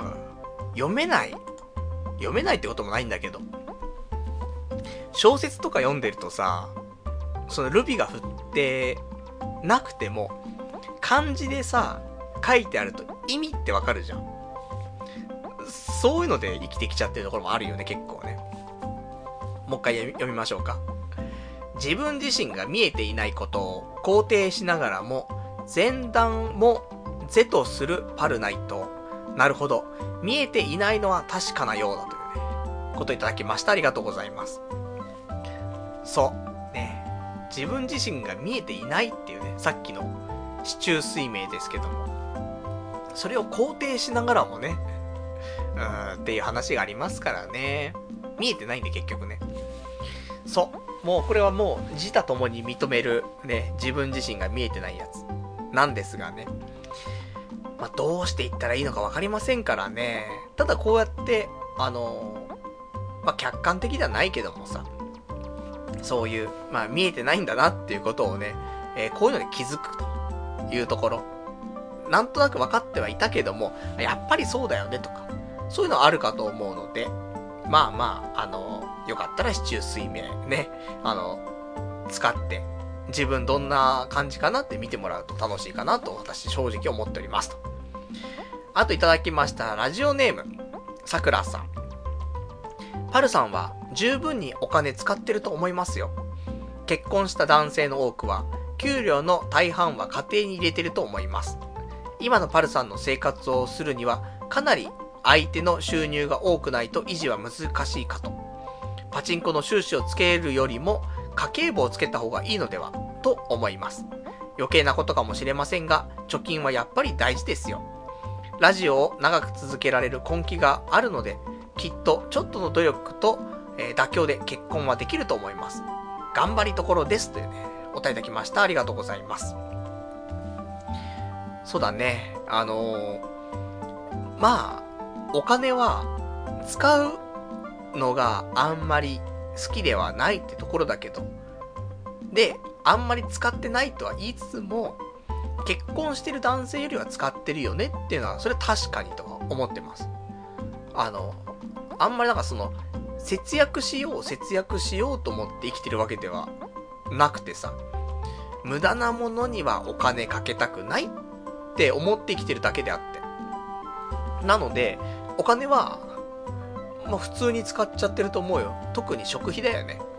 読めないってこともないんだけど、小説とか読んでるとさ、そのルビが振ってなくても漢字でさ書いてあると意味ってわかるじゃん。そういうので生きてきちゃってるところもあるよね、結構ね。もう一回読みましょうか。自分自身が見えていないことを肯定しながらも前段も是とするパルナイト。なるほど、見えていないのは確かなようだというね、こといただきました。ありがとうございます。そうね、自分自身が見えていないっていうね、さっきの四柱推命ですけども、それを肯定しながらもね、っていう話がありますからね。見えてないんで結局ね。そう、もうこれはもう自他ともに認めるね、自分自身が見えてないやつなんですがね。まあ、どうしていったらいいのか分かりませんからね。ただこうやってまあ、客観的ではないけどもさ、そういうまあ見えてないんだなっていうことをね、こういうので気づくというところ、なんとなく分かってはいたけども、やっぱりそうだよねとか、そういうのあるかと思うので、まあまあよかったら四柱推命ね、使って自分どんな感じかなって見てもらうと楽しいかなと私正直思っておりますと。あといただきましたラジオネームさくらさん。パルさんは十分にお金使ってると思いますよ。結婚した男性の多くは給料の大半は家庭に入れてると思います。今のパルさんの生活をするにはかなり相手の収入が多くないと維持は難しいかと。パチンコの収支をつけるよりも家計簿をつけた方がいいのではと思います。余計なことかもしれませんが、貯金はやっぱり大事ですよ。ラジオを長く続けられる根気があるので、きっとちょっとの努力と、妥協で結婚はできると思います。頑張りどころですというね、お答えいただきました。ありがとうございます。そうだね、まあお金は使うのがあんまり好きではないってところだけど、であんまり使ってないとは言いつつも、結婚してる男性よりは使ってるよねっていうのはそれは確かにとは思ってます。あんまりなんかその節約しようと思って生きてるわけではなくてさ、無駄なものにはお金かけたくないって思って生きてるだけであって、なのでお金はまあ普通に使っちゃってると思うよ。特に食費だよね。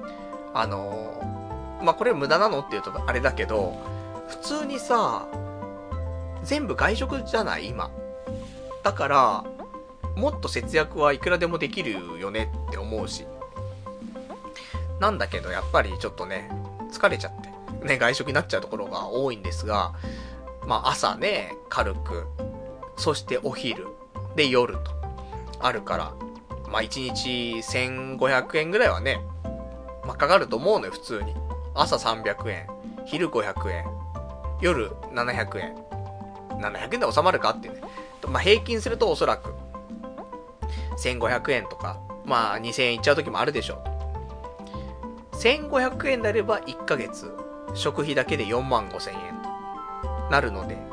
まあこれ無駄なのって言うとあれだけど、普通にさ全部外食じゃない今。だからもっと節約はいくらでもできるよねって思うし、なんだけどやっぱりちょっとね疲れちゃってね、外食になっちゃうところが多いんですが、まあ朝ね軽く、そしてお昼で夜とあるから、まあ1日1500円ぐらいはね、まあかかると思うのよ普通に。朝300円、昼500円、夜700円。700円で収まるかっていうね。まあ平均するとおそらく1500円とか、まあ2000円いっちゃう時もあるでしょう。1500円であれば1ヶ月食費だけで45000円となるので、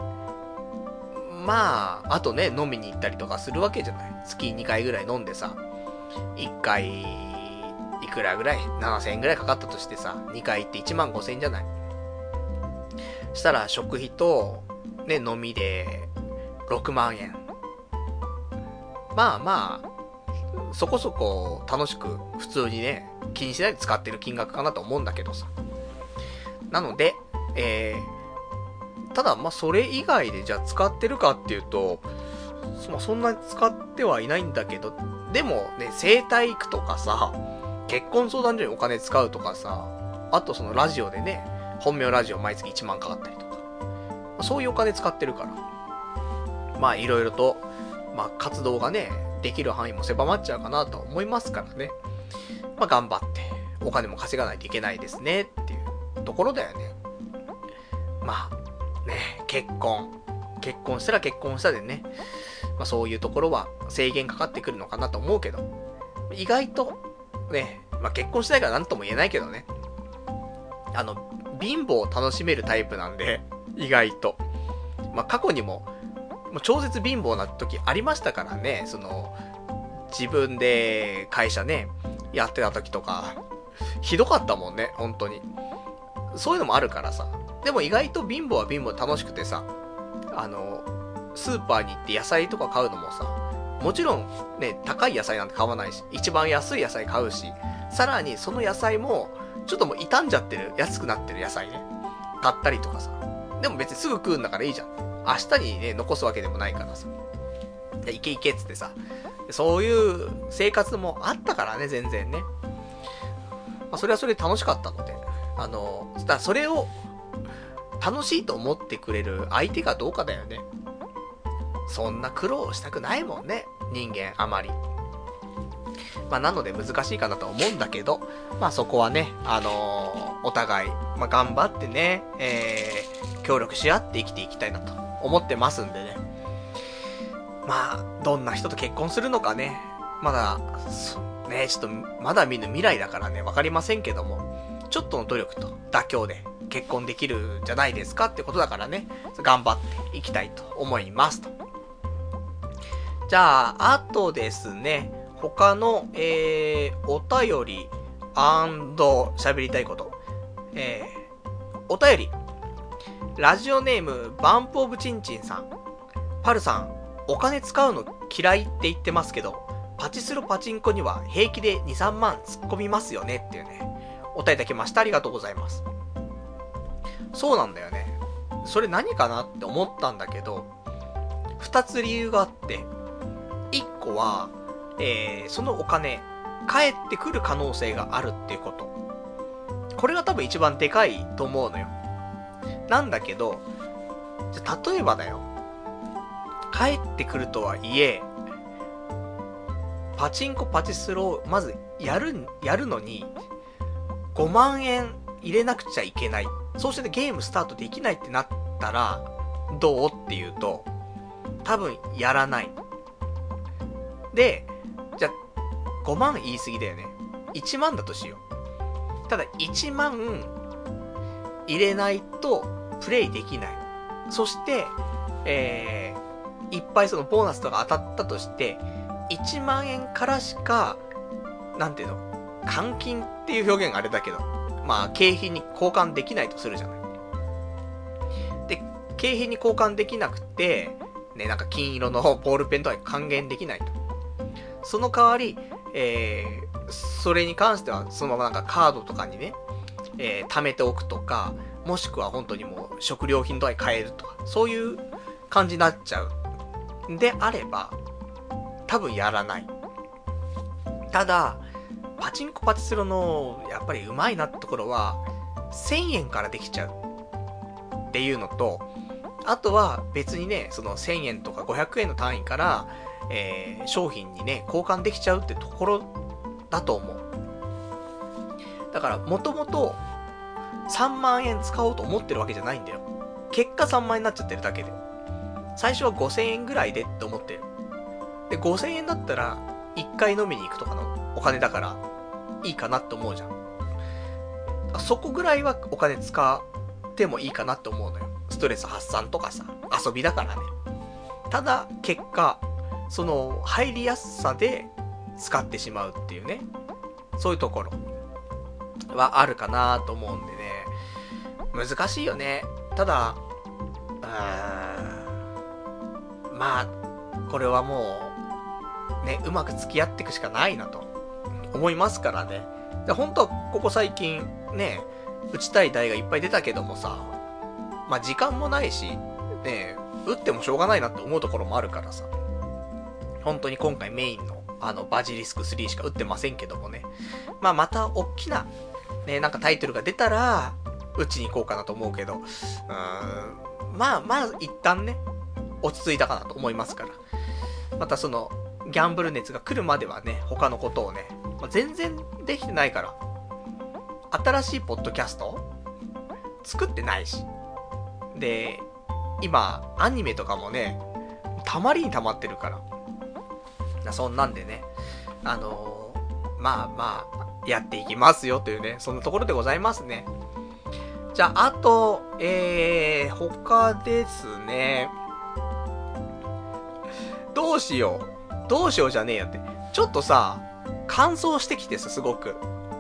まああとね飲みに行ったりとかするわけじゃない。月2回ぐらい飲んでさ、1回いくらぐらい、7000円ぐらいかかったとしてさ、2回行って15000円じゃない。したら食費とね飲みで6万円。まあまあそこそこ楽しく普通にね気にしないで使ってる金額かなと思うんだけどさ。なのでただまあそれ以外でじゃあ使ってるかっていうと、そんなに使ってはいないんだけど、でもね整体行くとかさ、結婚相談所にお金使うとかさ、あとそのラジオでね本名ラジオ毎月1万かかったりとか、そういうお金使ってるから、まあいろいろとまあ活動がねできる範囲も狭まっちゃうかなと思いますからね。まあ頑張ってお金も稼がないといけないですねっていうところだよね。まあね、結婚したら結婚したでね、まあそういうところは制限かかってくるのかなと思うけど、意外とね、まあ結婚しないからなんとも言えないけどね、貧乏を楽しめるタイプなんで、意外とまあ過去にももう超絶貧乏な時ありましたからね。自分で会社ね、やってた時とか、ひどかったもんね、本当に。そういうのもあるからさ。でも意外と貧乏は貧乏で楽しくてさ、スーパーに行って野菜とか買うのもさ、もちろんね、高い野菜なんて買わないし、一番安い野菜買うし、さらにその野菜も、ちょっともう傷んじゃってる、安くなってる野菜ね、買ったりとかさ。でも別にすぐ食うんだからいいじゃん。明日にね、残すわけでもないからさ。いけいけっつってさ、そういう生活もあったからね、全然ね。まあ、それはそれで楽しかったので、だそれを楽しいと思ってくれる相手がどうかだよね。そんな苦労したくないもんね、人間あまり。まあなので難しいかなと思うんだけど、まあそこはね、お互い、まあ頑張ってね、協力し合って生きていきたいなと思ってますんでね。まあ、どんな人と結婚するのかね、まだ、ね、ちょっとまだ見ぬ未来だからね、わかりませんけども、ちょっとの努力と妥協で結婚できるんじゃないですかってことだからね、頑張っていきたいと思いますと。じゃあ、あとですね、他の、お便り喋りたいこと。お便り。ラジオネーム、バンプオブチンチンさん。パルさん、お金使うの嫌いって言ってますけど、パチスロパチンコには平気で2、3万突っ込みますよねっていうね、お便りいただきました。ありがとうございます。そうなんだよね。それ何かなって思ったんだけど、2つ理由があって、1個は、そのお金、返ってくる可能性があるっていうこと。これが多分一番でかいと思うのよ。なんだけど、じゃ例えばだよ。帰ってくるとはいえ、パチンコパチスロをまずやるのに、5万円入れなくちゃいけない。そうしてゲームスタートできないってなったら、どうっていうと、多分やらない。で、じゃあ、5万言い過ぎだよね。1万だとしよう。ただ1万入れないとプレイできない。そして、いっぱいそのボーナスとか当たったとして、1万円からしか、なんていうの、換金っていう表現があれだけど、まあ、景品に交換できないとするじゃない。で、景品に交換できなくて、ね、なんか金色のボールペンとかに還元できないと。その代わり、それに関しては、そのままなんかカードとかにね、貯めておくとか、もしくは本当にもう食料品とかに変えるとか、そういう感じになっちゃう。であれば、多分やらない。ただ、パチンコパチスロの、やっぱり上手いなってところは、1000円からできちゃう。っていうのと、あとは別にね、その1000円とか500円の単位から、商品にね、交換できちゃうってところだと思う。だから、もともと3万円使おうと思ってるわけじゃないんだよ。結果3万円になっちゃってるだけで。最初は5000円ぐらいでって思ってる。で、5000円だったら、1回飲みに行くとかのお金だから、いいかなって思うじゃん。そこぐらいはお金使ってもいいかなって思うのよ。ストレス発散とかさ、遊びだからね。ただ、結果、その、入りやすさで使ってしまうっていうね。そういうところはあるかなと思うんでね。難しいよね。ただ、まあ、これはもう、ね、うまく付き合っていくしかないなと思いますからね。で、本当はここ最近、ね、打ちたい台がいっぱい出たけどもさ、まあ時間もないし、ね、打ってもしょうがないなって思うところもあるからさ。本当に今回メインのバジリスク3しか打ってませんけどもね。まあまた大きな、ね、なんかタイトルが出たら、打ちに行こうかなと思うけど、まあ一旦ね、落ち着いたかなと思いますから。またその、ギャンブル熱が来るまではね、他のことをね、全然できてないから、新しいポッドキャスト作ってないし。で、今、アニメとかもね、たまりにたまってるから。そんなんでね、まあ、やっていきますよというね、そんなところでございますね。じゃあ、あと、他ですね、 どうしようじゃねえやって。ちょっとさ、乾燥してきてさ、すごく。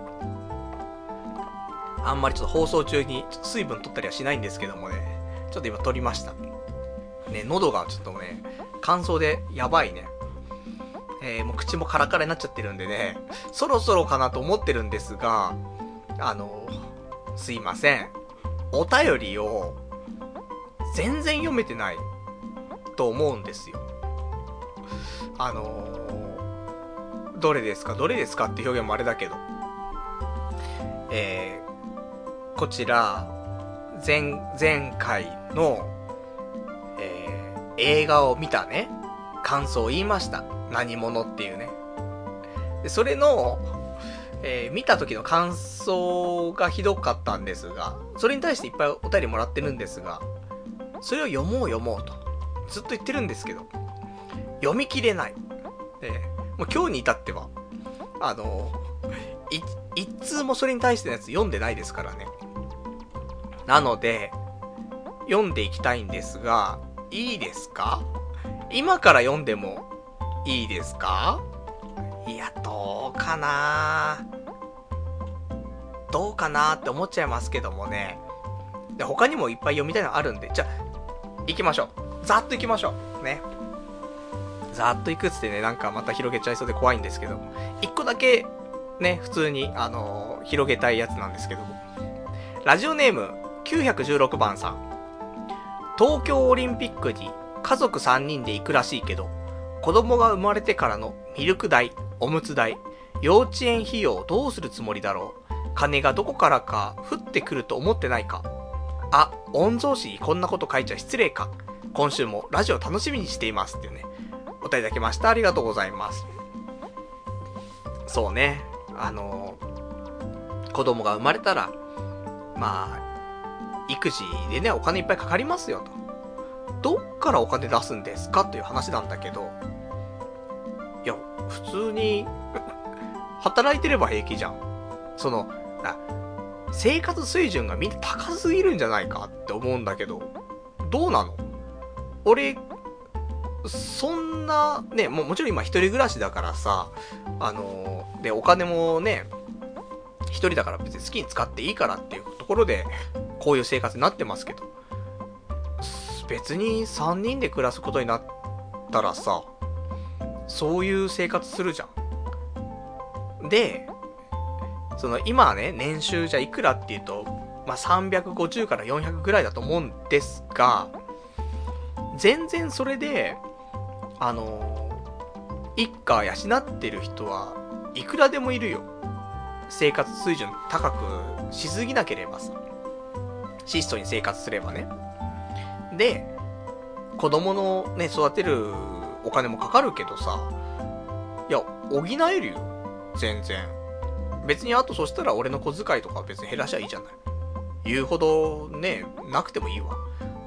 あんまりちょっと放送中に水分取ったりはしないんですけどもね。ちょっと今取りました。ね、喉がちょっとね、乾燥でやばいね。もう口もカラカラになっちゃってるんでね、そろそろかなと思ってるんですが、すいません。お便りを全然読めてないと思うんですよ。どれですかって表現もあれだけど。こちら、前回の、映画を見たね、感想を言いました。何者っていうね。で、それの、見た時の感想がひどかったんですが、それに対していっぱいお便りもらってるんですが、それを読もうと、ずっと言ってるんですけど、読み切れない。もう今日に至っては、一通もそれに対してのやつ読んでないですからね。なので、読んでいきたいんですが、いいですか？今から読んでもいいですか？いや、どうかなって思っちゃいますけどもね。で、他にもいっぱい読みたいのあるんで、じゃあ、行きましょう。ざっと行きましょう。ね。ざっと行くっつってね、なんかまた広げちゃいそうで怖いんですけど、一個だけ、ね、普通に、広げたいやつなんですけども。ラジオネーム、916番さん。東京オリンピックに家族3人で行くらしいけど、子供が生まれてからのミルク代、おむつ代、幼稚園費用どうするつもりだろう。金がどこからか降ってくると思ってないか。あ、御曹司にこんなこと書いちゃ失礼か。今週もラジオ楽しみにしていますっていうね。お便りいただきました。ありがとうございます。そうね。子供が生まれたら、まあ、育児でね、お金いっぱいかかりますよと。どっからお金出すんですかという話なんだけど、いや、普通に、働いてれば平気じゃん。生活水準がみんな高すぎるんじゃないかって思うんだけど、どうなの？俺、そんな、ね、もちろん今一人暮らしだからさ、で、お金もね、一人だから別に好きに使っていいからっていうところで、こういう生活になってますけど、別に3人で暮らすことになったらさ、そういう生活するじゃん。で、今はね、年収じゃいくらっていうと、まあ、350から400ぐらいだと思うんですが、全然それで、一家養ってる人はいくらでもいるよ。生活水準高くしすぎなければさ、質素に生活すればね。で、子供のね、育てるお金もかかるけどさ、いや、補えるよ。全然。別にあとそしたら俺の小遣いとか別に減らしゃいいじゃない。言うほどね、なくてもいいわ。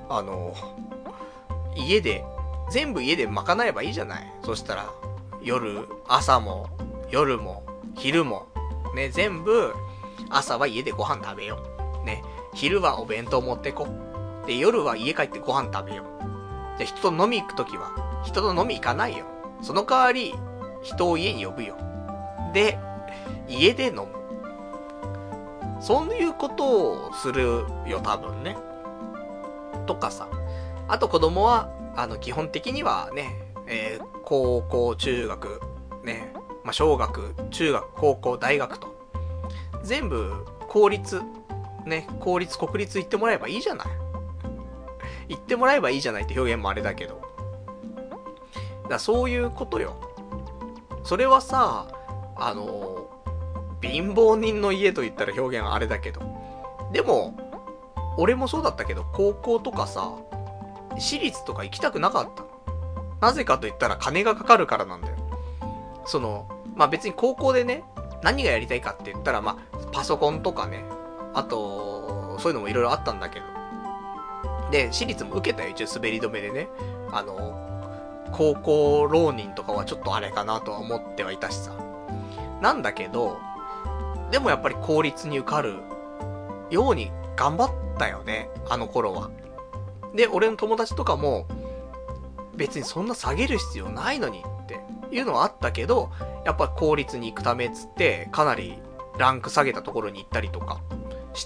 全部家で賄えばいいじゃない。そしたら、朝も、夜も、昼も、ね、全部、朝は家でご飯食べよう。ね、昼はお弁当持ってこ。で、夜は家帰ってご飯食べよう。で、人と飲み行くときは、人と飲み行かないよ。その代わり、人を家に呼ぶよ。で、家で飲む。そういうことをするよ、多分ね。とかさ。あと子供は、基本的にはね、高校、中学、ね、まあ、小学、中学、高校、大学と。全部、公立、ね、公立、国立行ってもらえばいいじゃない。行ってもらえばいいじゃないって表現もあれだけど。だからそういうことよ。それはさ、貧乏人の家と言ったら表現はあれだけど。でも、俺もそうだったけど、高校とかさ、私立とか行きたくなかった。なぜかと言ったら金がかかるからなんだよ。まあ、別に高校でね、何がやりたいかって言ったら、まあ、パソコンとかね、あと、そういうのもいろいろあったんだけど。で、私立も受けたよ、一応滑り止めでね。高校浪人とかはちょっとあれかなとは思ってはいたしさ。なんだけど、でもやっぱり公立に受かるように頑張ったよね、あの頃は。で、俺の友達とかも、 別にそんな下げる必要ないのにっていうのはあったけど、やっぱ効率に行くためっつって、かなりランク下げたところに行ったりとかして、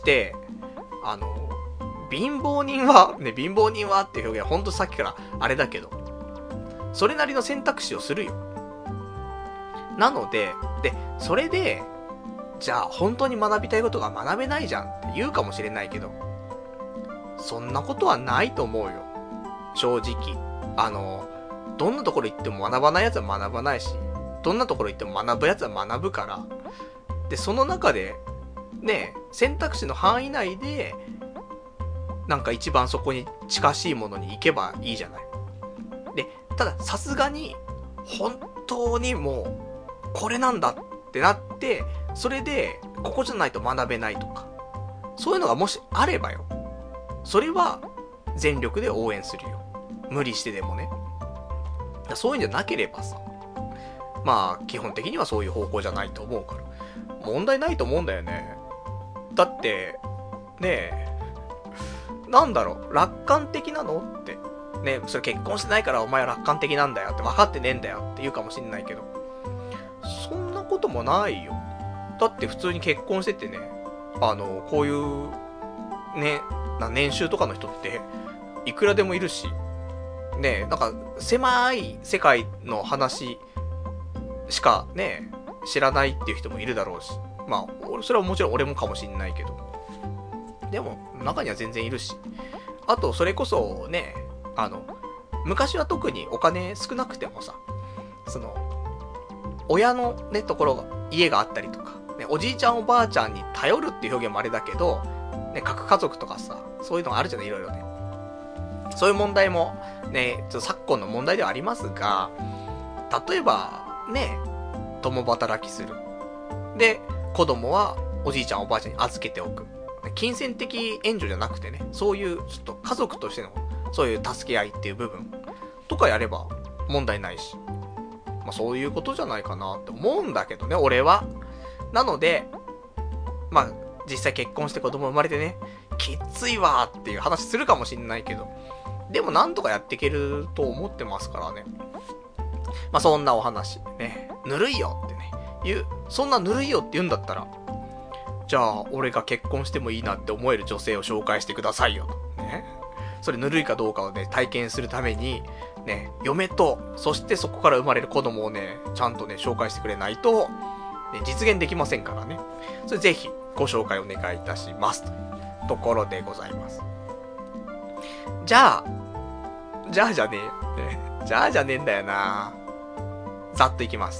貧乏人はっていう表現はほんとさっきからあれだけど、それなりの選択肢をするよ。なので、それで、じゃあ本当に学びたいことが学べないじゃんって言うかもしれないけど、そんなことはないと思うよ。正直。どんなところ行っても学ばないやつは学ばないし、どんなところ行っても学ぶやつは学ぶから、で、その中で、ね、選択肢の範囲内で、なんか一番そこに近しいものに行けばいいじゃない。で、たださすがに、本当にもう、これなんだってなって、それで、ここじゃないと学べないとか、そういうのがもしあればよ、それは全力で応援するよ。無理してでもね。そういうんじゃなければさ、まあ基本的にはそういう方向じゃないと思うから問題ないと思うんだよね。だってねえ、なんだろう、楽観的なのってね、それ結婚してないからお前は楽観的なんだよって分かってねえんだよって言うかもしんないけど、そんなこともないよ。だって普通に結婚しててね、こういうね、年収とかの人っていくらでもいるしね、なんか狭い世界の話しかね知らないっていう人もいるだろうし、まあそれはもちろん俺もかもしんないけど、でも中には全然いるし、あとそれこそね、昔は特にお金少なくてもさ、その親のねところが家があったりとか、ね、おじいちゃんおばあちゃんに頼るっていう表現もあれだけど、ね、核家族とかさ、そういうのがあるじゃない、いろいろね。そういう問題もね、ちょっと昨今の問題ではありますが、例えばね、共働きする。で、子供はおじいちゃんおばあちゃんに預けておく。金銭的援助じゃなくてね、そういうちょっと家族としてのそういう助け合いっていう部分とかやれば問題ないし、まあそういうことじゃないかなって思うんだけどね、俺は。なので、まあ実際結婚して子供生まれてね、きついわーっていう話するかもしんないけど、でもなんとかやっていけると思ってますからね。まあそんなお話ね、ぬるいよってね、そんなぬるいよって言うんだったら、じゃあ俺が結婚してもいいなって思える女性を紹介してくださいよとね。それぬるいかどうかをね体験するためにね、嫁とそしてそこから生まれる子供をねちゃんとね紹介してくれないと、ね、実現できませんからね。それぜひご紹介お願いいたしますというところでございます。じゃあじゃねえよ、ね、じゃあねえんだよな。ざっといきます。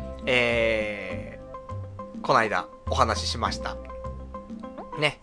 こないだお話ししましたね、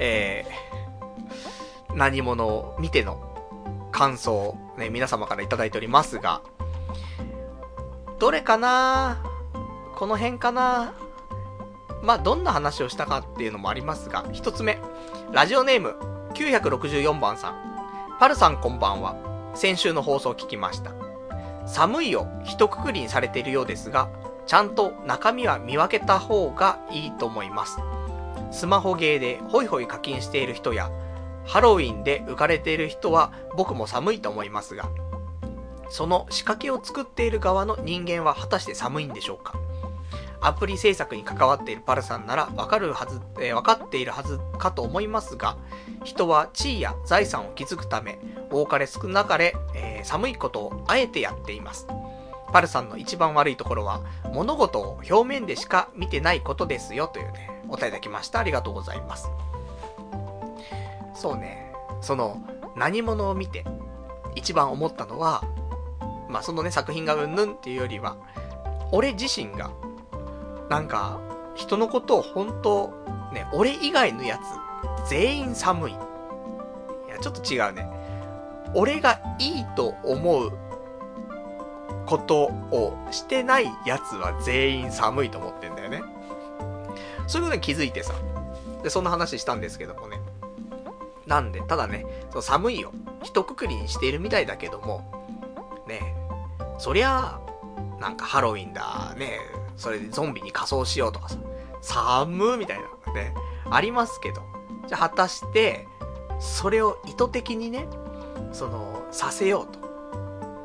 何者を見ての感想をね皆様からいただいておりますが、どれかな、この辺かな。まあどんな話をしたかっていうのもありますが、一つ目、ラジオネーム964番さん。パルさんこんばんは。先週の放送を聞きました。寒いを一括りにされているようですが、ちゃんと中身は見分けた方がいいと思います。スマホゲーでホイホイ課金している人や、ハロウィンで浮かれている人は僕も寒いと思いますが、その仕掛けを作っている側の人間は果たして寒いんでしょうか。アプリ制作に関わっているパルさんなら分かっているはずかと思いますが、人は地位や財産を築くため、多かれ少なかれ、寒いことをあえてやっています。パルさんの一番悪いところは、物事を表面でしか見てないことですよというね、お便りいただきました。ありがとうございます。そうね、その何者を見て一番思ったのは、まあそのね作品がうんぬんっていうよりは、俺自身がなんか人のことを本当ね、俺以外のやつ全員寒い。いやちょっと違うね。俺がいいと思うことをしてないやつは全員寒いと思ってんだよね。そういうことに気づいてさ、でそんな話したんですけどもね。なんでただね、その寒いを一括りにしているみたいだけどもね、そりゃなんかハロウィンだね、それでゾンビに仮装しようとかさ、寒みたいなねありますけど、じゃあ果たしてそれを意図的にね、そのさせようと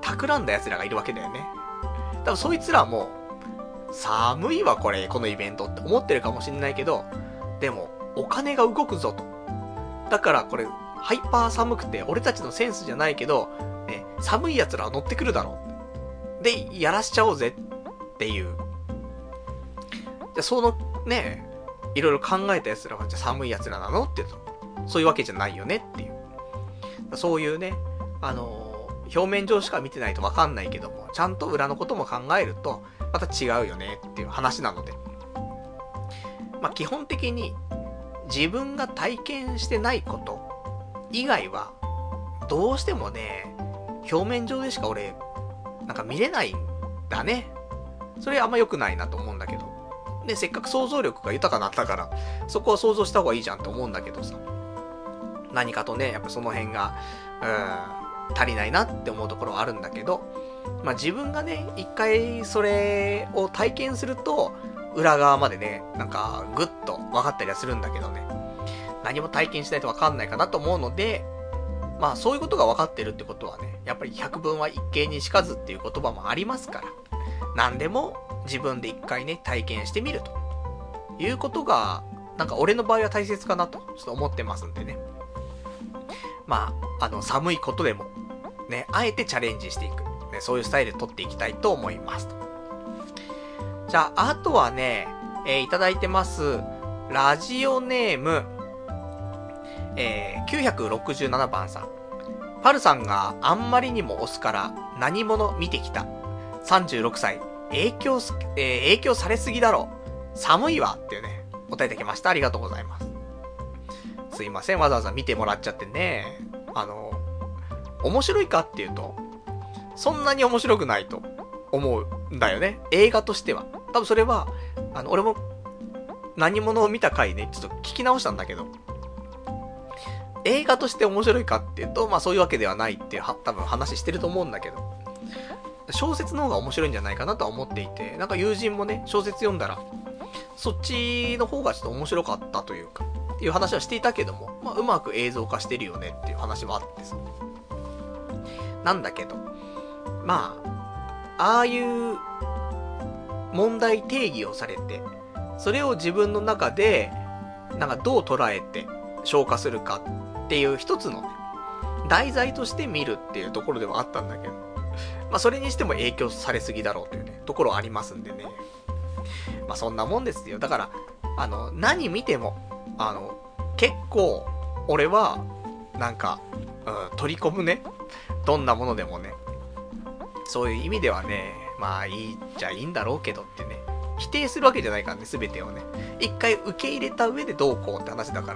企んだ奴らがいるわけだよね。多分そいつらも、寒いわこのイベントって思ってるかもしんないけど、でも、お金が動くぞと。だからこれ、ハイパー寒くて、俺たちのセンスじゃないけど、ね、寒い奴らは乗ってくるだろう。で、やらしちゃおうぜっていう。じゃあそのね、いろいろ考えた奴らはじゃあ寒い奴らなのって言うと、そういうわけじゃないよねっていう。そういうね、表面上しか見てないとわかんないけども、ちゃんと裏のことも考えると、また違うよねっていう話なので。まあ基本的に、自分が体験してないこと以外は、どうしてもね、表面上でしか俺、なんか見れないんだね。それあんま良くないなと思うんだけど。で、せっかく想像力が豊かになったから、そこは想像した方がいいじゃんと思うんだけどさ。何かとね、やっぱその辺が、足りないなって思うところはあるんだけど、まあ自分がね、一回それを体験すると、裏側までね、なんかぐっと分かったりはするんだけどね。何も体験しないと分かんないかなと思うので、まあそういうことが分かってるってことはね、やっぱり百聞は一見にしかずっていう言葉もありますから、何でも自分で一回ね、体験してみるということが、なんか俺の場合は大切かなと、ちょっと思ってますんでね。まあ、寒いことでも、ね、あえてチャレンジしていく。ね、そういうスタイル取っていきたいと思いますと。じゃあ、あとはね、いただいてます、ラジオネーム、967番さん。パルさんがあんまりにも押すから何者見てきた。36歳。影響されすぎだろ。寒いわっていうね、お答えいただきました。ありがとうございます。すいません、わざわざ見てもらっちゃってね。面白いかっていうと、そんなに面白くないと思うんだよね。映画としては。多分それは、俺も何者を見た回ね、ちょっと聞き直したんだけど、映画として面白いかっていうと、まあそういうわけではないっていう多分話してると思うんだけど、小説の方が面白いんじゃないかなとは思っていて、なんか友人もね、小説読んだら、そっちの方がちょっと面白かったというか、っていう話はしていたけども、まあうまく映像化してるよねっていう話もあってさ。なんだけど、まあ、ああいう問題定義をされて、それを自分の中で、なんかどう捉えて消化するかっていう一つのね、題材として見るっていうところではあったんだけど、まあそれにしても影響されすぎだろうというね、ところありますんでね。まあそんなもんですよ。だから、何見ても、結構、俺は、なんか、取り込むね。どんなものでもね。そういう意味ではね、まあいいっちゃいいんだろうけどってね。否定するわけじゃないからね、すべてをね。一回受け入れた上でどうこうって話だから。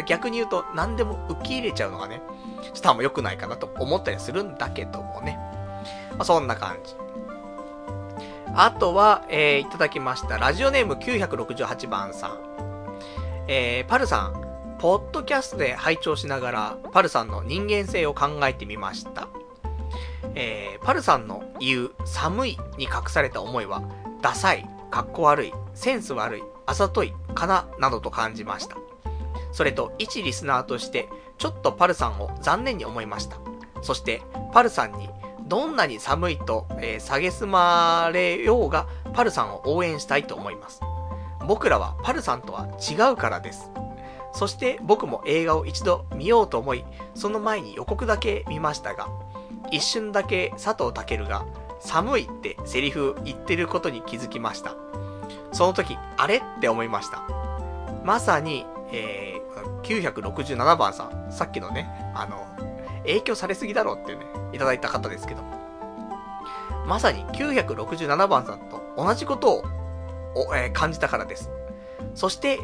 逆に言うと、何でも受け入れちゃうのがね、ちょっとあんま良くないかなと思ったりするんだけどもね。まあそんな感じ。あとは、いただきました。ラジオネーム968番さん。パルさん、ポッドキャストで拝聴しながら、パルさんの人間性を考えてみました。パルさんの言う寒いに隠された思いは、ダサい、かっこ悪い、センス悪い、あざとい、かな、などと感じました。それと、一リスナーとして、ちょっとパルさんを残念に思いました。そして、パルさんに、どんなに寒いと、蔑まれようが、パルさんを応援したいと思います。僕らはパルさんとは違うからです。そして僕も映画を一度見ようと思い、その前に予告だけ見ましたが、一瞬だけ佐藤健が寒いってセリフ言ってることに気づきました。その時、あれって思いました。まさに、967番さん、さっきのね、影響されすぎだろうっていうね、いただいた方ですけども。まさに967番さんと同じことを、感じたからです。そして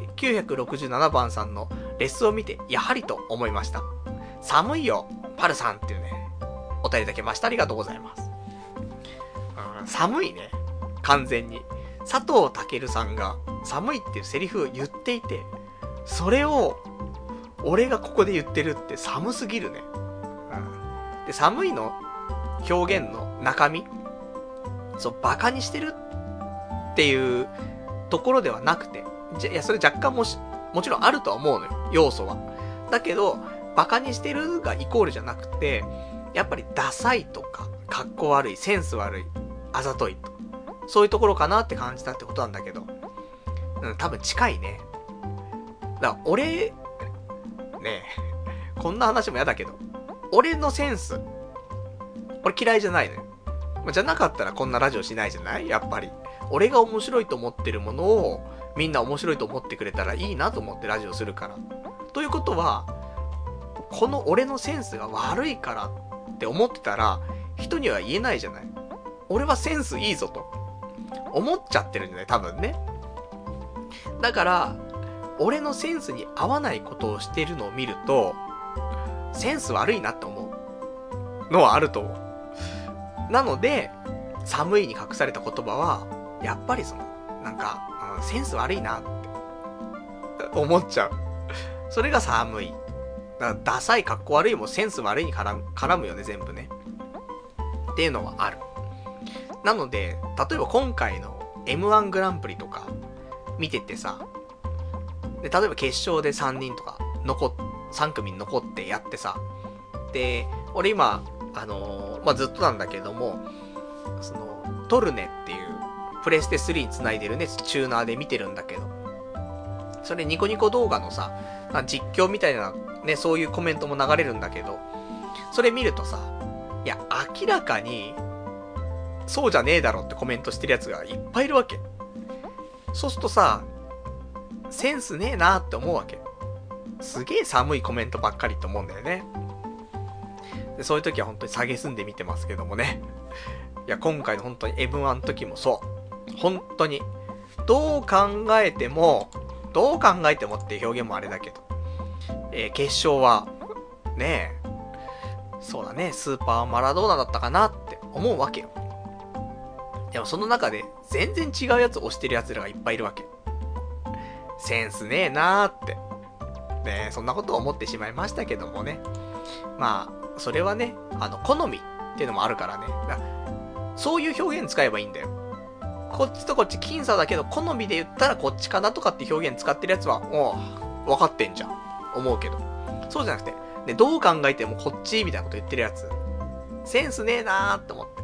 967番さんのレッスンを見てやはりと思いました。寒いよパルさんっていうね、お便りいただきました。ありがとうございます。寒いね、完全に佐藤健さんが寒いっていうセリフを言っていて、それを俺がここで言ってるって寒すぎるね。で、寒いの表現の中身、そうバカにしてるっていうところではなくて、いや、それ若干もちろんあるとは思うのよ、要素は。だけど、バカにしてるがイコールじゃなくて、やっぱりダサいとか、 格好悪い、センス悪い、あざといと。そういうところかなって感じたってことなんだけど。多分近いね。だから俺、ねえ、こんな話も嫌だけど、俺のセンス、俺嫌いじゃないのよ。じゃなかったらこんなラジオしないじゃないやっぱり。俺が面白いと思ってるものを、みんな面白いと思ってくれたらいいなと思ってラジオするから。ということは、この俺のセンスが悪いからって思ってたら、人には言えないじゃない。俺はセンスいいぞと思っちゃってるんじゃない多分ね。だから俺のセンスに合わないことをしてるのを見ると、センス悪いなって思うのはあると思う。なので寒いに隠された言葉はやっぱりなんか、センス悪いなって思っちゃう。それが寒い。だからダサい格好悪いもセンス悪いに絡むよね、全部ね。っていうのはある。なので、例えば今回の M1 グランプリとか見ててさ、で例えば決勝で3人とか3組に残ってやってさ、で、俺今、ずっとなんだけども、トルネっていうプレステ3に繋いでるね、チューナーで見てるんだけど、それニコニコ動画のさ、実況みたいなね、そういうコメントも流れるんだけど、それ見るとさ、いや、明らかに、そうじゃねえだろってコメントしてるやつがいっぱいいるわけ。そうするとさ、センスねえなって思うわけ。すげえ寒いコメントばっかりって思うんだよね。でそういう時は本当に蔑んで見てますけどもね。いや、今回の本当に M1 の時もそう。本当に。どう考えてもっていう表現もあれだけど。決勝は、ねえ、そうだね、スーパーマラドーナだったかなって思うわけよ。でもその中で全然違うやつを推してるやつらがいっぱいいるわけ。センスねえなーって。ねえ、そんなことを思ってしまいましたけどもね。まあ、それはね、好みっていうのもあるからね。そういう表現使えばいいんだよ。こっちとこっち僅差だけど、好みで言ったらこっちかなとかって表現使ってるやつは、もう、分かってんじゃん。思うけど。そうじゃなくて、ね、どう考えてもこっちみたいなこと言ってるやつ、センスねえなーって思って。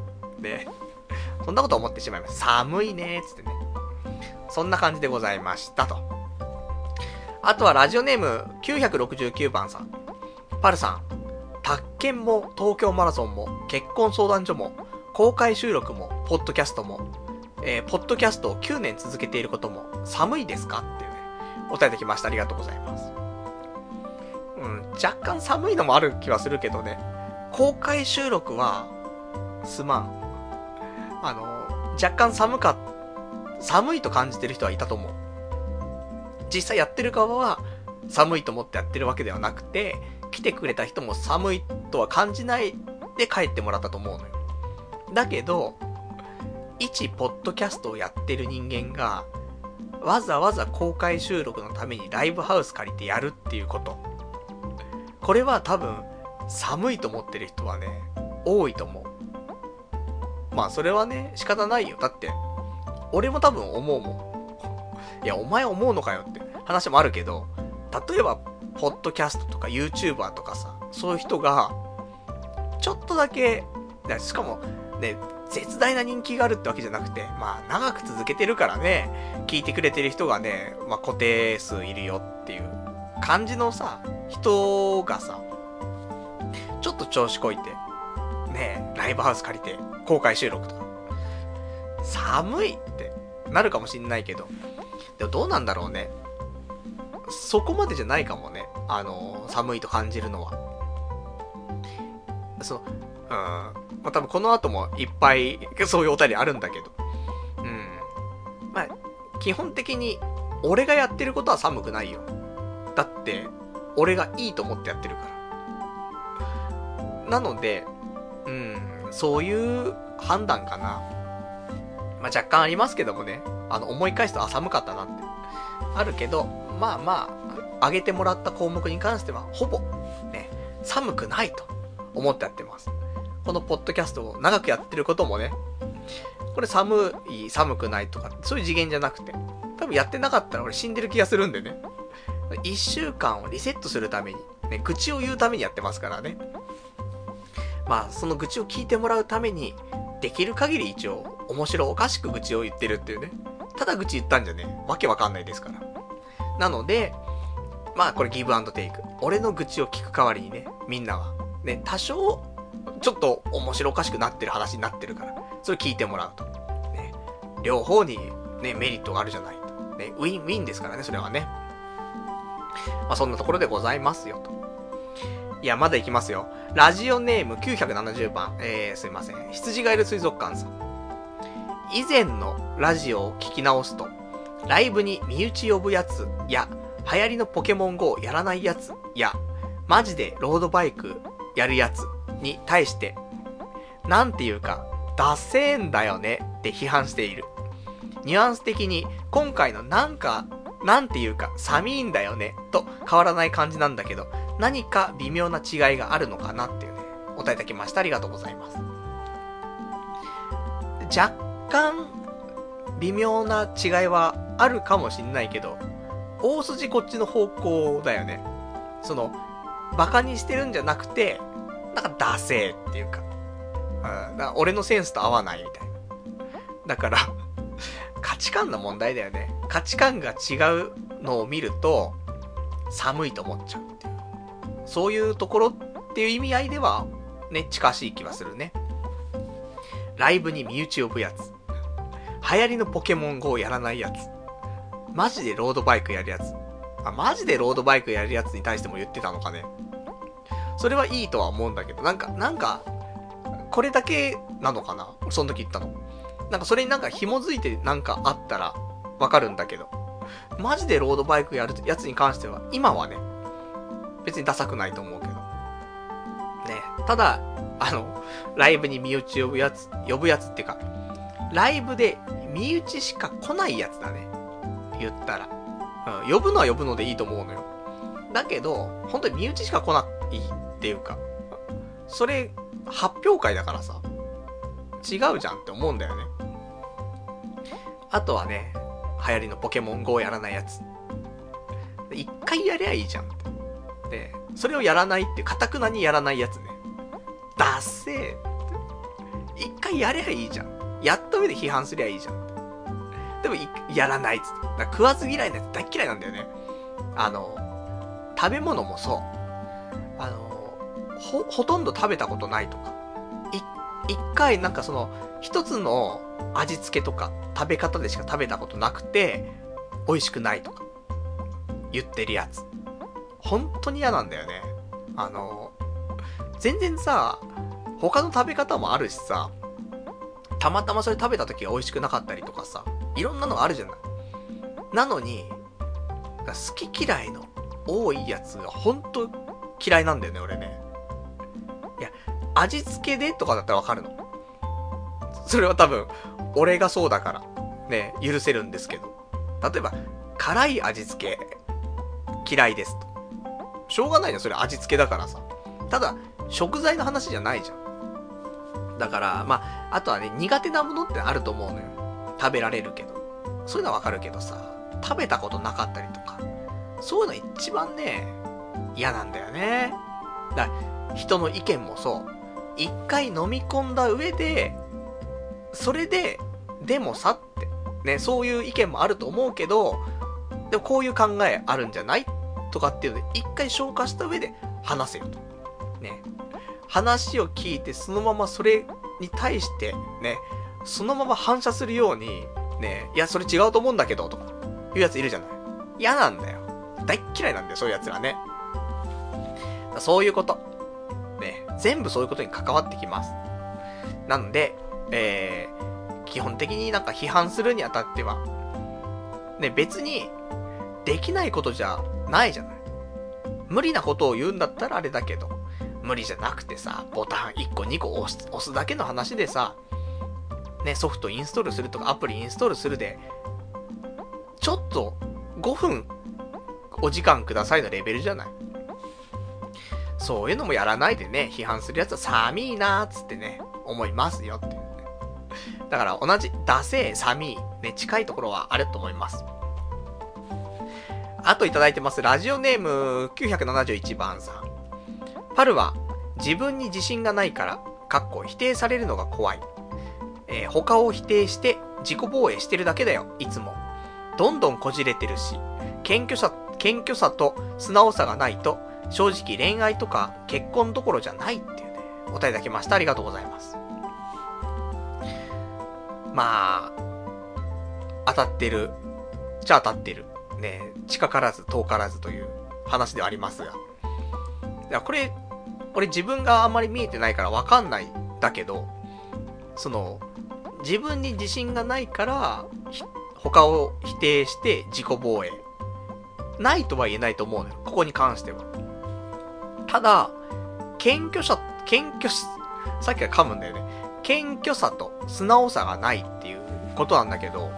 で、そんなこと思ってしまいます。寒いねーつってね。そんな感じでございましたと。あとはラジオネーム969番さん。パルさん、宅建も東京マラソンも結婚相談所も公開収録もポッドキャストも、ポッドキャストを9年続けていることも寒いですかっていうね、お答えできました。ありがとうございます。若干寒いのもある気はするけどね。公開収録はすまん。若干寒いと感じてる人はいたと思う。実際やってる側は寒いと思ってやってるわけではなくて、来てくれた人も寒いとは感じないで帰ってもらったと思うのよ。だけど、一ポッドキャストをやってる人間がわざわざ公開収録のためにライブハウス借りてやるっていうこと、これは多分寒いと思ってる人はね、多いと思う。まあそれはね、仕方ないよ。だって俺も多分思うもん。いや、お前思うのかよって話もあるけど、例えばポッドキャストとか YouTuber とかさ、そういう人がちょっとだけ、しかもね、絶大な人気があるってわけじゃなくて、まあ長く続けてるからね、聞いてくれてる人がね、まあ固定数いるよっていう感じのさ、人がさ、ちょっと調子こいてね、ライブハウス借りて公開収録とか、寒いってなるかもしんないけど、でもどうなんだろうね。そこまでじゃないかもね。寒いと感じるのは。まあ、多分この後もいっぱいそういうお便りあるんだけど。まあ、基本的に俺がやってることは寒くないよ。だって、俺がいいと思ってやってるから。なので、そういう判断かな。まあ、若干ありますけどもね。思い返すと、寒かったなって。あるけど、まあ、上げてもらった項目に関しては、ほぼ、ね、寒くないと思ってやってます。このポッドキャストを長くやってることもね、これ寒くないとか、そういう次元じゃなくて、多分やってなかったら俺死んでる気がするんでね。1週間をリセットするために、ね、愚痴を言うためにやってますからね。 まあその愚痴を聞いてもらうために、できる限り一応、面白おかしく愚痴を言ってるっていうね。ただ愚痴言ったんじゃね、わけわかんないですから。なので、まあこれギブアンドテイク。俺の愚痴を聞く代わりにね、みんなは、ね、多少、ちょっと面白おかしくなってる話になってるから、それ聞いてもらうと。ね、両方にね、メリットがあるじゃないと。ね、ウィンウィンですからね、それはね。まあそんなところでございますよと。いや、まだいきますよ。ラジオネーム970番。すいません。羊がいる水族館さん。以前のラジオを聞き直すと、ライブに身内呼ぶやつや、流行りのポケモン GO やらないやつや、マジでロードバイクやるやつに対して、なんていうか、ダセーんだよねって批判している。ニュアンス的に、今回のなんていうか、寒いんだよねと変わらない感じなんだけど、何か微妙な違いがあるのかなっていうね、お答えいただきました。ありがとうございます。若干、微妙な違いはあるかもしんないけど、大筋こっちの方向だよね。その、バカにしてるんじゃなくて、なんかダセーっていうか、だから俺のセンスと合わないみたいな。だから、価値観の問題だよね。価値観が違うのを見ると、寒いと思っちゃうっていう。そういうところっていう意味合いでは、ね、近しい気はするね。ライブに身内呼ぶやつ。流行りのポケモン GO やらないやつ。マジでロードバイクやるやつ。マジでロードバイクやるやつに対しても言ってたのかね。それはいいとは思うんだけど、なんか、これだけなのかな、その時言ったの。なんかそれになんか紐づいてなんかあったらわかるんだけど、マジでロードバイクやるやつに関しては、今はね、別にダサくないと思うけど。ね、ただ、ライブに身内呼ぶやつっていうか、ライブで身内しか来ないやつだね。言ったら。呼ぶのは呼ぶのでいいと思うのよ。だけど、本当に身内しか来ないっていうか、それ、発表会だからさ、違うじゃんって思うんだよね。あとはね、流行りのポケモン GO やらないやつ。一回やりゃいいじゃんって。で、それをやらないって、堅くなにやらないやつね。ダッセーって。一回やりゃいいじゃん。やった上で批判すりゃいいじゃん。でも、やらないっつって。だから食わず嫌いなやつ大っ嫌いなんだよね。食べ物もそう。ほとんど食べたことないとか。一回なんかその、一つの味付けとか食べ方でしか食べたことなくて、美味しくないとか、言ってるやつ。本当に嫌なんだよね。全然さ、他の食べ方もあるしさ、たまたまそれ食べた時が美味しくなかったりとかさ、いろんなのがあるじゃない。なのに、好き嫌いの多いやつが本当嫌いなんだよね、俺ね。いや、味付けでとかだったらわかるの。それは多分、俺がそうだから、ね、許せるんですけど。例えば、辛い味付け、嫌いですと。しょうがないの、それ味付けだからさ。ただ、食材の話じゃないじゃん。だから、まあ、あとはね、苦手なものってあると思うのよ。食べられるけど。そういうのはわかるけどさ、食べたことなかったりとか。そういうの一番ね、嫌なんだよね。だから、人の意見もそう。一回飲み込んだ上で、それで、でもさって、ね、そういう意見もあると思うけど、でもこういう考えあるんじゃないとかっていうので、一回消化した上で話せよと。ね。話を聞いて、そのままそれに対して、ね、そのまま反射するように、ね、いや、それ違うと思うんだけど、とか、いうやついるじゃない。嫌なんだよ。大っ嫌いなんだよ、そういうやつらね。そういうこと。ね、全部そういうことに関わってきます。なので、基本的になんか批判するにあたっては、ね、別に、できないことじゃないじゃない。無理なことを言うんだったらあれだけど、無理じゃなくてさ、ボタン1個2個押すだけの話でさ、ね、ソフトインストールするとかアプリインストールするで、ちょっと5分お時間くださいのレベルじゃない。そういうのもやらないでね、批判するやつは寒いなーっつってね、思いますよって。だから同じ、ダセー、寒い、ね、近いところはあると思います。あといただいてます。ラジオネーム971番さん。パルは自分に自信がないから、否定されるのが怖い。他を否定して自己防衛してるだけだよ、いつも。どんどんこじれてるし、謙虚さと素直さがないと、正直恋愛とか結婚どころじゃないっていうね、お答えいただきました。ありがとうございます。まあ、当たってる。じゃあ当たってる。ね、近からず遠からずという話ではありますが。いや、これ、俺自分があんまり見えてないからわかんないんだけど、自分に自信がないから、他を否定して自己防衛。ないとは言えないと思うのよ。ここに関しては。ただ、さっきから噛むんだよね。謙虚さと素直さがないっていうことなんだけど、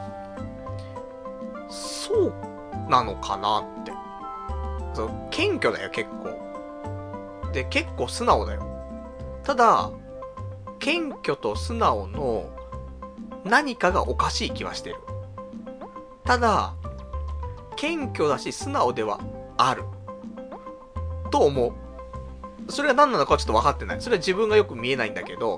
そうなのかなって。謙虚だよ、結構。で、結構素直だよ。ただ、謙虚と素直の何かがおかしい気はしてる。ただ、謙虚だし素直ではある。と思う。それが何なのかはちょっと分かってない。それは自分がよく見えないんだけど、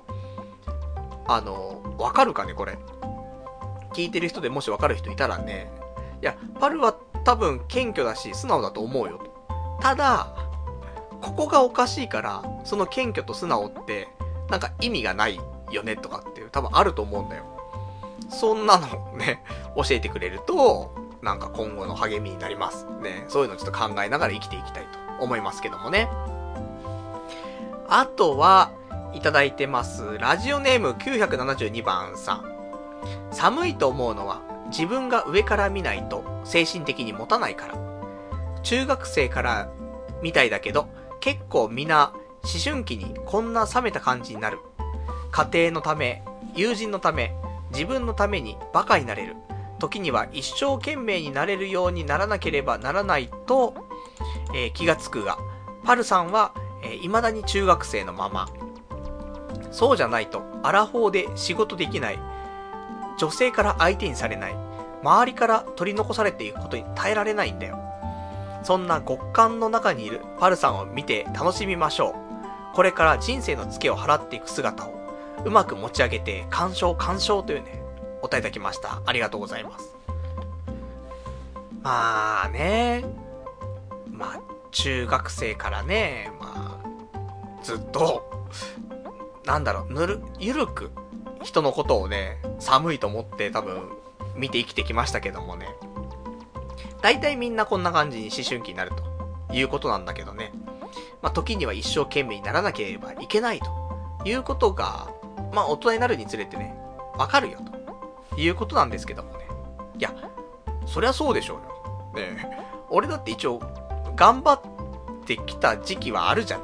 分かるかね、これ。聞いてる人でもし分かる人いたらね。いや、パルは多分謙虚だし素直だと思うよ。ただ、ここがおかしいから、その謙虚と素直って、なんか意味がないよねとかっていう多分あると思うんだよ。そんなのね、教えてくれると、なんか今後の励みになります。ね、そういうのをちょっと考えながら生きていきたいと思いますけどもね。あとは、いただいてます。ラジオネーム972番さん。寒いと思うのは、自分が上から見ないと精神的に持たないから。中学生からみたいだけど、結構みんな思春期にこんな冷めた感じになる。家庭のため、友人のため、自分のためにバカになれる。時には一生懸命になれるようにならなければならないと、気がつくが、パルさんは、未だに中学生のまま。そうじゃないと、アラフォーで仕事できない。女性から相手にされない。周りから取り残されていくことに耐えられないんだよ。そんな極寒の中にいるパルさんを見て楽しみましょう。これから人生のツケを払っていく姿をうまく持ち上げて鑑賞というね、お答えいただきました。ありがとうございます。まあね、中学生からね、ずっと、ゆるく人のことをね、寒いと思って多分見て生きてきましたけどもね。大体みんなこんな感じに思春期になるということなんだけどね。時には一生懸命にならなければいけないということが、大人になるにつれてね、わかるよということなんですけどもね。いや、そりゃそうでしょうよ。ねえ、俺だって一応頑張ってきた時期はあるじゃない。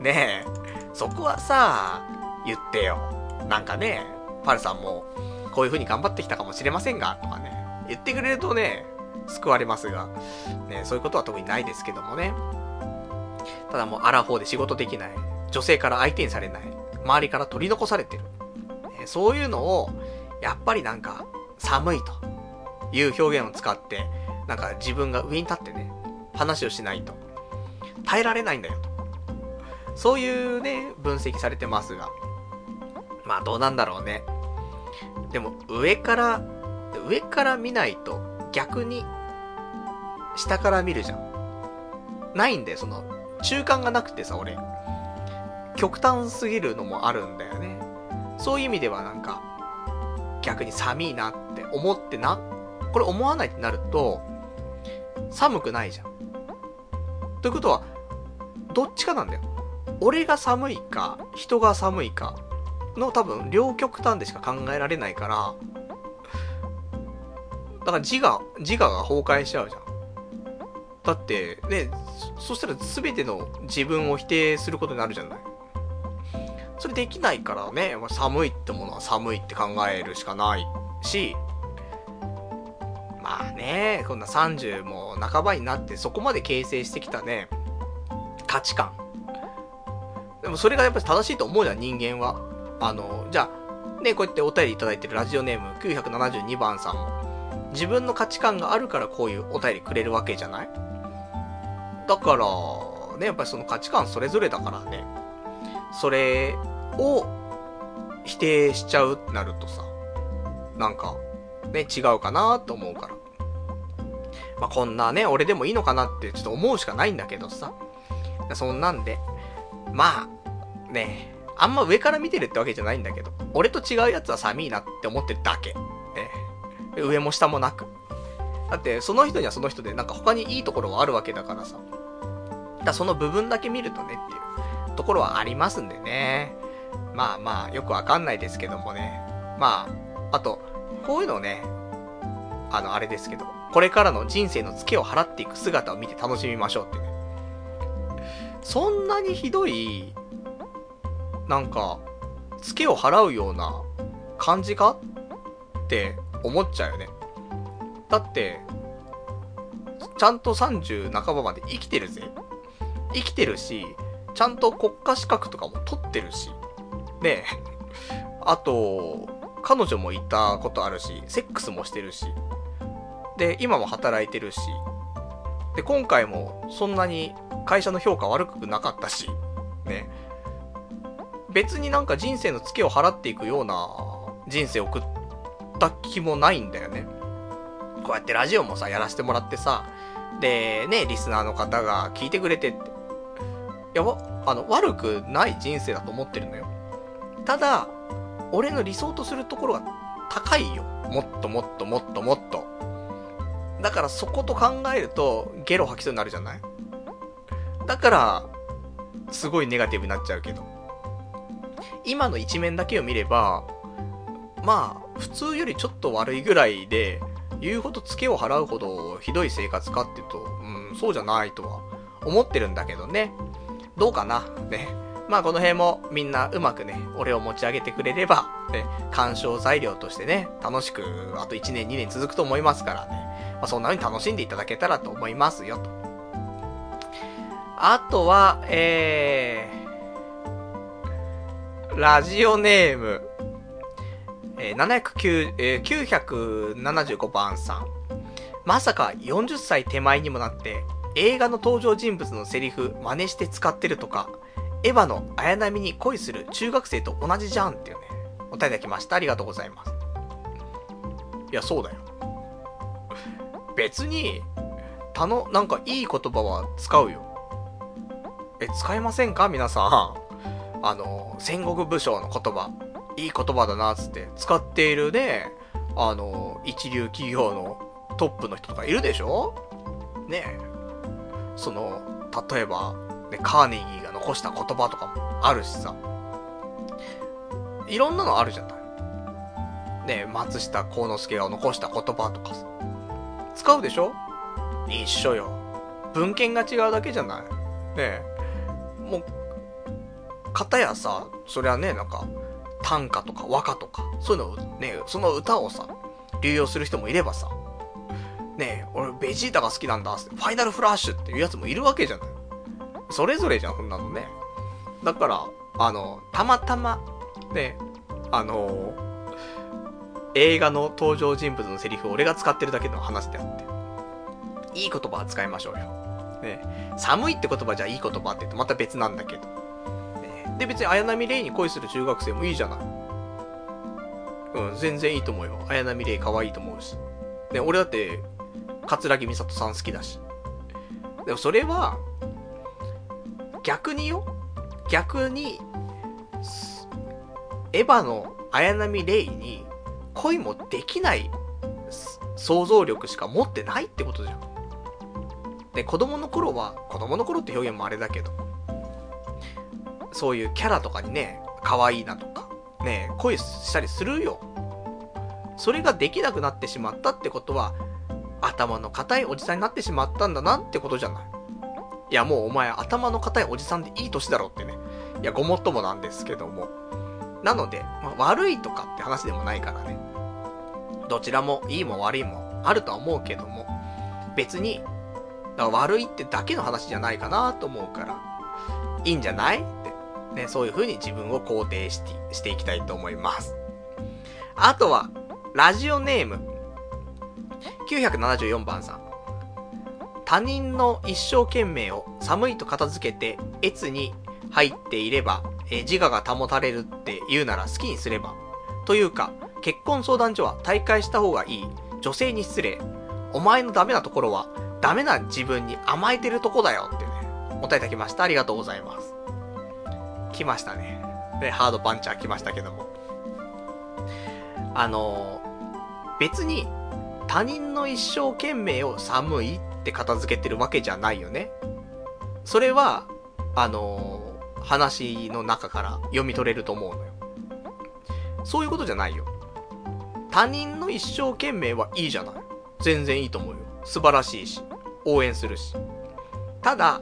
ねえ、そこはさ、言ってよ。なんかね、パルさんもこういう風に頑張ってきたかもしれませんが、とかね、言ってくれるとね、救われますが、ね、そういうことは特にないですけどもね。ただもうアラフォーで仕事できない。女性から相手にされない。周りから取り残されてる。そういうのを、やっぱりなんか、寒いという表現を使って、なんか自分が上に立ってね、話をしないと、耐えられないんだよと。そういうね、分析されてますが。どうなんだろうね。でも、上から見ないと、逆に、下から見るじゃん。ないんだよ、中間がなくてさ、俺。極端すぎるのもあるんだよね。そういう意味ではなんか、逆に寒いなって思ってこれ思わないってなると、寒くないじゃん。ということは、どっちかなんだよ。俺が寒いか、人が寒いかの多分、両極端でしか考えられないから、だから自我が崩壊しちゃうじゃん。だって、ね、そしたら全ての自分を否定することになるじゃない。それできないからね、寒いってものは寒いって考えるしかないし、こんな30も半ばになってそこまで形成してきたね、価値観。でもそれがやっぱり正しいと思うじゃん、人間は。じゃあ、ね、こうやってお便りいただいてるラジオネーム972番さんも、自分の価値観があるからこういうお便りくれるわけじゃない？だから、ね、やっぱりその価値観それぞれだからね。 それを否定しちゃうってなるとさ、なんか、ね、違うかなと思うから。まあ、こんなね、俺でもいいのかなってちょっと思うしかないんだけどさ。そんなんで、まあ、ね、あんま上から見てるってわけじゃないんだけど、俺と違うやつは寒いなって思ってるだけ。ね、上も下もなく。だって、その人にはその人で、なんか他にいいところはあるわけだからさ。その部分だけ見るとねっていうところはありますんでね。まあまあ、よくわかんないですけどもね。まあ、あと、こういうのをね、あれですけど、これからの人生のツケを払っていく姿を見て楽しみましょうってね。そんなにひどい、なんか、ツケを払うような感じかって思っちゃうよね。だって、ちゃんと30半ばまで生きてるぜ。生きてるし、ちゃんと国家資格とかも取ってるし。ねえ。あと、彼女もいたことあるし、セックスもしてるし。で、今も働いてるし。で、今回もそんなに会社の評価悪くなかったし。ね。別になんか人生のツケを払っていくような人生を送った気もないんだよね。こうやってラジオもさ、やらせてもらってさ、で、ね、リスナーの方が聞いてくれてって。いや、悪くない人生だと思ってるのよ。ただ、俺の理想とするところが高いよ。もっともっともっともっと。だからそこと考えると、ゲロ吐きそうになるじゃない？だから、すごいネガティブになっちゃうけど。今の一面だけを見れば、まあ、普通よりちょっと悪いぐらいで、言うほどツケを払うほどひどい生活かっていうと、そうじゃないとは思ってるんだけどね。どうかなね。まあこの辺もみんなうまくね、俺を持ち上げてくれれば、ね、鑑賞材料としてね、楽しく、あと1年2年続くと思いますからね。まあそんな風に楽しんでいただけたらと思いますよと。あとは、ラジオネーム、975番さん。まさか40歳手前にもなって、映画の登場人物のセリフ真似して使ってるとか、エヴァの綾波に恋する中学生と同じじゃんっていうね、お便りいただきました。ありがとうございます。いや、そうだよ。別に、なんかいい言葉は使うよ。使えませんか皆さん。戦国武将の言葉。いい言葉だな、つって、使っているね、一流企業のトップの人とかいるでしょねえ。例えば、ね、カーネギーが残した言葉とかもあるしさ。いろんなのあるじゃない。ねえ、松下幸之助が残した言葉とかさ。使うでしょ？一緒よ。文献が違うだけじゃない。ねえ。もう、片やさ、そりゃね、なんか、短歌とか和歌とか、そういうのをね、その歌をさ、流用する人もいればさ、ねえ、俺ベジータが好きなんだって、ファイナルフラッシュっていうやつもいるわけじゃない。それぞれじゃん、そんなのね。だから、たまたま、ね、映画の登場人物のセリフを俺が使ってるだけの話であって、いい言葉は使いましょうよ。ね、寒いって言葉じゃいい言葉って言ってまた別なんだけど。で、別に綾波レイに恋する中学生もいいじゃない。全然いいと思うよ。綾波レイ可愛いと思うし。で、俺だって、桂木美里さん好きだし。でもそれは、逆に、エヴァの綾波レイに恋もできない想像力しか持ってないってことじゃん。で、子供の頃って表現もあれだけど、そういうキャラとかにね、可愛いなとか、ね、恋したりするよ。それができなくなってしまったってことは、頭の固いおじさんになってしまったんだなってことじゃない。いや、もうお前頭の固いおじさんでいい年だろってね。いや、ごもっともなんですけども。なので、悪いとかって話でもないからね。どちらもいいも悪いもあるとは思うけども、別に、だから悪いってだけの話じゃないかなと思うから、いいんじゃないって、ね、そういう風に自分を肯定していきたいと思います。あとは、ラジオネーム、974番さん。他人の一生懸命を寒いと片付けて、越に入っていれば、 自我が保たれるって言うなら好きにすれば。というか、結婚相談所は退会した方がいい。女性に失礼。お前のダメなところは、ダメな自分に甘えてるとこだよってね、お答えいただきました。ありがとうございます。来ましたね。で、ハードパンチャー来ましたけども。別に、他人の一生懸命を寒いって片付けてるわけじゃないよね。それは、話の中から読み取れると思うのよ。そういうことじゃないよ。他人の一生懸命はいいじゃない。全然いいと思うよ。素晴らしいし、応援するし。ただ、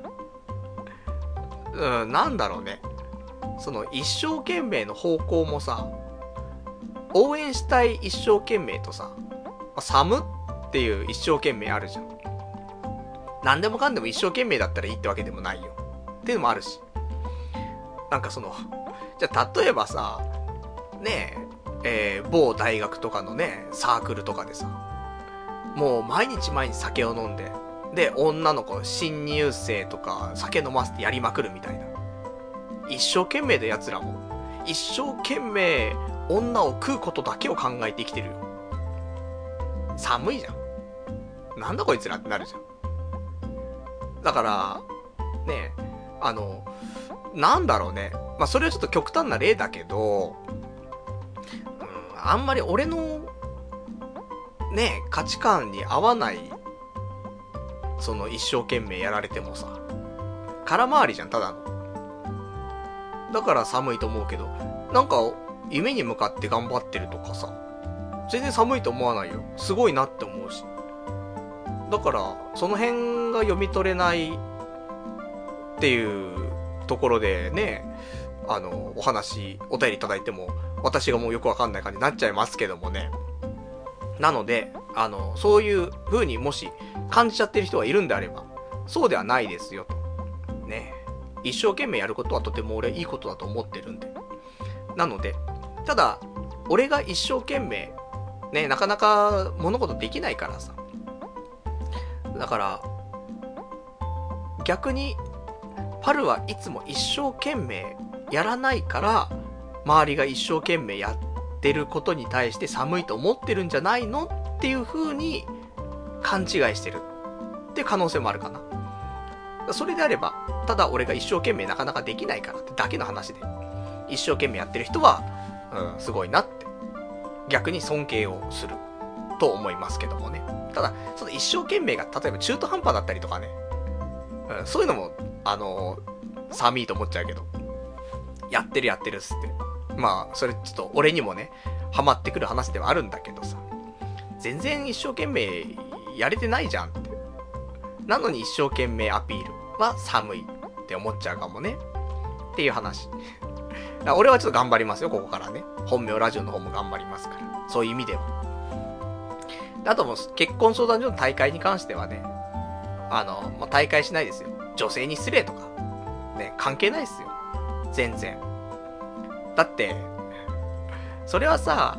なんだろうね。その一生懸命の方向もさ、応援したい一生懸命とさ、寒っていう一生懸命あるじゃん。何でもかんでも一生懸命だったらいいってわけでもないよ。っていうのもあるし。なんかじゃあ例えばさ、ね某大学とかのね、サークルとかでさ、もう毎日酒を飲んで、で、女の子、新入生とか酒飲ませてやりまくるみたいな。一生懸命で奴らも、一生懸命女を食うことだけを考えて生きてるよ。寒いじゃん。なんだこいつらってなるじゃん。だから、ねなんだろうね。まあ、それはちょっと極端な例だけど、あんまり俺の、ね、価値観に合わない、その一生懸命やられてもさ、空回りじゃん、ただの。だから寒いと思うけど、なんか、夢に向かって頑張ってるとかさ、全然寒いと思わないよ。すごいなって思うし。だから、その辺が読み取れないっていうところでね、お話、お便りいただいても、私がもうよくわかんない感じになっちゃいますけどもね。なので、そういう風にもし感じちゃってる人がいるんであれば、そうではないですよと。ね。一生懸命やることはとても俺いいことだと思ってるんで。なので、ただ、俺が一生懸命、ね、なかなか物事できないからさ。だから、逆に、パルはいつも一生懸命やらないから、周りが一生懸命やってることに対して寒いと思ってるんじゃないのっていう風に勘違いしてるっていう可能性もあるかな。それであれば、ただ俺が一生懸命なかなかできないからってだけの話で、一生懸命やってる人は、すごいなって、逆に尊敬をすると思いますけどもね。ただ、その一生懸命が例えば中途半端だったりとかね、そういうのも、寒いと思っちゃうけど、やってるっつって。まあ、それちょっと俺にもね、ハマってくる話ではあるんだけどさ、全然一生懸命やれてないじゃんって。なのに一生懸命アピールは寒いって思っちゃうかもね。っていう話。俺はちょっと頑張りますよ、ここからね。本名ラジオの方も頑張りますから。そういう意味では。あとも結婚相談所の大会に関してはね、大会しないですよ。女性に失礼とか。ね、関係ないですよ。全然。だって、それはさ、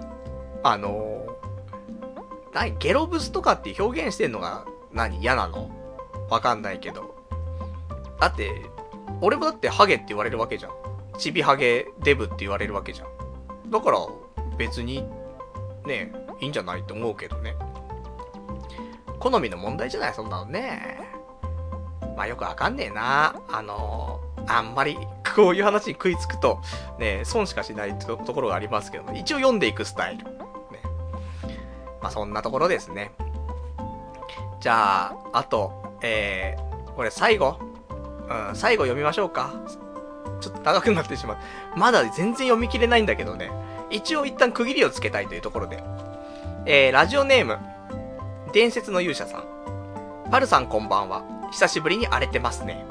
ゲロブスとかって表現してんのが嫌なの？わかんないけど。だって、俺もだってハゲって言われるわけじゃん。チビハゲデブって言われるわけじゃん。だから、別に、ね、いいんじゃないと思うけどね。好みの問題じゃない、そんなのね。まあよくわかんねえな。あんまり、こういう話に食いつくと、ね、損しかしないところがありますけども、一応読んでいくスタイル。ね。まあそんなところですね。じゃあ、あと、これ最後読みましょうか。ちょっと長くなってしまう。まだ全然読み切れないんだけどね。一応一旦区切りをつけたいというところで。ラジオネーム、伝説の勇者さん。パルさんこんばんは。久しぶりに荒れてますね。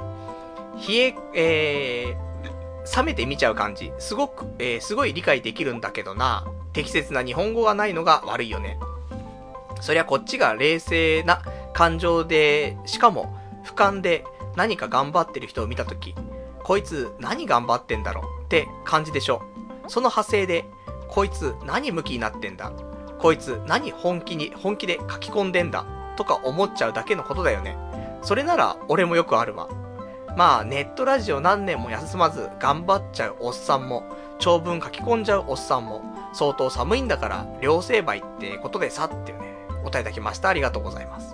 冷めて見ちゃう感じ。すごい理解できるんだけどな。適切な日本語がないのが悪いよね。そりゃこっちが冷静な感情で、しかも俯瞰で何か頑張ってる人を見たとき、こいつ何頑張ってんだろうって感じでしょ。その派生で、こいつ何向きになってんだ。こいつ何本気で書き込んでんだ。とか思っちゃうだけのことだよね。それなら俺もよくあるわ。 まあネットラジオ何年も休まず頑張っちゃうおっさんも、長文書き込んじゃうおっさんも、相当寒いんだから両成敗ってことでさっていうね、お答えいただきました。ありがとうございます。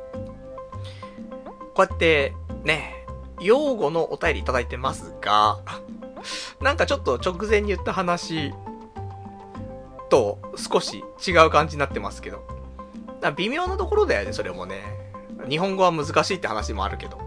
こうやってね、用語のお便りいただいてますが、なんかちょっと直前に言った話と少し違う感じになってますけど、微妙なところだよね、それもね。日本語は難しいって話もあるけど、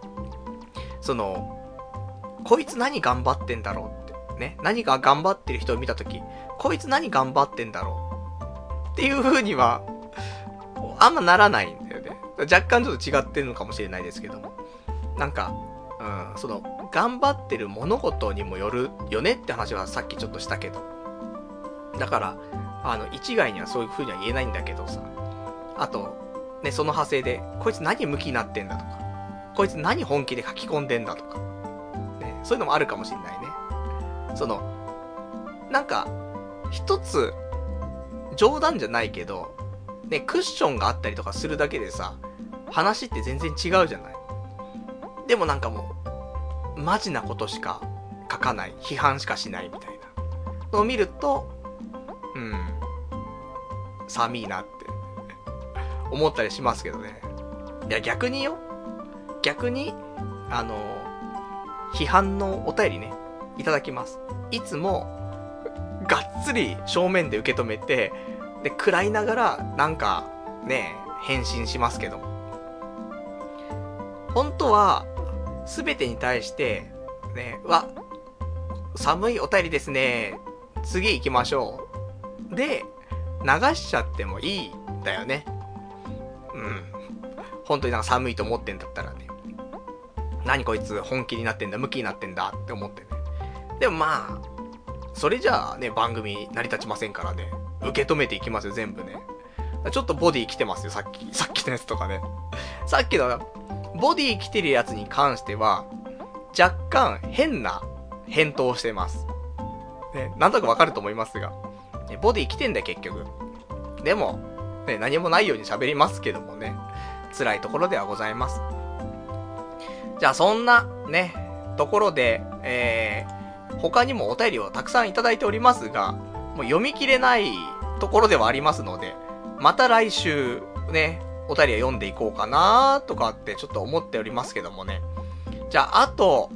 こいつ何頑張ってんだろうってね、何か頑張ってる人を見たとき、こいつ何頑張ってんだろうっていう風にはあんまならないんだよね。若干ちょっと違ってるのかもしれないですけども、なんか頑張ってる物事にもよるよねって話はさっきちょっとしたけど、だから一概にはそういう風には言えないんだけどさ、あとね、その派生でこいつ何向きになってんだとか、こいつ何本気で書き込んでんだとか、ね、そういうのもあるかもしれないね。なんか一つ冗談じゃないけどね、クッションがあったりとかするだけでさ、話って全然違うじゃない。でもなんかもうマジなことしか書かない、批判しかしないみたいなのを見ると、寒いなって思ったりしますけどね。いや逆に批判のお便りね、いただきます。いつもがっつり正面で受け止めて、で食らいながらなんかね返信しますけども、本当は全てに対してね、寒いお便りですね、次行きましょうで流しちゃってもいいんだよね。本当になんか寒いと思ってんだったらね、何こいつ本気になってんだ、向きになってんだって思ってね。でもまあそれじゃあね、番組成り立ちませんからね、受け止めていきますよ、全部ね。ちょっとボディ来てますよ、さっきのやつとかね。さっきのボディ来てるやつに関しては若干変な返答をしてます、ね、なんとなくわかると思いますが、ボディ来てんだよ結局。でも、ね、何もないように喋りますけどもね、辛いところではございます。じゃあそんなねところで、他にもお便りをたくさんいただいておりますが、もう読み切れないところではありますので、また来週ねお便りを読んでいこうかなとかってちょっと思っておりますけどもね。じゃああと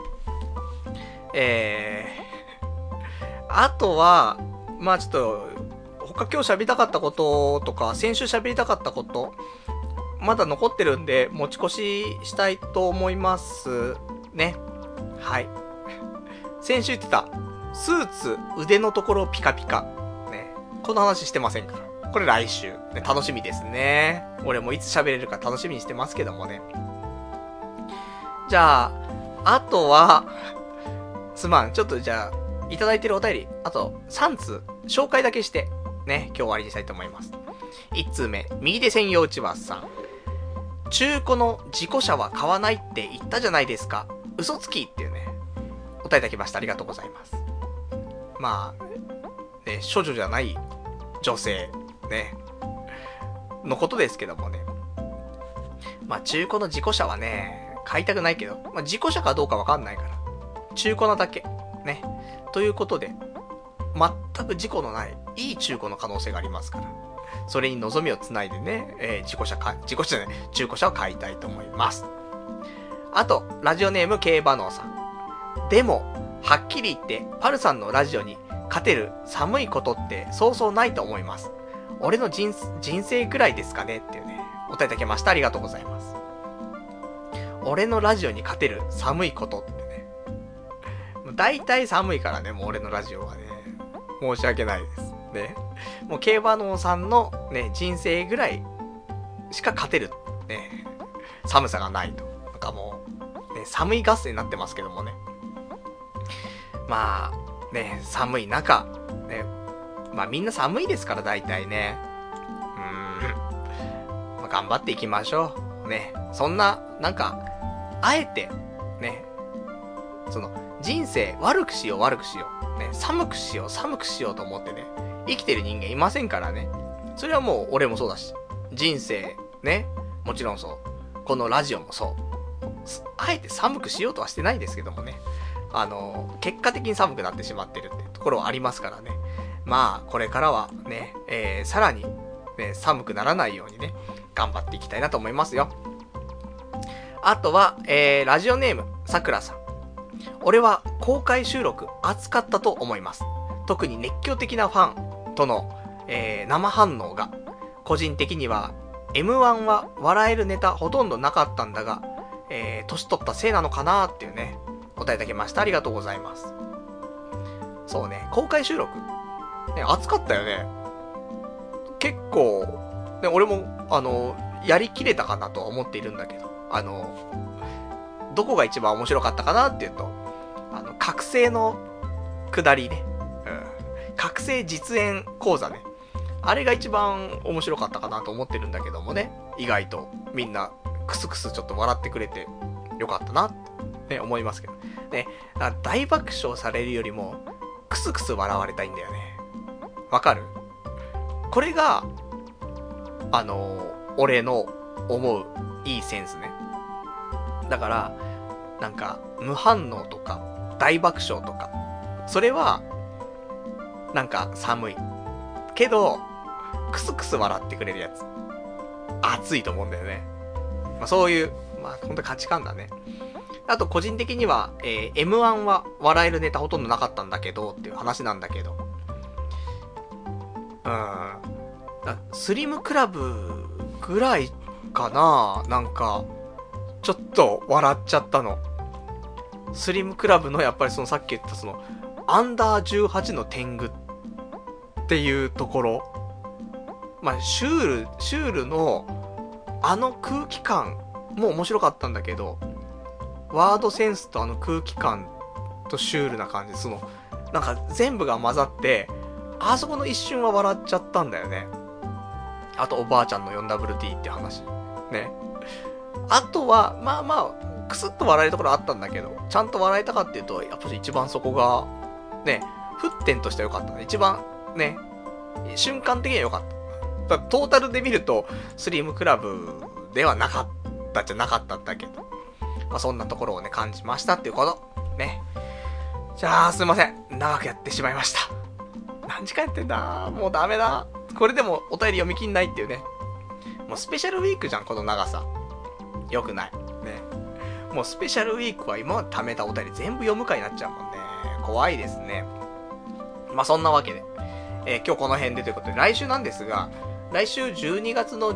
はまあちょっと他今日喋りたかったこととか先週喋りたかったことまだ残ってるんで持ち越ししたいと思いますね。はい。先週言ってたスーツ腕のところピカピカね、この話してませんから、これ来週、ね、楽しみですね。俺もいつ喋れるか楽しみにしてますけどもね。じゃああとはちょっとじゃあいただいてるお便りあと3通紹介だけしてね、今日終わりにしたいと思います。1通目、右手専用内輪さん。中古の事故車は買わないって言ったじゃないですか、嘘つきっていうねお便りいただきました。ありがとうございます。まあね、処女じゃない女性ねのことですけどもね、まあ中古の事故車はね買いたくないけど、まあ事故車かどうかわかんないから中古なだけね、ということで全く事故のないいい中古の可能性がありますから、それに望みをつないでね、中古車を買いたいと思います。あとラジオネーム競馬能さん。でもはっきり言ってパルさんのラジオに勝てる寒いことってそうそうないと思います。俺の人生くらいですかねっていうねお答えいただきました。ありがとうございます。俺のラジオに勝てる寒いことってね、もう大体寒いからね、もう俺のラジオはね申し訳ないですね。もう競馬能さんのね人生ぐらいしか勝てるね寒さがないと、なんかもうね寒い合戦になってますけどもね、まあね寒い中ね、まあみんな寒いですから大体ね、まあ、頑張っていきましょうね。そんななんかあえてね人生悪くしようね、寒くしようと思ってね生きてる人間いませんからね。それはもう俺もそうだし、人生ねもちろんそう、このラジオもそう、 あえて寒くしようとはしてないんですけどもね。結果的に寒くなってしまってるってところはありますからね。まあ、これからはね、さらに、ね、寒くならないようにね、頑張っていきたいなと思いますよ。あとは、ラジオネーム、さくらさん。俺は公開収録熱かったと思います。特に熱狂的なファンとの、生反応が、個人的には M1 は笑えるネタほとんどなかったんだが、年取ったせいなのかなっていうね、お答えいただきました。ありがとうございます。そうね、公開収録。ね、熱かったよね。結構、ね、俺も、やりきれたかなとは思っているんだけど、どこが一番面白かったかなっていうと、覚醒の下りね。覚醒実演講座ね。あれが一番面白かったかなと思ってるんだけどもね。意外とみんなクスクスちょっと笑ってくれてよかったなってね、思いますけど。ね、大爆笑されるよりもクスクス笑われたいんだよね。わかる？これが、俺の思ういいセンスね。だから、なんか、無反応とか、大爆笑とか、それは、なんか寒い。けど、クスクス笑ってくれるやつ。熱いと思うんだよね。まあそういう、まあ本当価値観だね。あと個人的には、M1 は笑えるネタほとんどなかったんだけど、っていう話なんだけど。スリムクラブぐらいかな、なんか、ちょっと笑っちゃったの。スリムクラブのやっぱりそのさっき言ったその、アンダー18の天狗っていうところ。まあ、シュールの、あの空気感も面白かったんだけど、ワードセンスとあの空気感とシュールな感じ、その、なんか全部が混ざって、あそこの一瞬は笑っちゃったんだよね。あとおばあちゃんの 4WD って話。ね。あとは、まあまあ、クスッと笑えるところあったんだけど、ちゃんと笑えたかっていうと、やっぱり一番そこが、ね、沸点としては良かったね。一番、ね、瞬間的には良かった。だトータルで見ると、スリムクラブではなかったじゃなかったんだけど、まあそんなところをね、感じましたっていうこと。ね。じゃあ、すいません。長くやってしまいました。何時間やってんだ？もうダメだ。これでもお便り読み切んないっていうね。もうスペシャルウィークじゃん、この長さ。よくない。ね。もうスペシャルウィークは今まで貯めたお便り全部読むかになっちゃうもんね。怖いですね。まあそんなわけで、今日この辺でということで、来週なんですが、来週12月の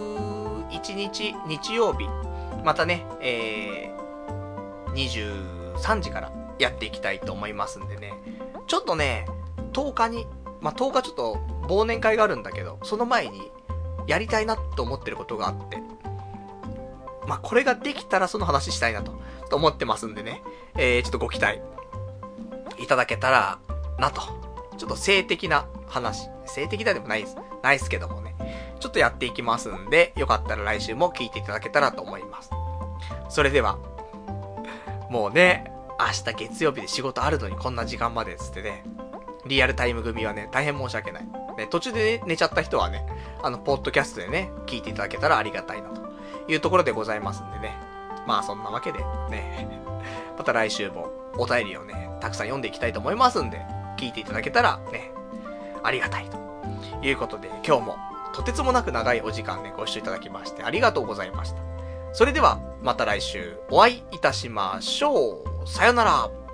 11日日曜日、またね、23時からやっていきたいと思いますんでね。ちょっとね、10日に、まあ、10日ちょっと忘年会があるんだけど、その前にやりたいなと思ってることがあって、まあ、これができたらその話したいなと思ってますんでね、ちょっとご期待いただけたらなと。ちょっと性的な話、性的でもないですけどもね、ちょっとやっていきますんで、よかったら来週も聞いていただけたらと思います。それでは、もうね、明日月曜日で仕事あるのにこんな時間までっつってね、リアルタイム組はね、大変申し訳ない。ね、途中で、ね、寝ちゃった人はね、ポッドキャストでね、聞いていただけたらありがたいなというところでございますんでね。まあそんなわけでね、また来週もお便りをね、たくさん読んでいきたいと思いますんで、聞いていただけたらね、ありがたいということで、今日もとてつもなく長いお時間ね、ご視聴いただきましてありがとうございました。それではまた来週お会いいたしましょう。さよなら。